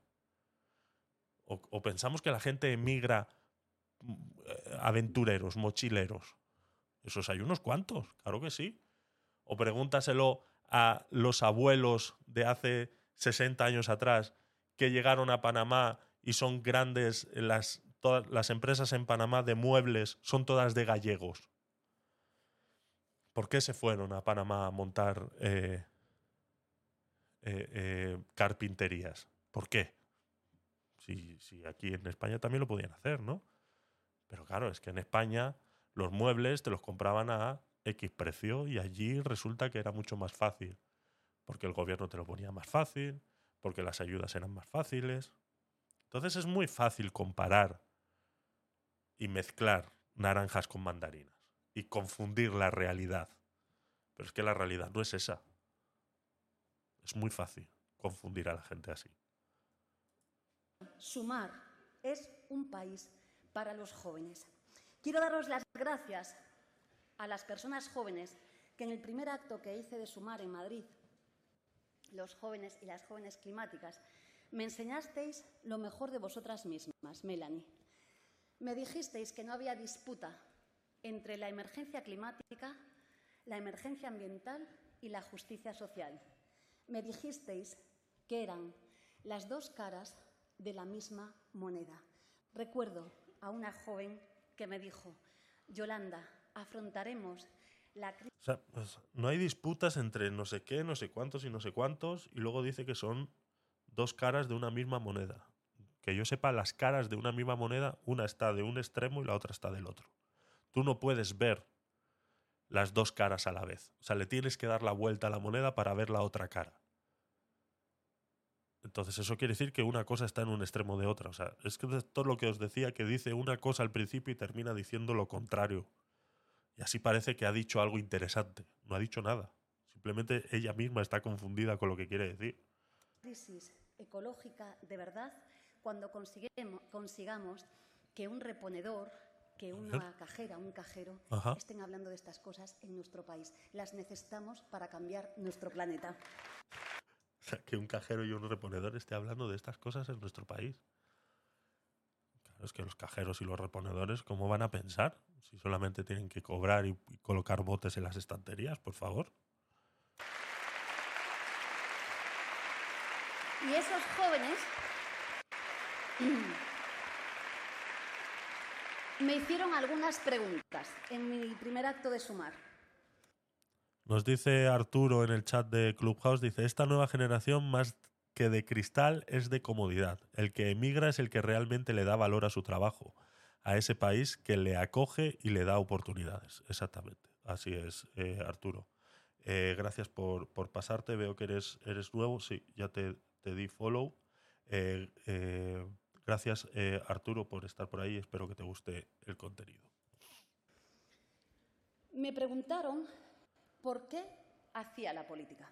O, o pensamos que la gente emigra eh, aventureros, mochileros. Esos hay unos cuantos, claro que sí. O pregúntaselo a los abuelos de hace sesenta años atrás que llegaron a Panamá y son grandes, las, todas las empresas en Panamá de muebles son todas de gallegos. ¿Por qué se fueron a Panamá a montar eh, eh, eh, carpinterías? ¿Por qué? Si, si aquí en España también lo podían hacer, ¿no? Pero claro, es que en España los muebles te los compraban a X precio y allí resulta que era mucho más fácil. Porque el gobierno te lo ponía más fácil, porque las ayudas eran más fáciles. Entonces es muy fácil comparar y mezclar naranjas con mandarinas y confundir la realidad. Pero es que la realidad no es esa. Es muy fácil confundir a la gente así. Sumar es un país para los jóvenes. Quiero daros las gracias a las personas jóvenes que en el primer acto que hice de Sumar en Madrid, los jóvenes y las jóvenes climáticas, me enseñasteis lo mejor de vosotras mismas, Melanie. Me dijisteis que no había disputa entre la emergencia climática, la emergencia ambiental y la justicia social. Me dijisteis que eran las dos caras de la misma moneda. Recuerdo a una joven que me dijo, Yolanda, afrontaremos la crisis. O sea, pues, no hay disputas entre no sé qué, no sé cuántos y no sé cuántos, y luego dice que son dos caras de una misma moneda. Que yo sepa, las caras de una misma moneda, una está de un extremo y la otra está del otro. Tú no puedes ver las dos caras a la vez. O sea, le tienes que dar la vuelta a la moneda para ver la otra cara. Entonces eso quiere decir que una cosa está en un extremo de otra. O sea, es que es todo lo que os decía, que dice una cosa al principio y termina diciendo lo contrario. Y así parece que ha dicho algo interesante. No ha dicho nada. Simplemente ella misma está confundida con lo que quiere decir. Crisis ecológica de verdad cuando consigamos, consigamos que un reponedor, que una cajera, un cajero, Ajá. estén hablando de estas cosas en nuestro país. Las necesitamos para cambiar nuestro planeta. O sea, que un cajero y un reponedor esté hablando de estas cosas en nuestro país. Claro, es que los cajeros y los reponedores, ¿cómo van a pensar? Si solamente tienen que cobrar y, y colocar botes en las estanterías, por favor. Y esos jóvenes me hicieron algunas preguntas en mi primer acto de Sumar. Nos dice Arturo en el chat de Clubhouse, dice, esta nueva generación más que de cristal es de comodidad. El que emigra es el que realmente le da valor a su trabajo. a ese país que le acoge y le da oportunidades. Exactamente. Así es, eh, Arturo. Eh, gracias por, por pasarte. Veo que eres, eres nuevo. Sí, ya te, te di follow. Eh, eh, gracias, eh, Arturo, por estar por ahí. Espero que te guste el contenido. Me preguntaron por qué hacía la política.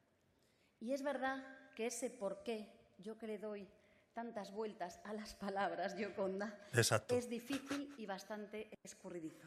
Y es verdad que ese por qué, yo que le doy tantas vueltas a las palabras, Gioconda, Exacto. es difícil y bastante escurridizo.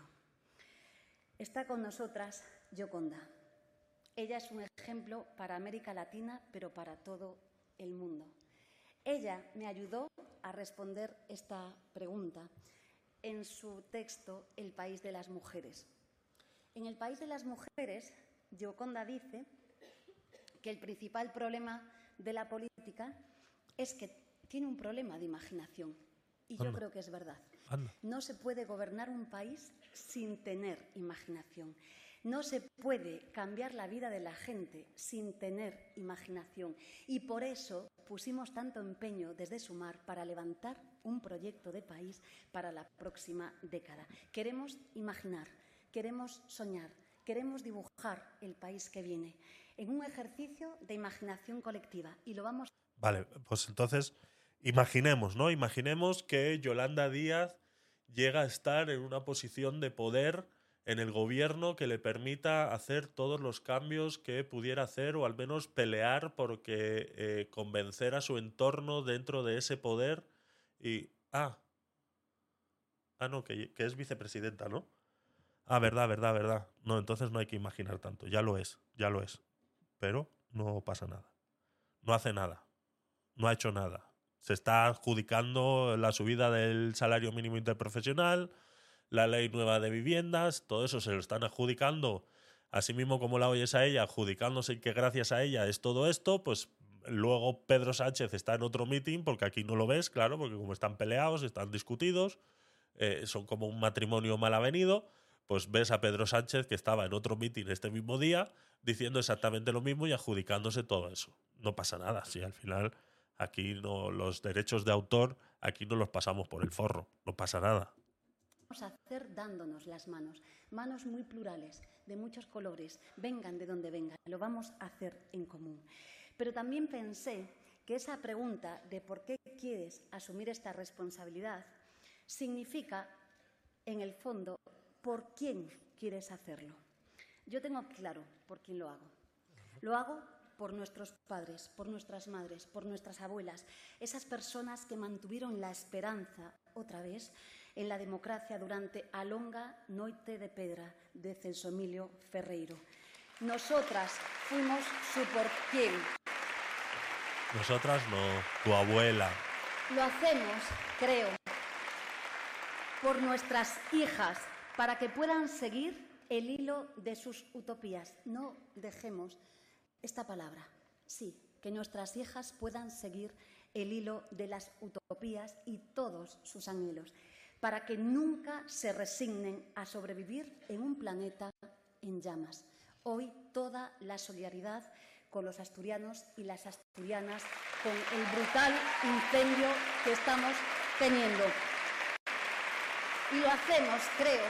Está con nosotras Gioconda. Ella es un ejemplo para América Latina, pero para todo el mundo. Ella me ayudó a responder esta pregunta en su texto El país de las mujeres. En El país de las mujeres, Gioconda dice que el principal problema de la política es que tiene un problema de imaginación. Y yo Anda. creo que es verdad. Anda. No se puede gobernar un país sin tener imaginación. No se puede cambiar la vida de la gente sin tener imaginación. Y por eso pusimos tanto empeño desde Sumar para levantar un proyecto de país para la próxima década. Queremos imaginar, queremos soñar, queremos dibujar el país que viene en un ejercicio de imaginación colectiva. Y lo vamos. Vale, pues entonces imaginemos, ¿no? Imaginemos que Yolanda Díaz llega a estar en una posición de poder en el gobierno que le permita hacer todos los cambios que pudiera hacer o al menos pelear porque eh, convencer a su entorno dentro de ese poder y... Ah, ah no, que, que es vicepresidenta, ¿no? Ah, verdad, verdad, verdad. No, entonces no hay que imaginar tanto. Ya lo es, ya lo es. Pero no pasa nada. No hace nada. No ha hecho nada. Se está adjudicando la subida del salario mínimo interprofesional, la ley nueva de viviendas, todo eso se lo están adjudicando. Así mismo como la oyes a ella, adjudicándose que gracias a ella es todo esto, pues luego Pedro Sánchez está en otro meeting, porque aquí no lo ves, claro, porque como están peleados, están discutidos, eh, son como un matrimonio mal avenido, pues ves a Pedro Sánchez que estaba en otro meeting este mismo día diciendo exactamente lo mismo y adjudicándose todo eso. No pasa nada, si al final aquí no, los derechos de autor aquí no los pasamos por el forro, no pasa nada. A hacer dándonos las manos, manos muy plurales, de muchos colores, vengan de donde vengan, lo vamos a hacer en común. Pero también pensé que esa pregunta de por qué quieres asumir esta responsabilidad significa, en el fondo, por quién quieres hacerlo. Yo tengo claro por quién lo hago. Lo hago por nuestros padres, por nuestras madres, por nuestras abuelas, esas personas que mantuvieron la esperanza otra vez en la democracia durante a longa noite de pedra de Celso Emilio Ferreiro. Nosotras fuimos su por quién. Nosotras no, tu abuela. Lo hacemos, creo, por nuestras hijas, para que puedan seguir el hilo de sus utopías. No dejemos esta palabra, sí, que nuestras hijas puedan seguir el hilo de las utopías y todos sus anhelos, para que nunca se resignen a sobrevivir en un planeta en llamas. Hoy toda la solidaridad con los asturianos y las asturianas con el brutal incendio que estamos teniendo. Y lo hacemos, creo,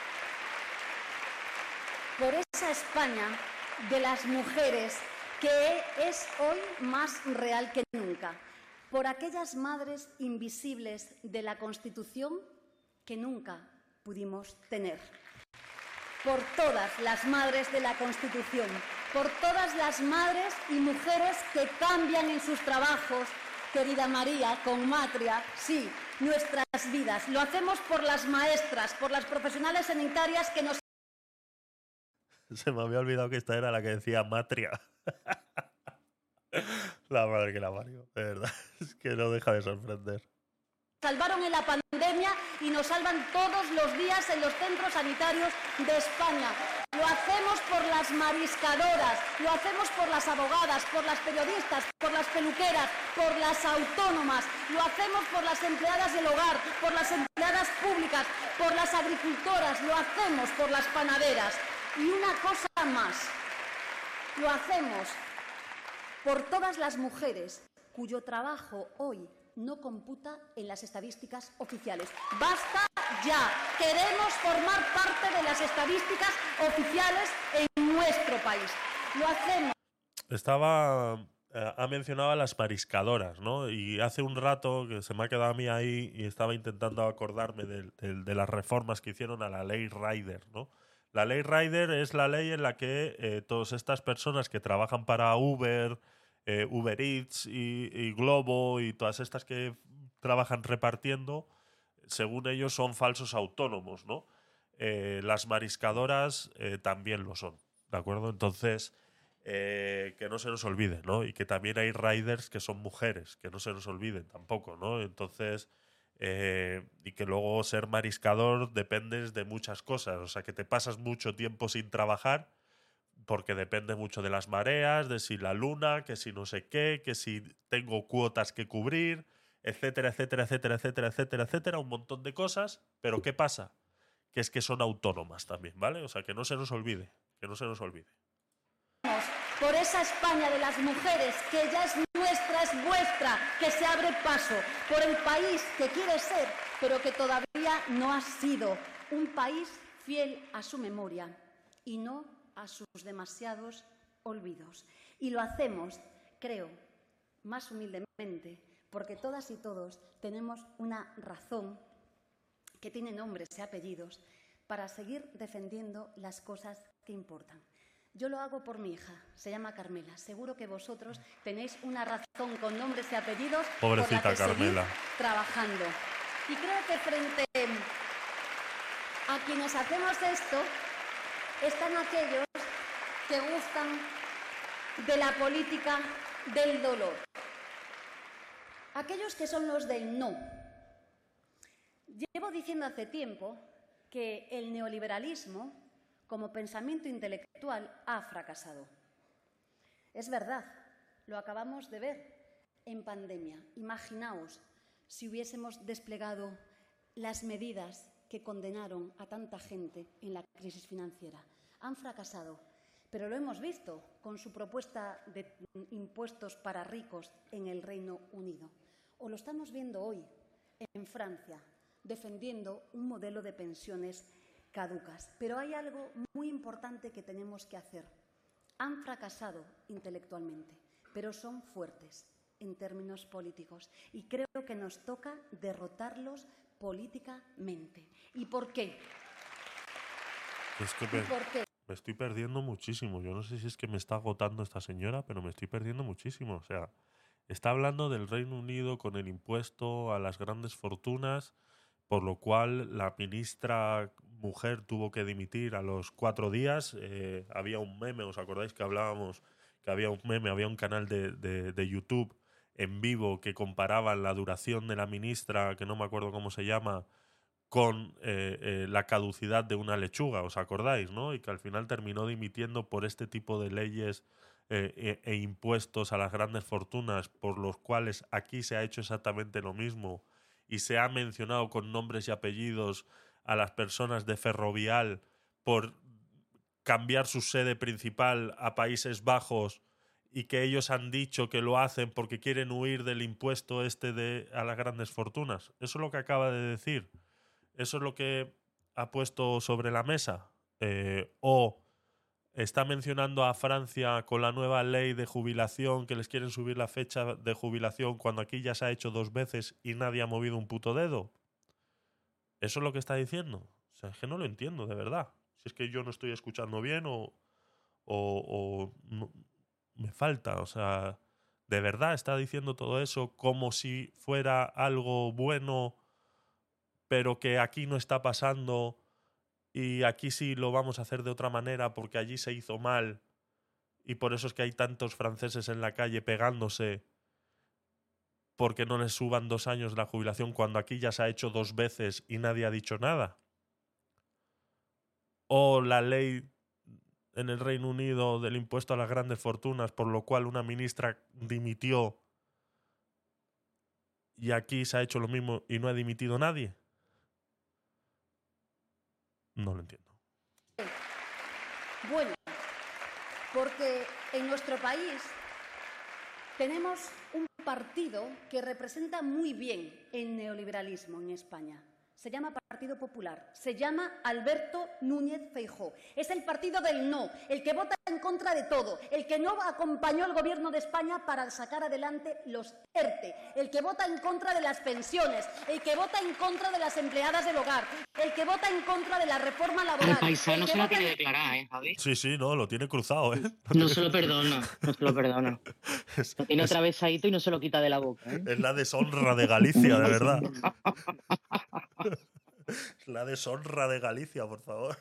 por esa España de las mujeres que es hoy más real que nunca, por aquellas madres invisibles de la Constitución que nunca pudimos tener, por todas las madres de la Constitución, por todas las madres y mujeres que cambian en sus trabajos, querida María, con Matria, sí, nuestras vidas. Lo hacemos por las maestras, por las profesionales sanitarias que nos... Se me había olvidado que esta era la que decía Matria. La madre que la parió, de verdad. Es que no deja de sorprender. Salvaron en la pandemia y nos salvan todos los días en los centros sanitarios de España. Lo hacemos por las mariscadoras, lo hacemos por las abogadas, por las periodistas, por las peluqueras, por las autónomas, lo hacemos por las empleadas del hogar, por las empleadas públicas, por las agricultoras, lo hacemos por las panaderas. Y una cosa más, lo hacemos por todas las mujeres cuyo trabajo hoy no computa en las estadísticas oficiales. ¡Basta ya. Queremos formar parte de las estadísticas oficiales en nuestro país. Lo hacemos. Estaba... Eh, ha mencionado a las mariscadoras, ¿no? Y hace un rato que se me ha quedado a mí ahí y estaba intentando acordarme de, de, de las reformas que hicieron a la ley Rider, ¿no? La ley Rider es la ley en la que eh, todas estas personas que trabajan para Uber, eh, Uber Eats y, y Globo y todas estas que trabajan repartiendo, según ellos son falsos autónomos, ¿no? Eh, las mariscadoras eh, también lo son, ¿de acuerdo? Entonces... Eh, que no se nos olvide, ¿no? Y que también hay riders que son mujeres, que no se nos olviden tampoco, ¿no? Entonces, eh, y que luego ser mariscador dependes de muchas cosas, o sea, que te pasas mucho tiempo sin trabajar porque depende mucho de las mareas, de si la luna, que si no sé qué, que si tengo cuotas que cubrir, etcétera, etcétera, etcétera, etcétera, etcétera, etcétera, un montón de cosas, pero ¿qué pasa? Que es que son autónomas también, ¿vale? O sea, que no se nos olvide, que no se nos olvide. Por esa España de las mujeres, que ya es nuestra, es vuestra, que se abre paso, por el país que quiere ser, pero que todavía no ha sido, un país fiel a su memoria y no a sus demasiados olvidos. Y lo hacemos, creo, más humildemente, porque todas y todos tenemos una razón que tiene nombres y apellidos para seguir defendiendo las cosas que importan. Yo lo hago por mi hija, se llama Carmela. Seguro que vosotros tenéis una razón con nombres y apellidos Pobrecita por la que Carmela. seguir trabajando. Y creo que frente a quienes hacemos esto, están aquellos que gustan de la política del dolor. Aquellos que son los del no. Llevo diciendo hace tiempo que el neoliberalismo, como pensamiento intelectual, ha fracasado. Es verdad, lo acabamos de ver en pandemia. Imaginaos si hubiésemos desplegado las medidas que condenaron a tanta gente en la crisis financiera. Han fracasado, pero lo hemos visto con su propuesta de impuestos para ricos en el Reino Unido. O lo estamos viendo hoy en Francia, defendiendo un modelo de pensiones caducas. Pero hay algo muy importante que tenemos que hacer. Han fracasado intelectualmente, pero son fuertes en términos políticos. Y creo que nos toca derrotarlos políticamente. ¿Y por qué? Es que me, ¿Y por qué? me estoy perdiendo muchísimo. Yo no sé si es que me está agotando esta señora, pero me estoy perdiendo muchísimo. O sea, está hablando del Reino Unido con el impuesto a las grandes fortunas, por lo cual la ministra mujer tuvo que dimitir a los cuatro días. Eh, había un meme, ¿os acordáis que hablábamos? Que había un meme, había un canal de, de, de YouTube en vivo que comparaban la duración de la ministra, que no me acuerdo cómo se llama, con eh, eh, la caducidad de una lechuga, ¿os acordáis, no? Y que al final terminó dimitiendo por este tipo de leyes eh, e, e impuestos a las grandes fortunas, por los cuales aquí se ha hecho exactamente lo mismo y se ha mencionado con nombres y apellidos a las personas de Ferrovial por cambiar su sede principal a Países Bajos y que ellos han dicho que lo hacen porque quieren huir del impuesto este de a las grandes fortunas. Eso es lo que acaba de decir. Eso es lo que ha puesto sobre la mesa. Eh, o está mencionando a Francia con la nueva ley de jubilación, que les quieren subir la fecha de jubilación cuando aquí ya se ha hecho dos veces y nadie ha movido un puto dedo. ¿Eso es lo que está diciendo? O sea, es que no lo entiendo, de verdad. Si es que yo no estoy escuchando bien o, o, o no, me falta. O sea, de verdad está diciendo todo eso como si fuera algo bueno, pero que aquí no está pasando y aquí sí lo vamos a hacer de otra manera porque allí se hizo mal y por eso es que hay tantos franceses en la calle pegándose porque no les suban dos años la jubilación cuando aquí ya se ha hecho dos veces y nadie ha dicho nada. O la ley en el Reino Unido del impuesto a las grandes fortunas, por lo cual una ministra dimitió y aquí se ha hecho lo mismo y no ha dimitido nadie. No lo entiendo. Bueno, porque en nuestro país tenemos un partido que representa muy bien el neoliberalismo en España. se llama Partido Popular, se llama Alberto Núñez Feijóo. Es el partido del no, el que vota en contra de todo, el que no acompañó al Gobierno de España para sacar adelante los ERTE, el que vota en contra de las pensiones, el que vota en contra de las empleadas del hogar, el que vota en contra de la reforma laboral. El paisano se la vota... tiene declarada, ¿eh, Javi? Sí, sí, no, lo tiene cruzado, ¿eh? No se lo perdona, no se lo perdona. Es, Lo tiene es, atravesadito y no se lo quita de la boca, ¿eh? es la deshonra de Galicia, de verdad. La deshonra de Galicia, por favor.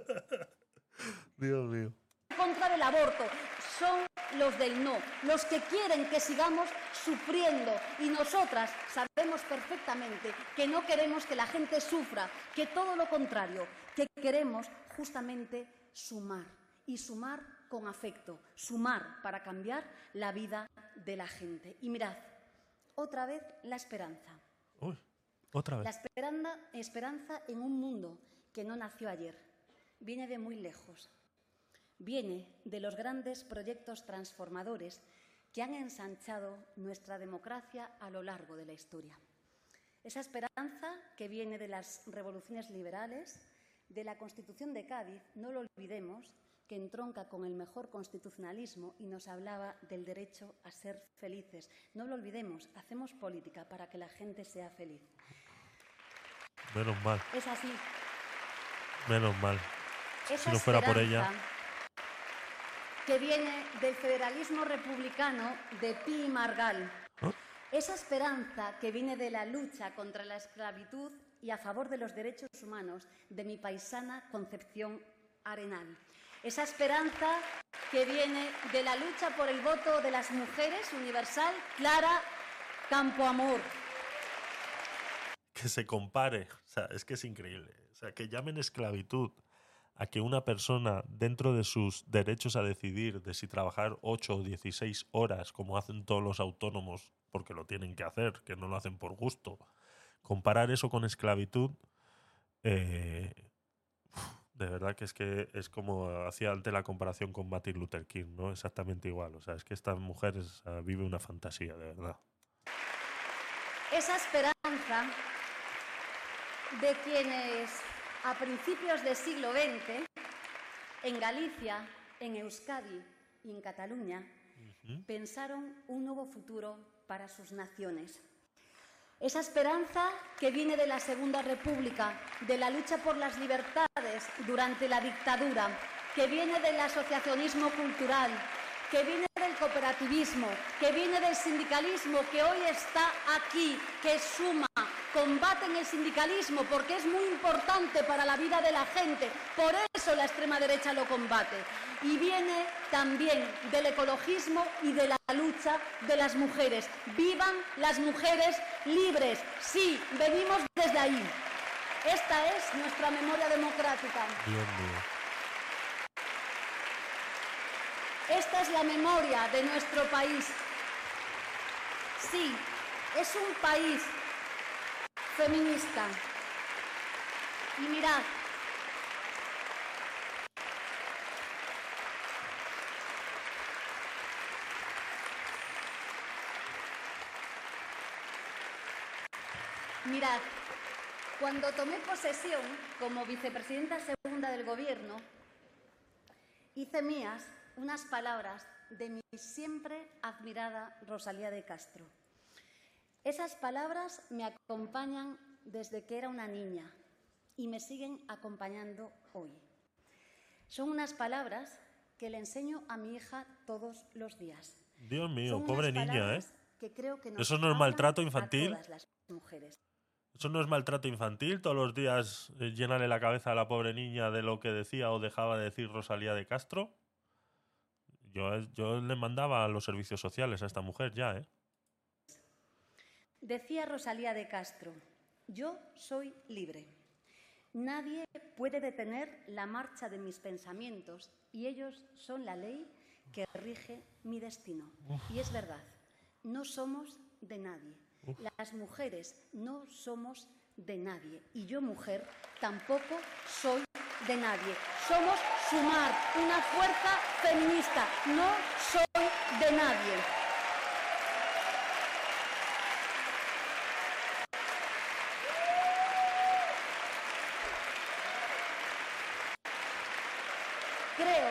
Dios mío. En contra del aborto son los del no, los que quieren que sigamos sufriendo, y nosotras sabemos perfectamente que no queremos que la gente sufra, que todo lo contrario, que queremos justamente sumar, y sumar con afecto, sumar para cambiar la vida de la gente. Y mirad, otra vez la esperanza. Uy. Otra vez. La esperanza, esperanza en un mundo que no nació ayer, viene de muy lejos, viene de los grandes proyectos transformadores que han ensanchado nuestra democracia a lo largo de la historia. Esa esperanza que viene de las revoluciones liberales, de la Constitución de Cádiz, no lo olvidemos, que entronca con el mejor constitucionalismo y nos hablaba del derecho a ser felices. No lo olvidemos, hacemos política para que la gente sea feliz. Menos mal. Es así. Menos mal. Esa si no fuera por ella. Que viene del federalismo republicano de Pi y Margall. ¿Oh? Esa esperanza que viene de la lucha contra la esclavitud y a favor de los derechos humanos de mi paisana Concepción Arenal. Esa esperanza que viene de la lucha por el voto de las mujeres universal, Clara Campoamor. Que se compare, o sea, es que es increíble. O sea, que llamen esclavitud a que una persona, dentro de sus derechos a decidir de si trabajar ocho o dieciséis horas, como hacen todos los autónomos, porque lo tienen que hacer, que no lo hacen por gusto, comparar eso con esclavitud, eh, de verdad que es que es como hacía antes la comparación con Martin Luther King, ¿no? Exactamente igual. O sea, es que esta mujer es, uh, vive una fantasía, de verdad. Esa esperanza de quienes a principios del siglo veinte, en Galicia, en Euskadi y en Cataluña, uh-huh. pensaron un nuevo futuro para sus naciones. Esa esperanza que viene de la Segunda República, de la lucha por las libertades durante la dictadura, que viene del asociacionismo cultural, que viene del cooperativismo, que viene del sindicalismo, que hoy está aquí, que suma, combaten el sindicalismo porque es muy importante para la vida de la gente, por eso la extrema derecha lo combate. Y viene también del ecologismo y de la lucha de las mujeres. ¡Vivan las mujeres libres! Sí, venimos desde ahí. Esta es nuestra memoria democrática. Dios mío. Esta es la memoria de nuestro país. Sí, es un país feminista. Y mirad, mirad, cuando tomé posesión como vicepresidenta segunda del Gobierno, hice mías unas palabras de mi siempre admirada Rosalía de Castro. Esas palabras me acompañan desde que era una niña y me siguen acompañando hoy. Son unas palabras que le enseño a mi hija todos los días. Dios mío, Son pobre unas niña, ¿eh? Que creo que nos ¿Eso no es maltrato infantil? a todas las mujeres. ¿Eso no es maltrato infantil? Todos los días eh, llenarle la cabeza a la pobre niña de lo que decía o dejaba de decir Rosalía de Castro. Yo, yo le mandaba a los servicios sociales a esta mujer ya, ¿eh? Decía Rosalía de Castro, yo soy libre. Nadie puede detener la marcha de mis pensamientos y ellos son la ley que rige mi destino. Uf. Y es verdad, no somos de nadie. Uf. Las mujeres no somos de nadie. Y yo, mujer, tampoco soy de nadie. Somos Sumar, una fuerza feminista. No soy de nadie. creo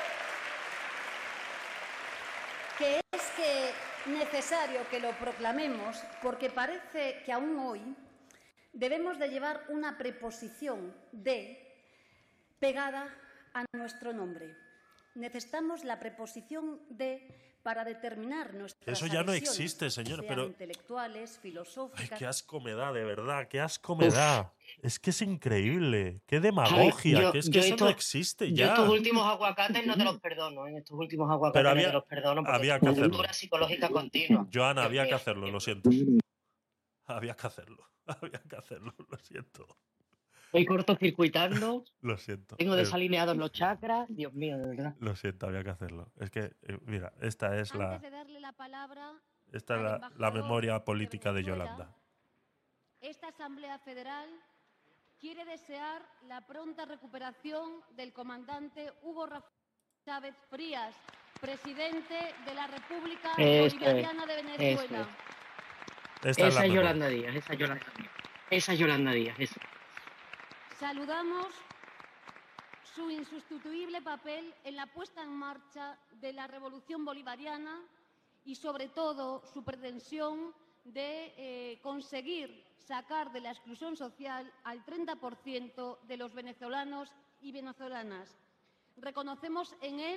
que es que necesario que lo proclamemos porque parece que aún hoy debemos de llevar una preposición de pegada a nuestro nombre. Necesitamos la preposición de para determinar nuestras Eso ya no adhesiones, existe, señora, sean pero... intelectuales, Ay, filosóficas... qué asco me da, de verdad, qué asco me da. Es que es increíble, qué demagogia, Javi, yo- que es que yo eso esto- no existe Yo ya. estos últimos aguacates no te los perdono, en estos últimos aguacates Pero no había- te los perdono porque había es que una hacerlo. tortura psicológica continua. Joana, Dios había que mío, hacerlo, Dios lo mío. siento. Había que hacerlo, había que hacerlo, lo siento. Estoy cortocircuitando, Lo siento. tengo eh, desalineados los chakras, Dios mío, de verdad. Lo siento, había que hacerlo. Es que, eh, mira, esta es la, Antes de darle la palabra esta es al la, la embajador memoria política de Venezuela, Yolanda. esta Asamblea Federal quiere desear la pronta recuperación del comandante Hugo Rafael Chávez Frías, presidente de la República Eso es, Bolivariana de eso Venezuela. Esta es Esa la es memoria. Yolanda Díaz, esa es Yolanda Díaz. Esa es Yolanda Díaz, esa. Saludamos su insustituible papel en la puesta en marcha de la Revolución Bolivariana y, sobre todo, su pretensión de eh, conseguir sacar de la exclusión social al treinta por ciento de los venezolanos y venezolanas. Reconocemos en él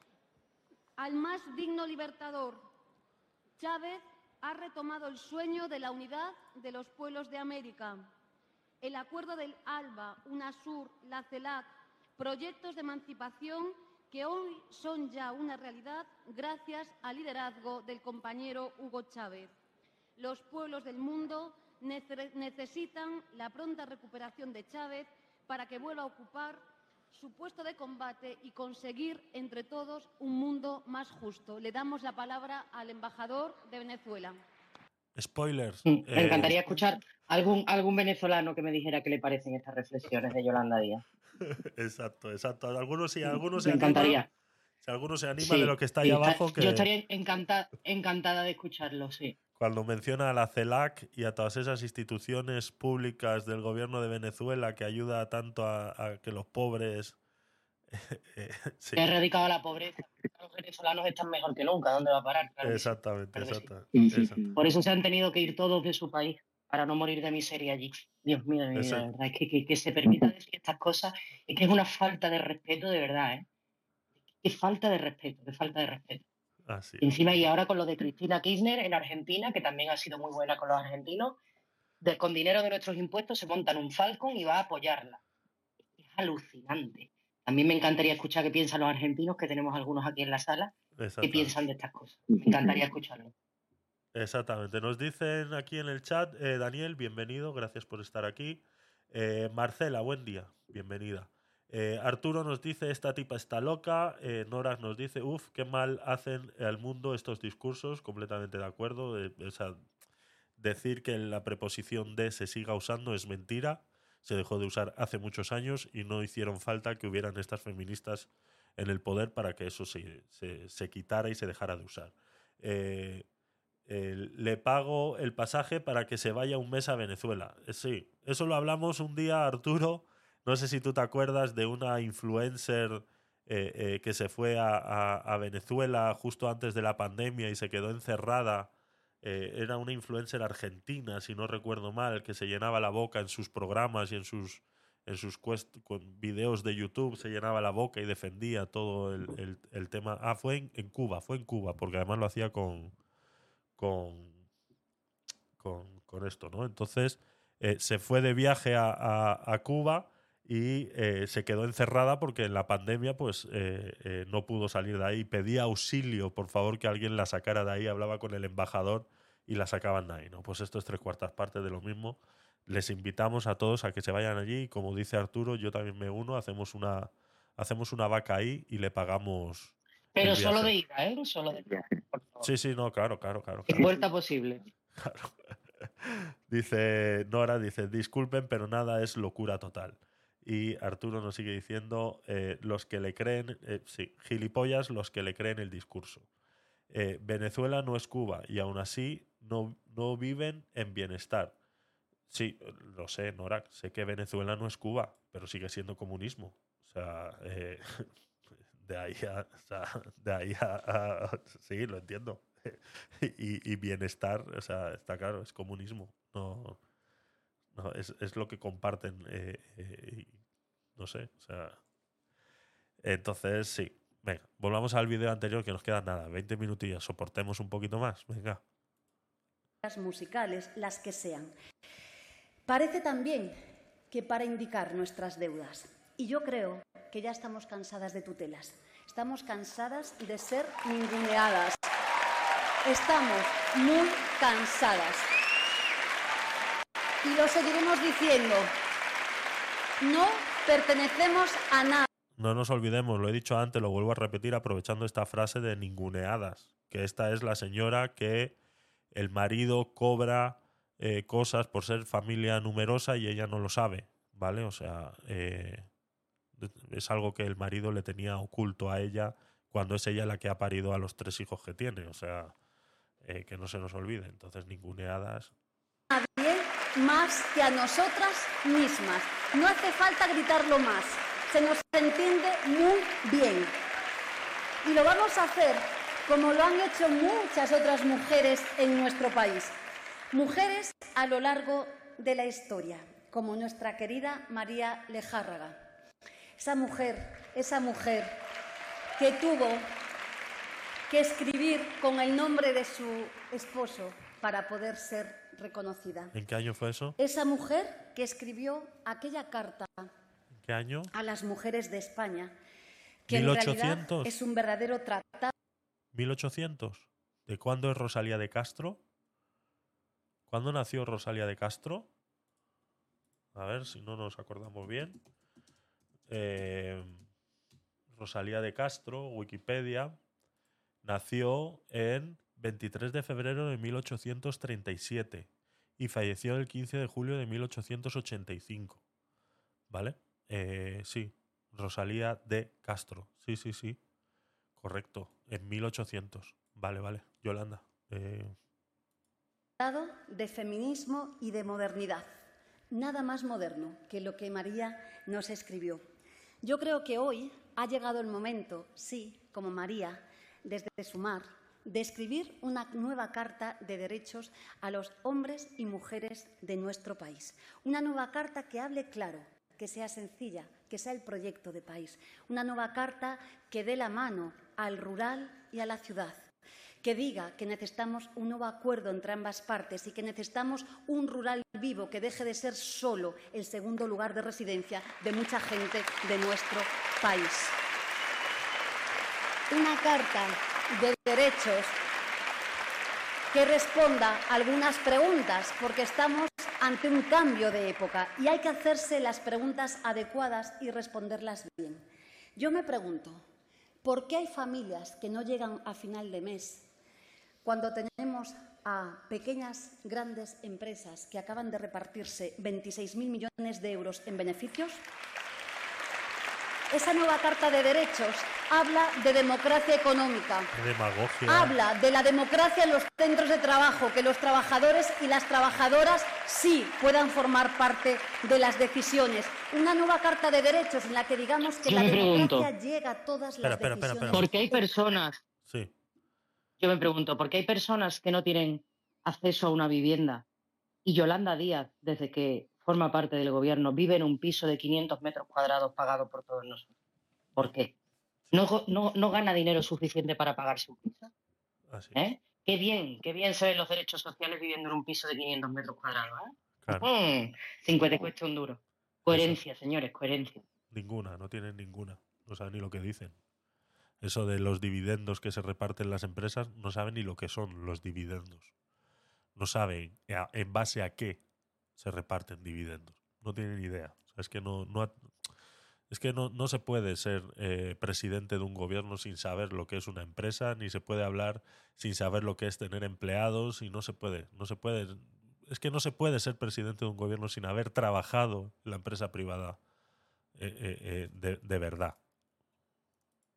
al más digno libertador. Chávez ha retomado el sueño de la unidad de los pueblos de América. El acuerdo del ALBA, UNASUR, la CELAC, proyectos de emancipación que hoy son ya una realidad gracias al liderazgo del compañero Hugo Chávez. Los pueblos del mundo nece- necesitan la pronta recuperación de Chávez para que vuelva a ocupar su puesto de combate y conseguir entre todos un mundo más justo. Le damos la palabra al embajador de Venezuela. Spoilers. Mm, Me eh, encantaría escuchar algún, algún venezolano que me dijera qué le parecen estas reflexiones de Yolanda Díaz. Exacto, exacto. Algunos sí, algunos se Me animan. encantaría. Si alguno se anima Sí, de lo que está sí, ahí está- abajo, que Yo estaría encanta- encantada de escucharlo, sí. cuando menciona a la CELAC y a todas esas instituciones públicas del gobierno de Venezuela que ayuda tanto a, a que los pobres... eh, sí, Que ha erradicado la pobreza. Los venezolanos están mejor que nunca. ¿Dónde va a parar? Claro que sí, exactamente, claro que sí. exactamente. exacto. Por eso se han tenido que ir todos de su país, para no morir de miseria allí. Dios mío, de mi Eso- vida, de verdad. Es que, que, que se permita decir estas cosas, es que es una falta de respeto, de verdad, ¿eh? Qué falta de respeto, qué falta de respeto. Así Y encima, y ahora con lo de Cristina Kirchner en Argentina, que también ha sido muy buena con los argentinos, de, con dinero de nuestros impuestos se montan un Falcon y va a apoyarla. Es alucinante. También me encantaría escuchar qué piensan los argentinos, que tenemos algunos aquí en la sala, qué exactamente. piensan de estas cosas. Me encantaría escucharlo. Exactamente. Nos dicen aquí en el chat, eh, Daniel, bienvenido, gracias por estar aquí. Eh, Marcela, buen día, bienvenida. Eh, Arturo nos dice, esta tipa está loca. Eh, Nora nos dice, uff, qué mal hacen al mundo estos discursos, completamente de acuerdo. Eh, o sea, decir que la preposición de se siga usando es mentira. Se dejó de usar hace muchos años y no hicieron falta que hubieran estas feministas en el poder para que eso se, se, se quitara y se dejara de usar. Eh, eh, le pago el pasaje para que se vaya un mes a Venezuela. Eh, sí, eso lo hablamos un día, Arturo. No sé si tú te acuerdas de una influencer eh, eh, que se fue a, a, a Venezuela justo antes de la pandemia y se quedó encerrada. Eh, era una influencer argentina, si no recuerdo mal, que se llenaba la boca en sus programas y en sus, en sus cuest- con videos de YouTube, se llenaba la boca y defendía todo el, el, el tema. Ah, fue en, en Cuba, fue en Cuba, porque además lo hacía con, con, con, con esto, ¿no? Entonces eh, se fue de viaje a, a, a Cuba y eh, se quedó encerrada porque en la pandemia pues eh, eh, no pudo salir de ahí. Pedía auxilio, por favor, que alguien la sacara de ahí. Hablaba con el embajador y la sacaban de ahí, ¿no? Pues esto es tres cuartas partes de lo mismo. Les invitamos a todos a que se vayan allí y, como dice Arturo, yo también me uno. Hacemos una, hacemos una vaca ahí y le pagamos Pero el solo de viaje. ida, ¿eh? Solo de ida, por favor. Sí, sí, no, claro, claro, claro. Sin claro. vuelta posible. Claro. Dice Nora, dice, disculpen, pero nada es locura total. Y Arturo nos sigue diciendo, eh, los que le creen, eh, sí, gilipollas los que le creen el discurso. Eh, Venezuela no es Cuba y aún así no, no viven en bienestar. Sí, lo sé, Nora, sé que Venezuela no es Cuba, pero sigue siendo comunismo. O sea, eh, de ahí a, o sea, de ahí a, a- sí, lo entiendo. Y, y bienestar, o sea, está claro, es comunismo. No, no es, es lo que comparten. eh, eh, y no sé, o sea. Entonces, sí. Venga, volvamos al vídeo anterior que nos queda nada, veinte minutillos, soportemos un poquito más. Venga. Musicales, las que sean. Parece también que para indicar nuestras deudas. Y yo creo que ya estamos cansadas de tutelas. Estamos cansadas de ser ninguneadas. Estamos muy cansadas. Y lo seguiremos diciendo. No pertenecemos a nada. No nos olvidemos, lo he dicho antes, lo vuelvo a repetir aprovechando esta frase de ninguneadas, que esta es la señora que el marido cobra eh, cosas por ser familia numerosa y ella no lo sabe, ¿vale? O sea, eh, es algo que el marido le tenía oculto a ella cuando es ella la que ha parido a los tres hijos que tiene, o sea, eh, que no se nos olvide. Entonces, ninguneadas. Nadie más que a nosotras mismas. No hace falta gritarlo más. Se nos entiende muy bien. Y lo vamos a hacer como lo han hecho muchas otras mujeres en nuestro país. Mujeres a lo largo de la historia, como nuestra querida María Lejárraga. Esa mujer, esa mujer que tuvo que escribir con el nombre de su esposo para poder ser reconocida. ¿En qué año fue eso? Esa mujer que escribió aquella carta ¿En qué año? a las mujeres de España, que ¿mil en ochocientos? realidad es un verdadero tratado. ¿mil ochocientos? ¿De cuándo es Rosalía de Castro? ¿Cuándo nació Rosalía de Castro? A ver si no nos acordamos bien. Eh, Rosalía de Castro, Wikipedia, nació en veintitrés de febrero de mil ochocientos treinta y siete y falleció el quince de julio de mil ochocientos ochenta y cinco. ¿Vale? Eh, sí, Rosalía de Castro. Sí, sí, sí. Correcto, en mil ochocientos. Vale, vale. Yolanda. Eh, de feminismo y de modernidad. Nada más moderno que lo que María nos escribió. Yo creo que hoy ha llegado el momento, sí, como María, desde Sumar, de escribir una nueva carta de derechos a los hombres y mujeres de nuestro país. Una nueva carta que hable claro, que sea sencilla, que sea el proyecto de país. Una nueva carta que dé la mano al rural y a la ciudad. Que diga que necesitamos un nuevo acuerdo entre ambas partes y que necesitamos un rural vivo que deje de ser solo el segundo lugar de residencia de mucha gente de nuestro país. Una carta de derechos que responda a algunas preguntas, porque estamos ante un cambio de época y hay que hacerse las preguntas adecuadas y responderlas bien. Yo me pregunto, ¿por qué hay familias que no llegan a final de mes cuando tenemos a pequeñas, grandes empresas que acaban de repartirse veintiséis mil millones de euros en beneficios? Esa nueva Carta de Derechos habla de democracia económica. Demagogia. Habla de la democracia en los centros de trabajo, que los trabajadores y las trabajadoras sí puedan formar parte de las decisiones. Una nueva Carta de Derechos en la que digamos que Yo la me democracia pregunto. llega a todas Espera, las espera, espera, decisiones. espera. ¿Por qué hay personas, Sí. yo me pregunto, por qué hay personas que no tienen acceso a una vivienda? Y Yolanda Díaz, desde que forma parte del gobierno, vive en un piso de quinientos metros cuadrados pagado por todos nosotros. ¿Por qué? ¿No, go- no, no gana dinero suficiente para pagarse un piso? Así. ¿Eh? Qué bien, qué bien se ven los derechos sociales viviendo en un piso de quinientos metros cuadrados. ¿eh? Claro. Mm, sin que te cueste un duro. Coherencia, señores, coherencia. Ninguna, no tienen ninguna. No saben ni lo que dicen. Eso de los dividendos que se reparten las empresas, no saben ni lo que son los dividendos. No saben a- en base a qué se reparten dividendos. No tienen idea. O sea, es que no, no ha- es que no, no se puede ser eh, presidente de un gobierno sin saber lo que es una empresa, ni se puede hablar sin saber lo que es tener empleados, y no se puede, no se puede. Es que no se puede ser presidente de un gobierno sin haber trabajado en la empresa privada eh, eh, eh, de, de verdad.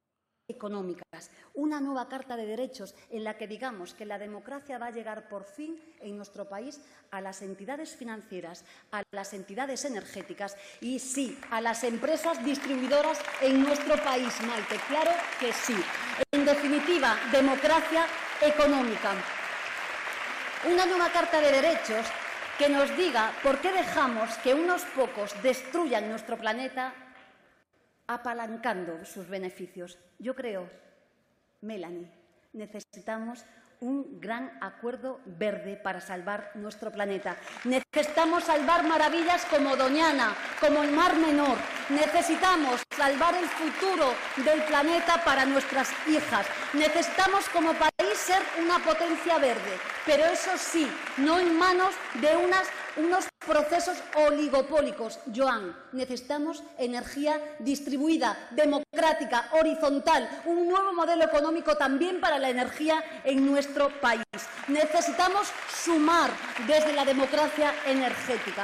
económicas, una nueva Carta de Derechos en la que digamos que la democracia va a llegar por fin en nuestro país a las entidades financieras, a las entidades energéticas y sí, a las empresas distribuidoras en nuestro país, Maite, claro que sí. En definitiva, democracia económica. Una nueva Carta de Derechos que nos diga por qué dejamos que unos pocos destruyan nuestro planeta apalancando sus beneficios. Yo creo, Melanie, necesitamos un gran acuerdo verde para salvar nuestro planeta. Necesitamos salvar maravillas como Doñana, como el Mar Menor. Necesitamos salvar el futuro del planeta para nuestras hijas. Necesitamos como país ser una potencia verde, pero eso sí, no en manos de unas, unos procesos oligopólicos. Joan, necesitamos energía distribuida, democrática, horizontal, un nuevo modelo económico también para la energía en nuestro país. Necesitamos sumar desde la democracia energética.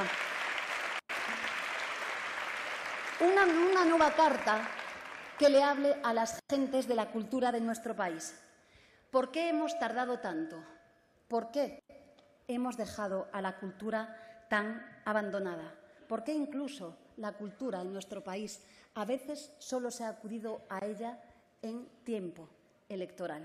Una, una nueva carta que le hable a las gentes de la cultura de nuestro país. ¿Por qué hemos tardado tanto? ¿Por qué hemos dejado a la cultura tan abandonada? ¿Por qué incluso la cultura en nuestro país a veces solo se ha acudido a ella en tiempo electoral?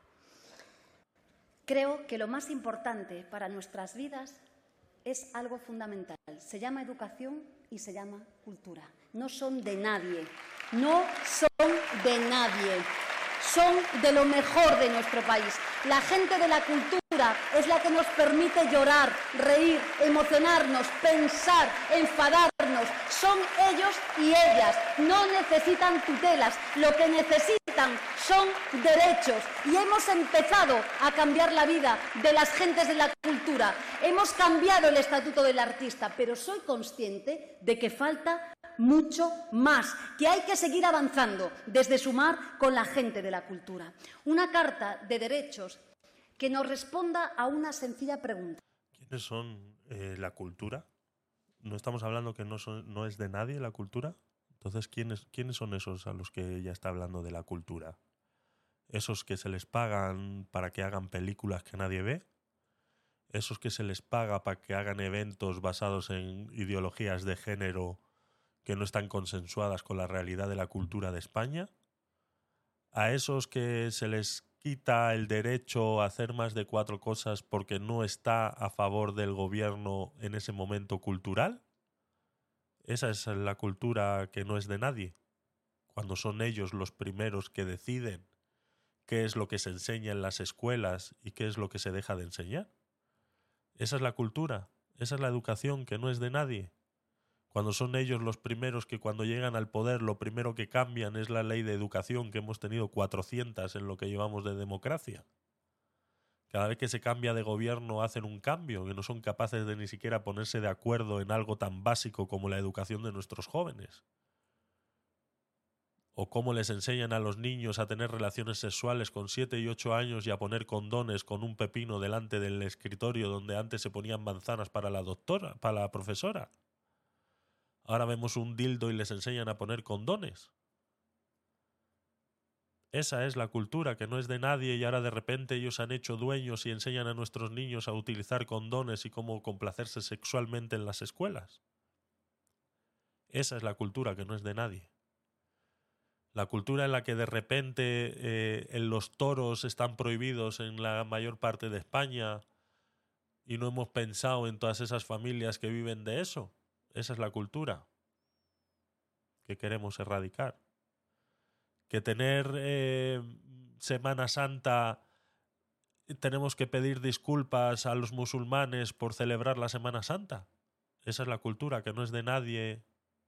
Creo que lo más importante para nuestras vidas es algo fundamental. Se llama educación y se llama cultura. No son de nadie, no son de nadie. Son de lo mejor de nuestro país. La gente de la cultura es la que nos permite llorar, reír, emocionarnos, pensar, enfadarnos. Son ellos y ellas. No necesitan tutelas. Lo que necesitan son derechos. Y hemos empezado a cambiar la vida de las gentes de la cultura. Hemos cambiado el estatuto del artista, pero soy consciente de que falta mucho más, que hay que seguir avanzando desde sumar con la gente de la cultura. Una carta de derechos que nos responda a una sencilla pregunta. ¿Quiénes son eh, la cultura? ¿No estamos hablando que no, son, no es de nadie la cultura? Entonces, ¿quiénes, ¿quiénes son esos a los que ella está hablando de la cultura? ¿Esos que se les pagan para que hagan películas que nadie ve? ¿Esos que se les paga para que hagan eventos basados en ideologías de género que no están consensuadas con la realidad de la cultura de España? ¿A esos que se les quita el derecho a hacer más de cuatro cosas porque no está a favor del gobierno en ese momento cultural? Esa es la cultura que no es de nadie, cuando son ellos los primeros que deciden qué es lo que se enseña en las escuelas y qué es lo que se deja de enseñar. Esa es la cultura, esa es la educación que no es de nadie. Cuando son ellos los primeros que cuando llegan al poder lo primero que cambian es la ley de educación que hemos tenido cuatrocientas en lo que llevamos de democracia. Cada vez que se cambia de gobierno hacen un cambio, que no son capaces de ni siquiera ponerse de acuerdo en algo tan básico como la educación de nuestros jóvenes. O cómo les enseñan a los niños a tener relaciones sexuales con siete y ocho años y a poner condones con un pepino delante del escritorio donde antes se ponían manzanas para la doctora, para la profesora. Ahora vemos un dildo y les enseñan a poner condones. Esa es la cultura que no es de nadie y ahora de repente ellos se han hecho dueños y enseñan a nuestros niños a utilizar condones y cómo complacerse sexualmente en las escuelas. Esa es la cultura que no es de nadie. La cultura en la que de repente eh, en los toros están prohibidos en la mayor parte de España y no hemos pensado en todas esas familias que viven de eso. Esa es la cultura que queremos erradicar. Que tener eh, Semana Santa tenemos que pedir disculpas a los musulmanes por celebrar la Semana Santa. Esa es la cultura que no es de nadie.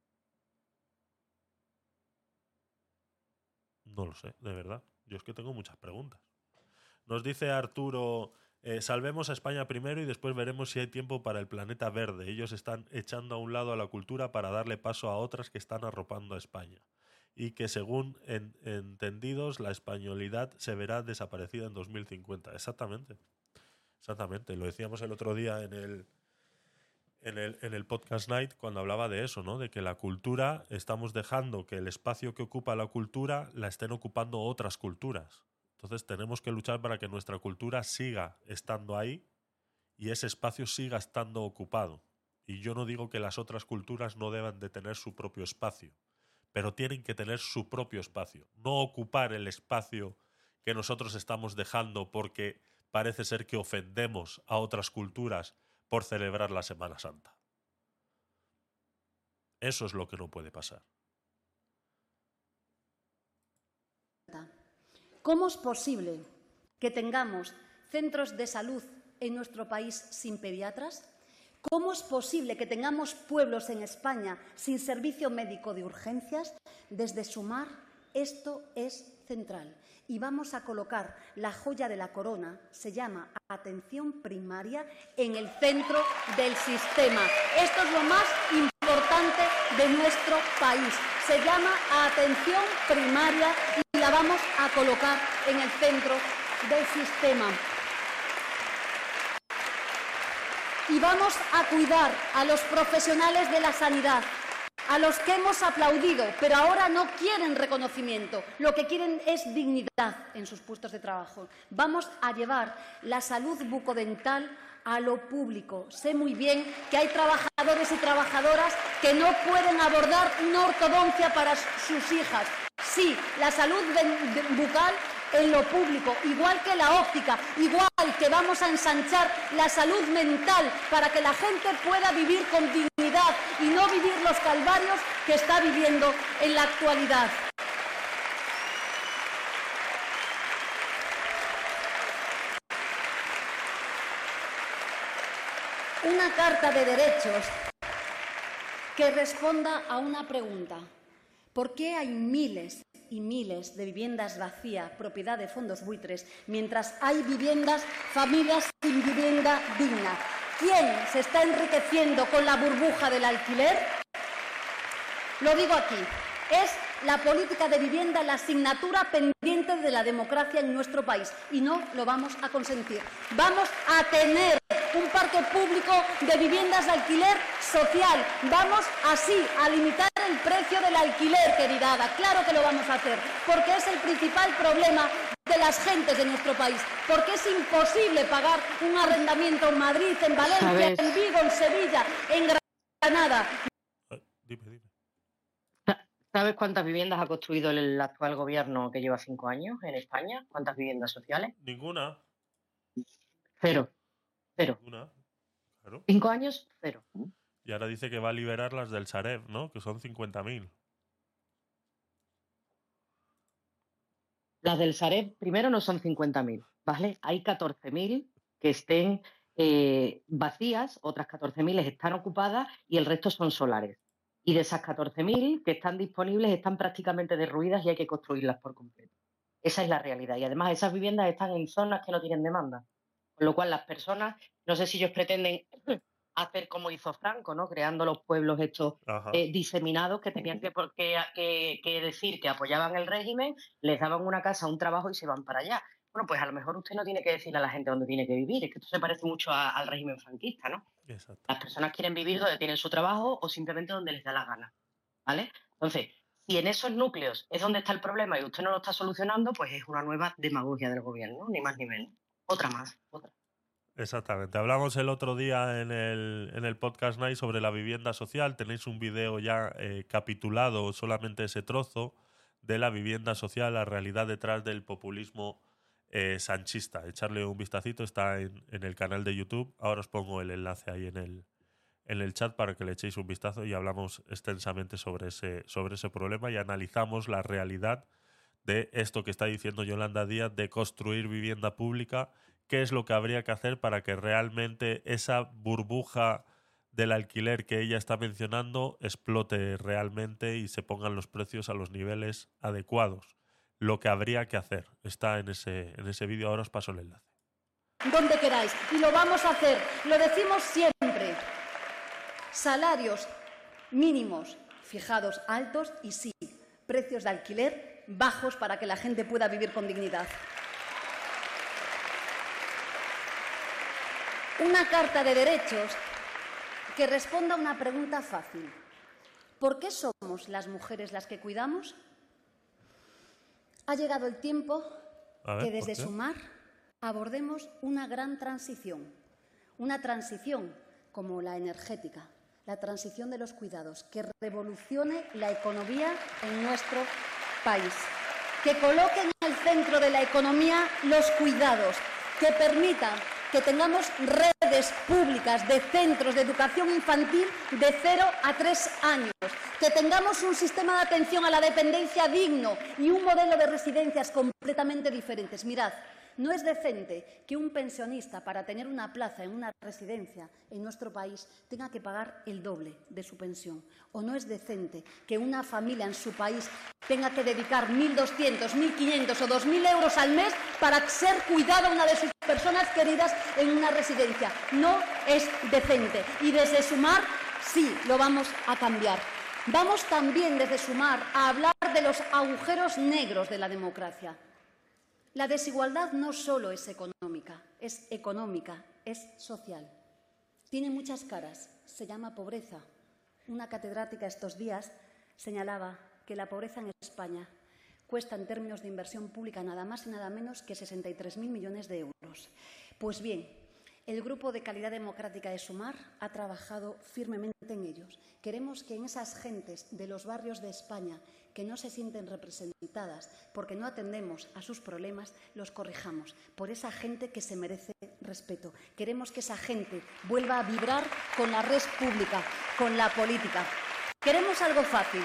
No lo sé, de verdad. Yo es que tengo muchas preguntas. Nos dice Arturo... Eh, salvemos a España primero y después veremos si hay tiempo para el planeta verde. Ellos están echando a un lado a la cultura para darle paso a otras que están arropando a España. Y que según en, entendidos la españolidad se verá desaparecida en dos mil cincuenta. Exactamente. Exactamente. Lo decíamos el otro día en el, en el, en el podcast Night cuando hablaba de eso, ¿no? De que la cultura, estamos dejando que el espacio que ocupa la cultura la estén ocupando otras culturas. Entonces tenemos que luchar para que nuestra cultura siga estando ahí y ese espacio siga estando ocupado. Y yo no digo que las otras culturas no deban de tener su propio espacio, pero tienen que tener su propio espacio, no ocupar el espacio que nosotros estamos dejando porque parece ser que ofendemos a otras culturas por celebrar la Semana Santa. Eso es lo que no puede pasar. ¿Cómo es posible que tengamos centros de salud en nuestro país sin pediatras? ¿Cómo es posible que tengamos pueblos en España sin servicio médico de urgencias? Desde Sumar, esto es central. Y vamos a colocar la joya de la corona, se llama atención primaria, en el centro del sistema. Esto es lo más importante de nuestro país. Se llama atención primaria y la vamos a colocar en el centro del sistema. Y vamos a cuidar a los profesionales de la sanidad, a los que hemos aplaudido, pero ahora no quieren reconocimiento, lo que quieren es dignidad en sus puestos de trabajo. Vamos a llevar la salud bucodental a lo público. Sé muy bien que hay trabajadores y trabajadoras que no pueden abordar una ortodoncia para sus hijas. Sí, la salud bucal en lo público, igual que la óptica, igual que vamos a ensanchar la salud mental para que la gente pueda vivir con dignidad y no vivir los calvarios que está viviendo en la actualidad. Una carta de derechos que responda a una pregunta. ¿Por qué hay miles y miles de viviendas vacías, propiedad de fondos buitres, mientras hay viviendas, familias sin vivienda digna? ¿Quién se está enriqueciendo con la burbuja del alquiler? Lo digo aquí, es la política de vivienda la asignatura pendiente de la democracia en nuestro país y no lo vamos a consentir. Vamos a tener un parque público de viviendas de alquiler social. Vamos así a limitar el precio del alquiler, querida Ada. Claro que lo vamos a hacer, porque es el principal problema de las gentes de nuestro país, porque es imposible pagar un arrendamiento en Madrid, en Valencia, ¿sabes? En Vigo, en Sevilla, en Granada. Dime, dime. ¿Sabes cuántas viviendas ha construido el actual gobierno que lleva cinco años en España? ¿Cuántas viviendas sociales? Ninguna. Cero. Cero. Ninguna. Claro. Cinco años, cero. Y ahora dice que va a liberar las del Sareb, ¿no? Que son cincuenta mil. Las del Sareb, primero, no son cincuenta mil, ¿vale? Hay catorce mil que estén eh, vacías, otras catorce mil están ocupadas y el resto son solares. Y de esas catorce mil que están disponibles están prácticamente derruidas y hay que construirlas por completo. Esa es la realidad. Y además esas viviendas están en zonas que no tienen demanda. Con lo cual las personas, no sé si ellos pretenden hacer como hizo Franco, ¿no? Creando los pueblos estos eh, diseminados que tenían que, que, que, que decir que apoyaban el régimen, les daban una casa, un trabajo y se van para allá. Bueno, pues a lo mejor usted no tiene que decirle a la gente dónde tiene que vivir. Es que esto se parece mucho a, al régimen franquista, ¿no? Exacto. Las personas quieren vivir donde tienen su trabajo o simplemente donde les da la gana, ¿vale? Entonces, si en esos núcleos es donde está el problema y usted no lo está solucionando, pues es una nueva demagogia del gobierno, ni más ni menos. Otra más, otra. Exactamente. Hablamos el otro día en el, en el podcast Night sobre la vivienda social. Tenéis un video ya eh, capitulado, solamente ese trozo, de la vivienda social, la realidad detrás del populismo eh, sanchista. Echarle un vistacito, está en, en el canal de YouTube. Ahora os pongo el enlace ahí en el, en el chat para que le echéis un vistazo y hablamos extensamente sobre ese, sobre ese problema y analizamos la realidad de esto que está diciendo Yolanda Díaz de construir vivienda pública. ¿Qué es lo que habría que hacer para que realmente esa burbuja del alquiler que ella está mencionando explote realmente y se pongan los precios a los niveles adecuados? Lo que habría que hacer está en ese, en ese vídeo. Ahora os paso el enlace. Donde queráis. Y lo vamos a hacer. Lo decimos siempre. Salarios mínimos fijados altos y sí, precios de alquiler bajos para que la gente pueda vivir con dignidad. Una carta de derechos que responda a una pregunta fácil. ¿Por qué somos las mujeres las que cuidamos? Ha llegado el tiempo A ver, que desde ¿por qué? Sumar abordemos una gran transición. Una transición como la energética, la transición de los cuidados, que revolucione la economía en nuestro país, que coloque en el centro de la economía los cuidados, que permita que tengamos redes públicas de centros de educación infantil de cero a tres años, que tengamos un sistema de atención a la dependencia digno y un modelo de residencias completamente diferentes. Mirad, no es decente que un pensionista, para tener una plaza en una residencia en nuestro país, tenga que pagar el doble de su pensión. O no es decente que una familia en su país tenga que dedicar mil doscientos, mil quinientos o dos mil euros al mes para ser cuidada una de sus personas queridas en una residencia. No es decente. Y desde Sumar, sí, lo vamos a cambiar. Vamos también desde Sumar a hablar de los agujeros negros de la democracia. La desigualdad no solo es económica, es económica, es social. Tiene muchas caras, se llama pobreza. Una catedrática estos días señalaba que la pobreza en España cuesta en términos de inversión pública nada más y nada menos que sesenta y tres mil millones de euros. Pues bien, el Grupo de Calidad Democrática de Sumar ha trabajado firmemente en ellos. Queremos que en esas gentes de los barrios de España que no se sienten representadas porque no atendemos a sus problemas, los corrijamos. Por esa gente que se merece respeto. Queremos que esa gente vuelva a vibrar con la red pública, con la política. Queremos algo fácil.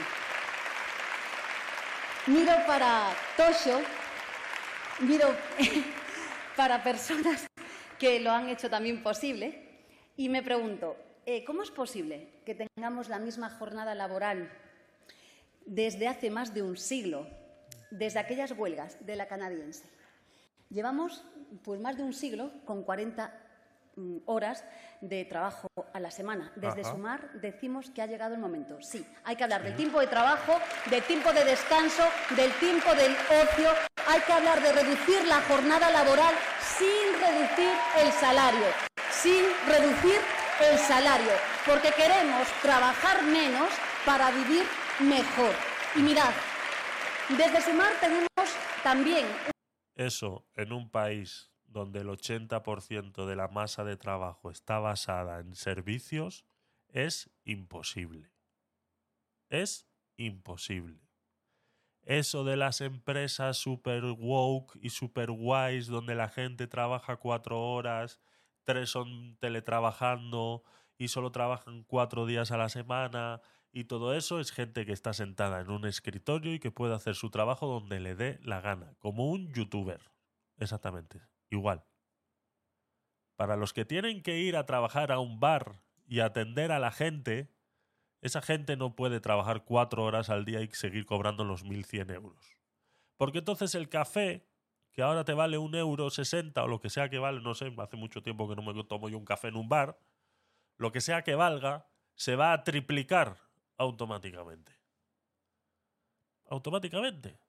Miro para Toxo, miro para personas que lo han hecho también posible y me pregunto, eh, ¿cómo es posible que tengamos la misma jornada laboral desde hace más de un siglo, desde aquellas huelgas de la canadiense? Llevamos pues más de un siglo con cuarenta mm, horas de trabajo a la semana. Desde Ajá. Sumar decimos que ha llegado el momento. Sí, hay que hablar del tiempo de trabajo, del tiempo de descanso, del tiempo del ocio. Hay que hablar de reducir la jornada laboral sin reducir el salario, sin reducir el salario, porque queremos trabajar menos para vivir mejor. Y mirad, desde Sumar tenemos también... Eso, en un país donde el ochenta por ciento de la masa de trabajo está basada en servicios, es imposible. Es imposible. Eso de las empresas super woke y super guays, donde la gente trabaja cuatro horas, tres son teletrabajando y solo trabajan cuatro días a la semana, y todo eso es gente que está sentada en un escritorio y que puede hacer su trabajo donde le dé la gana, como un youtuber. Exactamente, igual. Para los que tienen que ir a trabajar a un bar y atender a la gente, esa gente no puede trabajar cuatro horas al día y seguir cobrando los mil cien euros. Porque entonces el café, que ahora te vale un euro sesenta o lo que sea que vale, no sé, hace mucho tiempo que no me tomo yo un café en un bar, lo que sea que valga, se va a triplicar automáticamente. Automáticamente.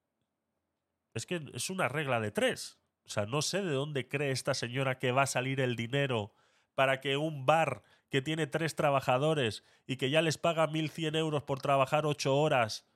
Es que es una regla de tres. O sea, no sé de dónde cree esta señora que va a salir el dinero para que un bar que tiene tres trabajadores y que ya les paga mil cien euros por trabajar ocho horas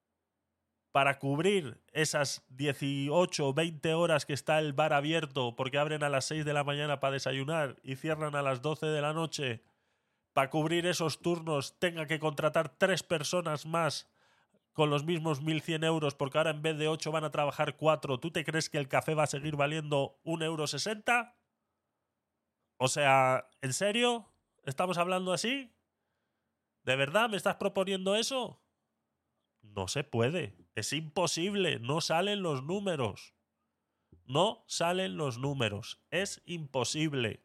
para cubrir esas dieciocho o veinte horas que está el bar abierto porque abren a las seis de la mañana para desayunar y cierran a las doce de la noche, para cubrir esos turnos tenga que contratar tres personas más con los mismos mil cien euros porque ahora en vez de ocho van a trabajar cuatro? ¿Tú te crees que el café va a seguir valiendo un euro sesenta? O sea, ¿en serio? ¿Estamos hablando así? ¿De verdad me estás proponiendo eso? No se puede. Es imposible. No salen los números. No salen los números. Es imposible.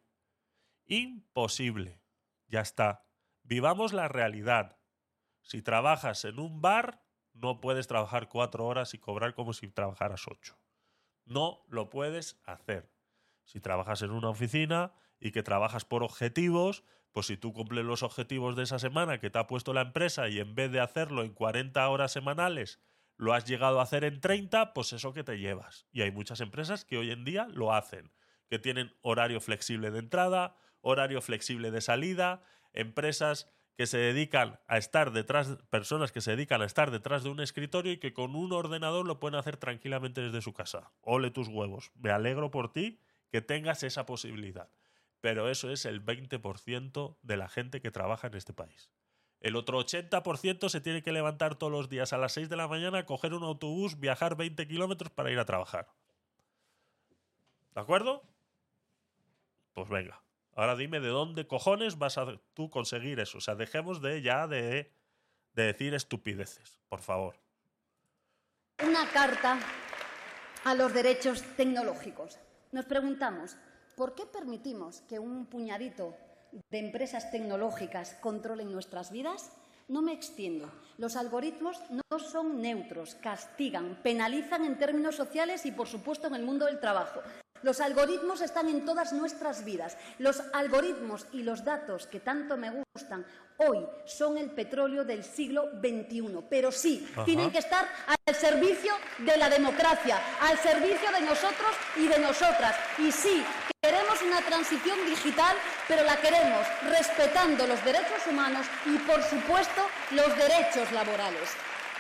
Imposible. Ya está. Vivamos la realidad. Si trabajas en un bar, no puedes trabajar cuatro horas y cobrar como si trabajaras ocho. No lo puedes hacer. Si trabajas en una oficina y que trabajas por objetivos, pues si tú cumples los objetivos de esa semana que te ha puesto la empresa y en vez de hacerlo en cuarenta horas semanales lo has llegado a hacer en treinta, pues eso que te llevas. Y hay muchas empresas que hoy en día lo hacen, que tienen horario flexible de entrada, horario flexible de salida, empresas que se dedican a estar detrás, personas que se dedican a estar detrás de un escritorio y que con un ordenador lo pueden hacer tranquilamente desde su casa. Ole tus huevos. Me alegro por ti que tengas esa posibilidad. Pero eso es el veinte por ciento de la gente que trabaja en este país. El otro ochenta por ciento se tiene que levantar todos los días a las seis de la mañana, coger un autobús, viajar veinte kilómetros para ir a trabajar. ¿De acuerdo? Pues venga. Ahora dime de dónde cojones vas a tú conseguir eso. O sea, dejemos de ya de, de decir estupideces, por favor. Una carta a los derechos tecnológicos. Nos preguntamos, ¿por qué permitimos que un puñadito de empresas tecnológicas controlen nuestras vidas? No me extiendo. Los algoritmos no son neutros, castigan, penalizan en términos sociales y, por supuesto, en el mundo del trabajo. Los algoritmos están en todas nuestras vidas. Los algoritmos y los datos que tanto me gustan hoy son el petróleo del siglo veintiuno. Pero sí, Ajá. tienen que estar al servicio de la democracia, al servicio de nosotros y de nosotras. Y sí, queremos una transición digital, pero la queremos respetando los derechos humanos y, por supuesto, los derechos laborales.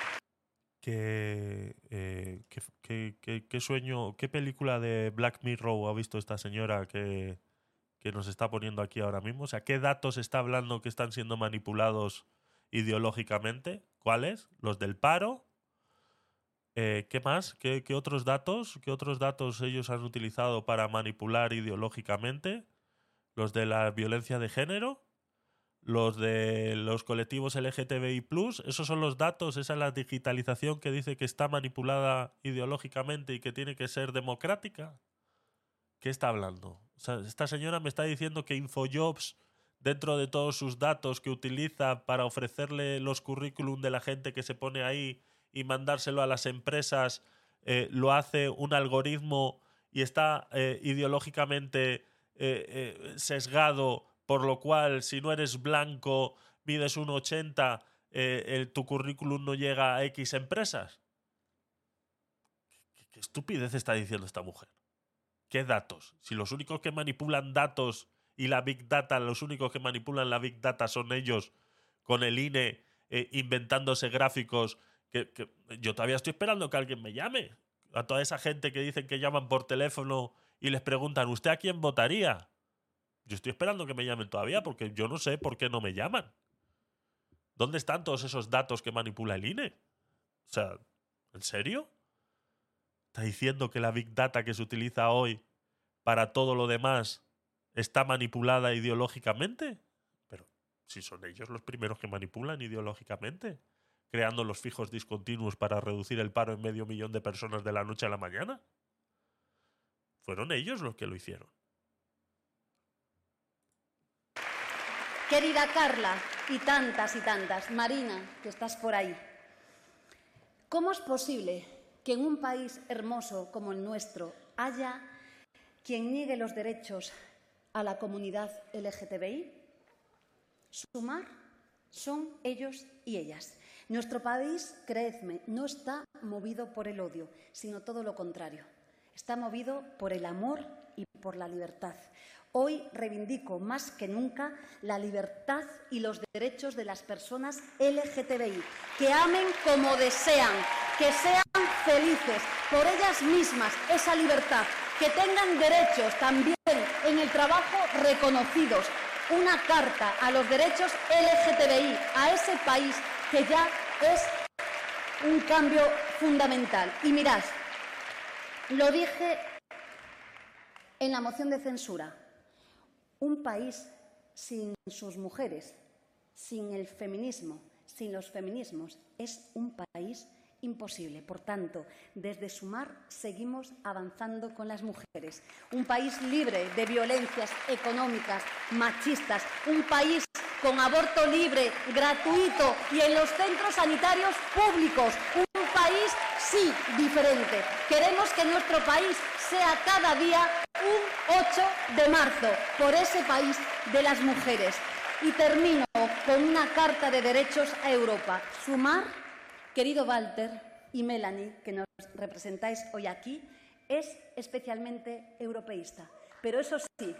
¿Qué, eh, qué, qué, qué, qué sueño, qué película de Black Mirror ha visto esta señora que, que nos está poniendo aquí ahora mismo? O sea, ¿qué datos está hablando que están siendo manipulados ideológicamente? ¿Cuáles? ¿Los del paro? Eh, ¿Qué más? ¿Qué, qué otros datos? ¿Qué otros datos ellos han utilizado para manipular ideológicamente? ¿Los de la violencia de género? Los de los colectivos L G T B I plus, esos son los datos, esa es la digitalización que dice que está manipulada ideológicamente y que tiene que ser democrática. ¿Qué está hablando? O sea, esta señora me está diciendo que Infojobs, dentro de todos sus datos que utiliza para ofrecerle los currículum de la gente que se pone ahí y mandárselo a las empresas, eh, lo hace un algoritmo y está eh, ideológicamente eh, eh, sesgado, por lo cual, si no eres blanco, mides un ochenta, eh, el, tu currículum no llega a X empresas. ¿Qué, qué estupidez está diciendo esta mujer? ¿Qué datos? Si los únicos que manipulan datos y la Big Data, los únicos que manipulan la Big Data son ellos, con el I N E eh, inventándose gráficos, que, que yo todavía estoy esperando que alguien me llame. A toda esa gente que dicen que llaman por teléfono y les preguntan, ¿usted a quién votaría? Yo estoy esperando que me llamen todavía porque yo no sé por qué no me llaman. ¿Dónde están todos esos datos que manipula el I N E? O sea, ¿en serio? ¿Está diciendo que la Big Data que se utiliza hoy para todo lo demás está manipulada ideológicamente? Pero si son ellos los primeros que manipulan ideológicamente, creando los fijos discontinuos para reducir el paro en medio millón de personas de la noche a la mañana. Fueron ellos los que lo hicieron. Querida Carla, y tantas y tantas, Marina, que estás por ahí, ¿cómo es posible que en un país hermoso como el nuestro haya quien niegue los derechos a la comunidad L G T B I? Sumar son ellos y ellas. Nuestro país, creedme, no está movido por el odio, sino todo lo contrario. Está movido por el amor y por la libertad. Hoy reivindico más que nunca la libertad y los derechos de las personas L G T B I, que amen como desean, que sean felices por ellas mismas, esa libertad, que tengan derechos también en el trabajo reconocidos. Una carta a los derechos L G T B I, a ese país que ya es un cambio fundamental. Y mirad, lo dije en la moción de censura. Un país sin sus mujeres, sin el feminismo, sin los feminismos, es un país imposible. Por tanto, desde Sumar seguimos avanzando con las mujeres. Un país libre de violencias económicas, machistas, un país con aborto libre, gratuito y en los centros sanitarios públicos. Un país, sí, diferente. Queremos que nuestro país sea cada día un ocho de marzo, por ese país de las mujeres. Y termino con una carta de derechos a Europa. Sumar, querido Walter y Melanie, que nos representáis hoy aquí, es especialmente europeísta. Pero eso sí,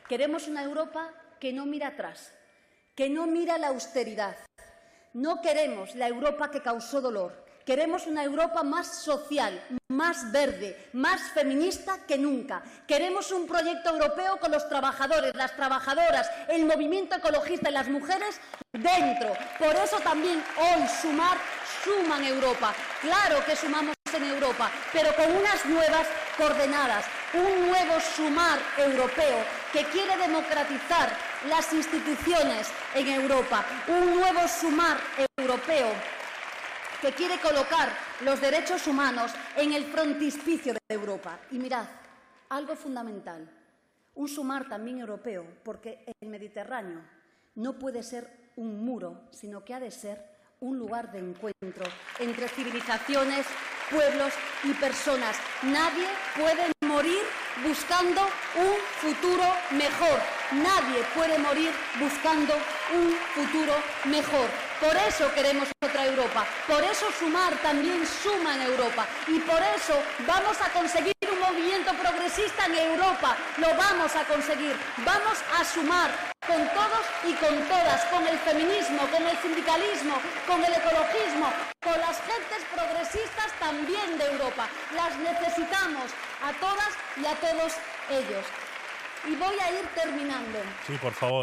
Queremos una Europa que no mira atrás, que no mira la austeridad. No queremos la Europa que causó dolor. Queremos una Europa más social, más verde, más feminista que nunca. Queremos un proyecto europeo con los trabajadores, las trabajadoras, el movimiento ecologista y las mujeres dentro. Por eso también hoy Sumar suma en Europa. Claro que sumamos en Europa, pero con unas nuevas coordenadas. Un nuevo Sumar europeo que quiere democratizar las instituciones en Europa. Un nuevo Sumar europeo que quiere colocar los derechos humanos en el frontispicio de Europa. Y mirad, algo fundamental, un Sumar también europeo, porque el Mediterráneo no puede ser un muro, sino que ha de ser un lugar de encuentro entre civilizaciones, pueblos y personas. Nadie puede morir buscando un futuro mejor. Nadie puede morir buscando un futuro mejor. Por eso queremos otra Europa. Por eso Sumar también suma en Europa. Y por eso vamos a conseguir un movimiento progresista en Europa. Lo vamos a conseguir. Vamos a sumar con todos y con todas, con el feminismo, con el sindicalismo, con el ecologismo, con las gentes progresistas también de Europa. Las necesitamos a todas y a todos ellos. Y voy a ir terminando. Sí, por favor.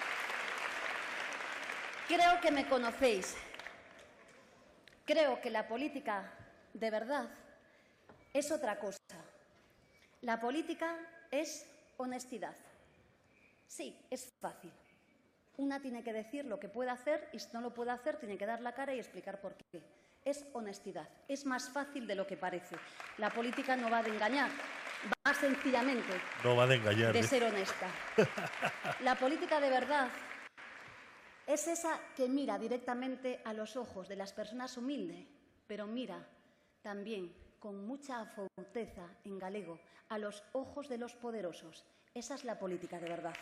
Creo que me conocéis. Creo que la política, de verdad, es otra cosa. La política es honestidad. Sí, es fácil. Una tiene que decir lo que puede hacer y si no lo puede hacer tiene que dar la cara y explicar por qué. Es honestidad. Es más fácil de lo que parece. La política no va de engañar, va sencillamente no va de, engañar, de ¿eh? ser honesta. La política de verdad es esa que mira directamente a los ojos de las personas humildes, pero mira también con mucha afouteza en galego a los ojos de los poderosos. Esa es la política de verdad.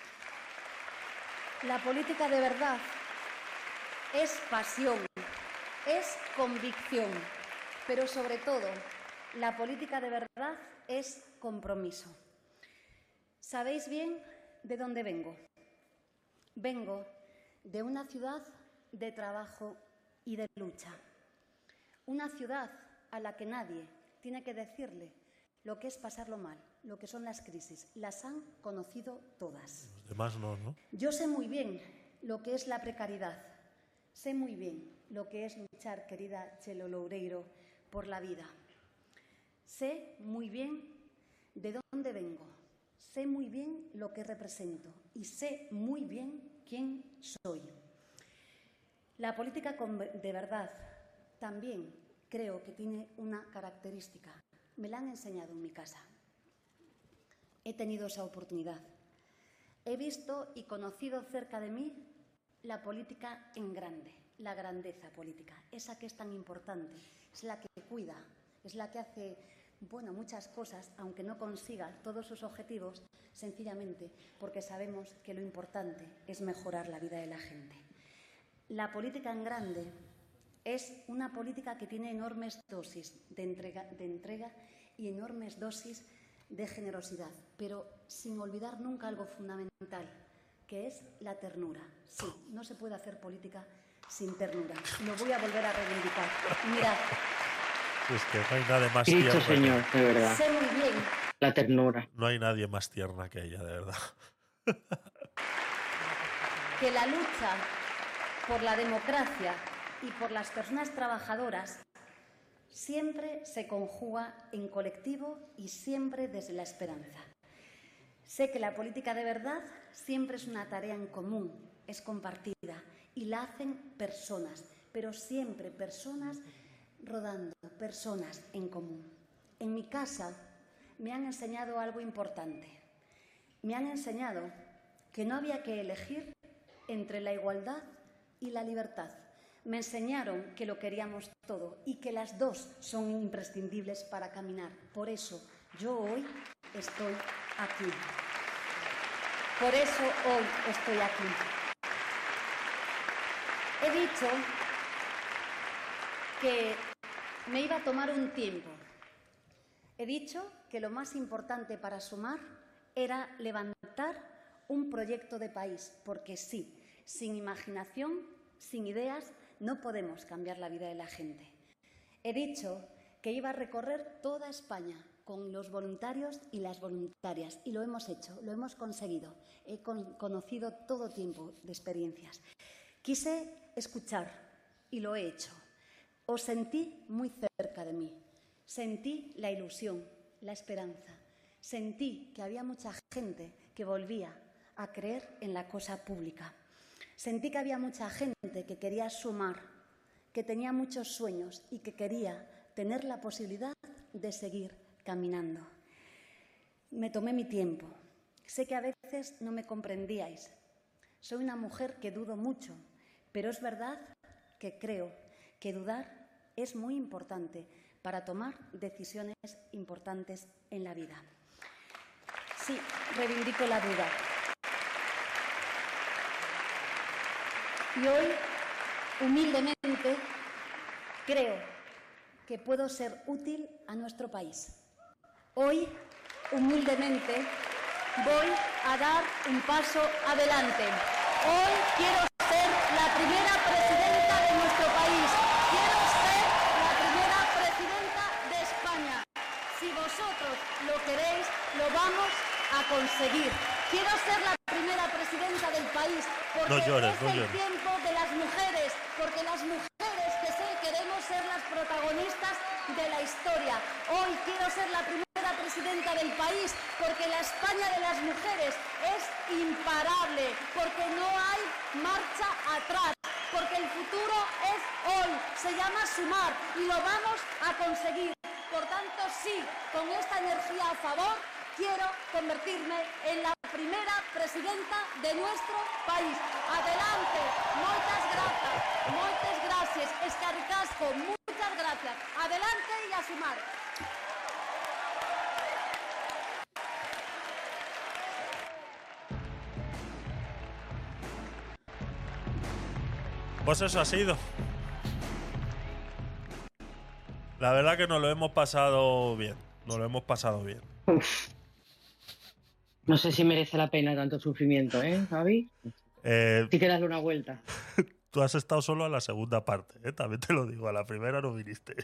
La política de verdad es pasión, es convicción, pero sobre todo, la política de verdad es compromiso. ¿Sabéis bien de dónde vengo? Vengo de una ciudad de trabajo y de lucha. Una ciudad a la que nadie tiene que decirle lo que es pasarlo mal, lo que son las crisis. Las han conocido todas. Los demás no, ¿no? Yo sé muy bien lo que es la precariedad. Sé muy bien lo que es luchar, querida Chelo Loureiro, por la vida. Sé muy bien de dónde vengo. Sé muy bien lo que represento y sé muy bien quién soy. La política de verdad también creo que tiene una característica. Me la han enseñado en mi casa. He tenido esa oportunidad. He visto y conocido cerca de mí la política en grande, la grandeza política, esa que es tan importante, es la que cuida, es la que hace, bueno, muchas cosas, aunque no consiga todos sus objetivos, sencillamente porque sabemos que lo importante es mejorar la vida de la gente. La política en grande es una política que tiene enormes dosis de entrega, de entrega y enormes dosis de generosidad, pero sin olvidar nunca algo fundamental, que es la ternura. Sí, no se puede hacer política sin ternura. Lo voy a volver a reivindicar. Mirad. Es que no hay nadie más Dicho, tierna. señor, de verdad. Sé muy bien. La ternura. No hay nadie más tierna que ella, de verdad. Que la lucha por la democracia y por las personas trabajadoras siempre se conjuga en colectivo y siempre desde la esperanza. Sé que la política de verdad siempre es una tarea en común, es compartida y la hacen personas, pero siempre personas rodando, personas en común. En mi casa me han enseñado algo importante. Me han enseñado que no había que elegir entre la igualdad y la libertad. Me enseñaron que lo queríamos todo y que las dos son imprescindibles para caminar. Por eso yo hoy estoy aquí. Por eso hoy estoy aquí. He dicho que me iba a tomar un tiempo. He dicho que lo más importante para sumar era levantar un proyecto de país, porque sí, sin imaginación, sin ideas, no podemos cambiar la vida de la gente. He dicho que iba a recorrer toda España con los voluntarios y las voluntarias, y lo hemos hecho, lo hemos conseguido. He con- conocido todo tipo de experiencias. Quise escuchar y lo he hecho. Os sentí muy cerca de mí. Sentí la ilusión, la esperanza. Sentí que había mucha gente que volvía a creer en la cosa pública. Sentí que había mucha gente que quería sumar, que tenía muchos sueños y que quería tener la posibilidad de seguir caminando. Me tomé mi tiempo. Sé que a veces no me comprendíais. Soy una mujer que dudo mucho, pero es verdad que creo que dudar es muy importante para tomar decisiones importantes en la vida. Sí, reivindico la duda. Y hoy, humildemente, creo que puedo ser útil a nuestro país. Hoy, humildemente, voy a dar un paso adelante. Hoy quiero ser la primera presidenta de nuestro país. Quiero ser la primera presidenta de España. Si vosotros lo queréis, lo vamos a conseguir. Quiero ser la primera presidenta del país porque No llores, es no el llores. tiempo de las mujeres, porque las mujeres que sé queremos ser las protagonistas de la historia. Hoy quiero ser la primera presidenta del país porque la España de las mujeres es imparable, porque no hay marcha atrás, porque el futuro es hoy, se llama sumar y lo vamos a conseguir. Por tanto, sí, con esta energía a favor, quiero convertirme en la primera presidenta de nuestro país. Adelante, moitas grazas, moitas gracias, Escaricasco, muchas gracias. Adelante y a sumar. Pues eso ha sido. La verdad que nos lo hemos pasado bien. Nos lo hemos pasado bien. No sé si merece la pena tanto sufrimiento, ¿eh, Javi? Eh, Sí que darle una vuelta. tú has estado solo a la segunda parte, ¿eh? También te lo digo. A la primera no viniste.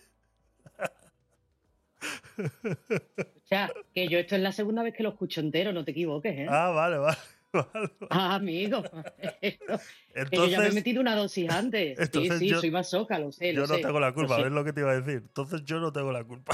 O sea, que yo esto es la segunda vez que lo escucho entero, no te equivoques, ¿eh? Ah, vale, vale. vale. Ah, amigo. Que yo ya me he Entonces, metido una dosis antes. Sí, entonces sí, yo- soy masoca, lo sé, yo lo no sé, tengo la lo culpa, sé. ¿ves lo que te iba a decir? Entonces yo no tengo la culpa.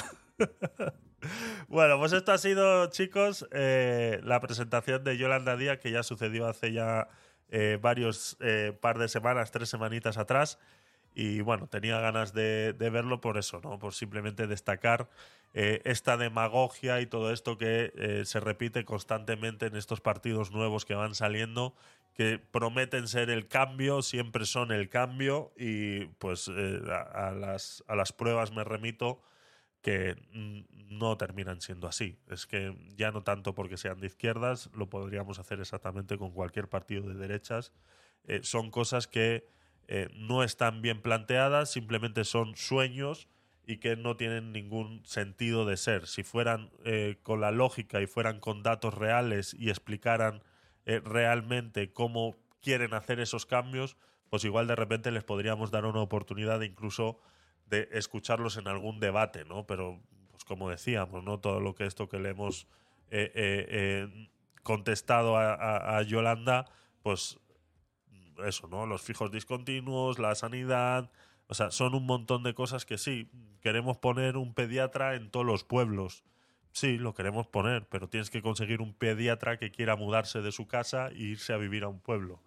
Bueno, pues esto ha sido, chicos, eh, la presentación de Yolanda Díaz, que ya sucedió hace ya eh, varios eh, par de semanas, tres semanitas atrás. Y bueno, tenía ganas de, de verlo por eso, ¿no? Por simplemente destacar eh, esta demagogia y todo esto que eh, se repite constantemente en estos partidos nuevos que van saliendo, que prometen ser el cambio, siempre son el cambio, y pues eh, a, a las, a las pruebas me remito que mm, no terminan siendo así. Es que ya no tanto porque sean de izquierdas, lo podríamos hacer exactamente con cualquier partido de derechas. Eh, son cosas que eh, no están bien planteadas, simplemente son sueños y que no tienen ningún sentido de ser. Si fueran eh, con la lógica y fueran con datos reales y explicaran eh, realmente cómo quieren hacer esos cambios, pues igual de repente les podríamos dar una oportunidad de incluso de escucharlos en algún debate, ¿no? Pero, pues como decíamos, ¿no? Todo lo que esto que le hemos eh, eh, eh, contestado a, a, a Yolanda, pues eso, ¿no? Los fijos discontinuos, la sanidad, o sea, son un montón de cosas que sí, queremos poner un pediatra en todos los pueblos. Sí, lo queremos poner, pero tienes que conseguir un pediatra que quiera mudarse de su casa e irse a vivir a un pueblo.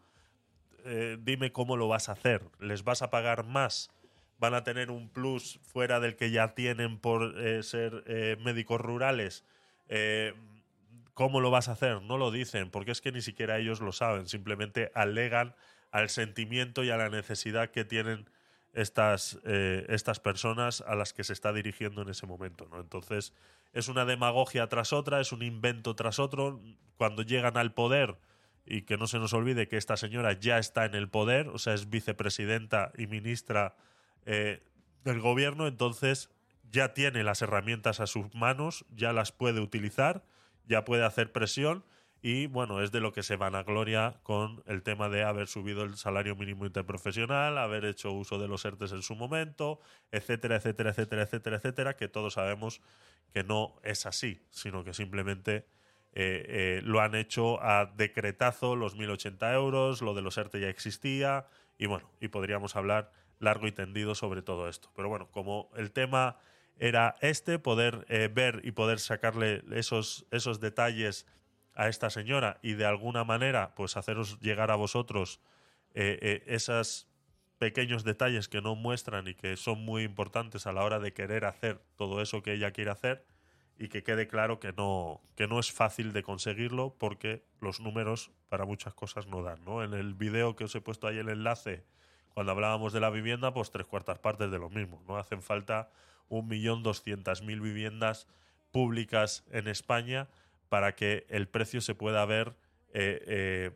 Eh, dime cómo lo vas a hacer. ¿Les vas a pagar más? ¿Van a tener un plus fuera del que ya tienen por eh, ser eh, médicos rurales? Eh, ¿Cómo lo vas a hacer? No lo dicen, porque es que ni siquiera ellos lo saben. Simplemente alegan al sentimiento y a la necesidad que tienen estas, eh, estas personas a las que se está dirigiendo en ese momento, ¿no? Entonces, es una demagogia tras otra, es un invento tras otro. Cuando llegan al poder, y que no se nos olvide que esta señora ya está en el poder, o sea, es vicepresidenta y ministra eh, del gobierno, entonces ya tiene las herramientas a sus manos, ya las puede utilizar, ya puede hacer presión, y bueno, es de lo que se vanagloria con el tema de haber subido el salario mínimo interprofesional, haber hecho uso de los ERTES en su momento, etcétera, etcétera, etcétera, etcétera, etcétera, que todos sabemos que no es así, sino que simplemente eh, eh, lo han hecho a decretazo, los mil ochenta euros, lo de los ERTE ya existía, y bueno, y podríamos hablar largo y tendido sobre todo esto. Pero bueno, como el tema era este, poder eh, ver y poder sacarle esos, esos detalles a esta señora y de alguna manera pues haceros llegar a vosotros eh, eh, esos pequeños detalles que no muestran y que son muy importantes a la hora de querer hacer todo eso que ella quiere hacer, y que quede claro que no, que no es fácil de conseguirlo, porque los números para muchas cosas no dan, ¿no? En el vídeo que os he puesto ahí el enlace, cuando hablábamos de la vivienda, pues tres cuartas partes de lo mismo, ¿no? Hacen falta un millón doscientas mil viviendas públicas en España para que el precio se pueda ver eh, eh,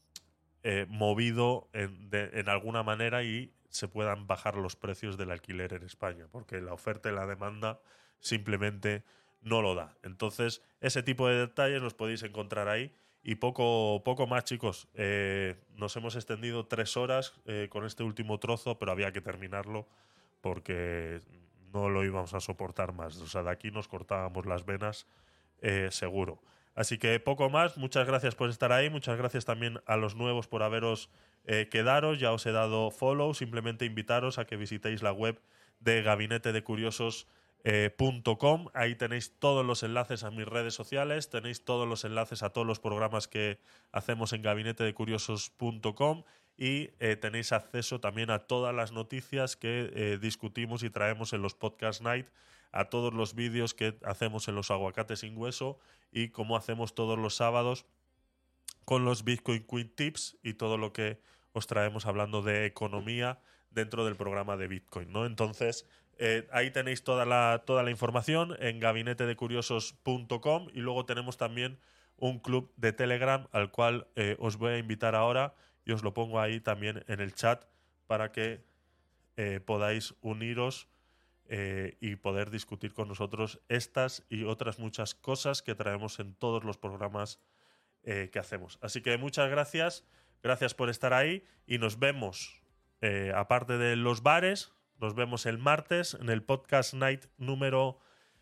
eh, movido en, de, en alguna manera y se puedan bajar los precios del alquiler en España, porque la oferta y la demanda simplemente no lo da. Entonces, ese tipo de detalles los podéis encontrar ahí. Y poco, poco más, chicos. Eh, nos hemos extendido tres horas eh, con este último trozo, pero había que terminarlo porque no lo íbamos a soportar más. O sea, de aquí nos cortábamos las venas eh, seguro. Así que poco más. Muchas gracias por estar ahí. Muchas gracias también a los nuevos por haberos eh, quedado. Ya os he dado follow. Simplemente invitaros a que visitéis la web de Gabinete de Curiosos Eh, .com. Ahí tenéis todos los enlaces a mis redes sociales, tenéis todos los enlaces a todos los programas que hacemos en gabinete de curiosos punto com y eh, tenéis acceso también a todas las noticias que eh, discutimos y traemos en los Podcast Night, a todos los vídeos que hacemos en los Aguacates sin Hueso y como hacemos todos los sábados con los Bitcoin Queen Tips y todo lo que os traemos hablando de economía dentro del programa de Bitcoin, ¿no? Entonces, Eh, ahí tenéis toda la, toda la información en gabinete de curiosos punto com y luego tenemos también un club de Telegram al cual eh, os voy a invitar ahora y os lo pongo ahí también en el chat para que eh, podáis uniros eh, y poder discutir con nosotros estas y otras muchas cosas que traemos en todos los programas eh, que hacemos. Así que muchas gracias, gracias por estar ahí y nos vemos, eh, aparte de los bares, nos vemos el martes en el Podcast Night número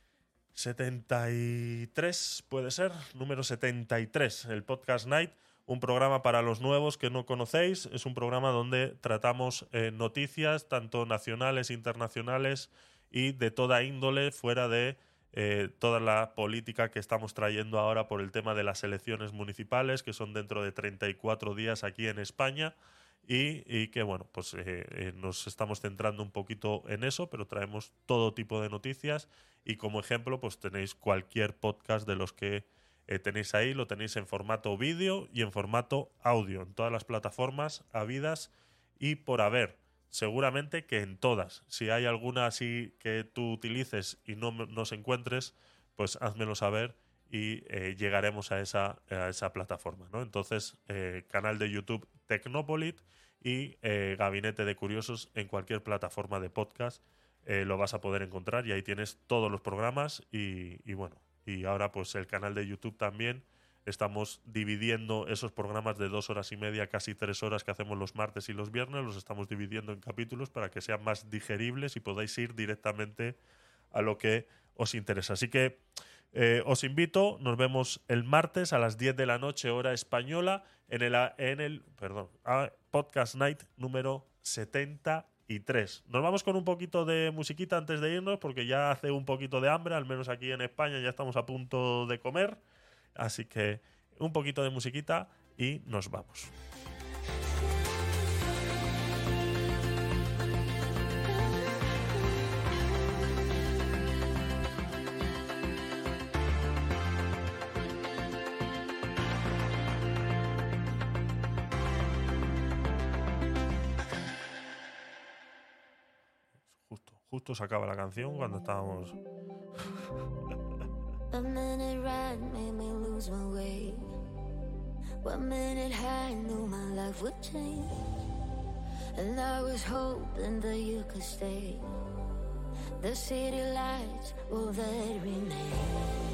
setenta y tres, puede ser, número setenta y tres, el Podcast Night, un programa para los nuevos que no conocéis. Es un programa donde tratamos eh, noticias, tanto nacionales, internacionales y de toda índole, fuera de eh, toda la política que estamos trayendo ahora por el tema de las elecciones municipales, que son dentro de treinta y cuatro días aquí en España. Y, y que, bueno, pues eh, eh, nos estamos centrando un poquito en eso, pero traemos todo tipo de noticias y como ejemplo, pues tenéis cualquier podcast de los que eh, tenéis ahí, lo tenéis en formato vídeo y en formato audio, en todas las plataformas habidas y por haber. Seguramente que en todas. Si hay alguna así que tú utilices y no nos encuentres, pues házmelo saber y eh, llegaremos a esa, a esa plataforma, ¿no? Entonces, eh, canal de YouTube Tecnopolit y eh, Gabinete de Curiosos en cualquier plataforma de podcast eh, lo vas a poder encontrar y ahí tienes todos los programas y, y bueno, y ahora pues el canal de YouTube también estamos dividiendo esos programas de dos horas y media, casi tres horas que hacemos los martes y los viernes, los estamos dividiendo en capítulos para que sean más digeribles y podáis ir directamente a lo que os interesa. Así que Eh, os invito, nos vemos el martes a las diez de la noche, hora española, en el, en el perdón, Podcast Night número setenta y tres. Nos vamos con un poquito de musiquita antes de irnos, porque ya hace un poquito de hambre, al menos aquí en España ya estamos a punto de comer. Así que un poquito de musiquita y nos vamos. Justo se acaba la canción cuando estábamos. A minute ride made me lose my way. One minute high knew my life would change. And I was hoping that you could stay. The city lights, will they remain?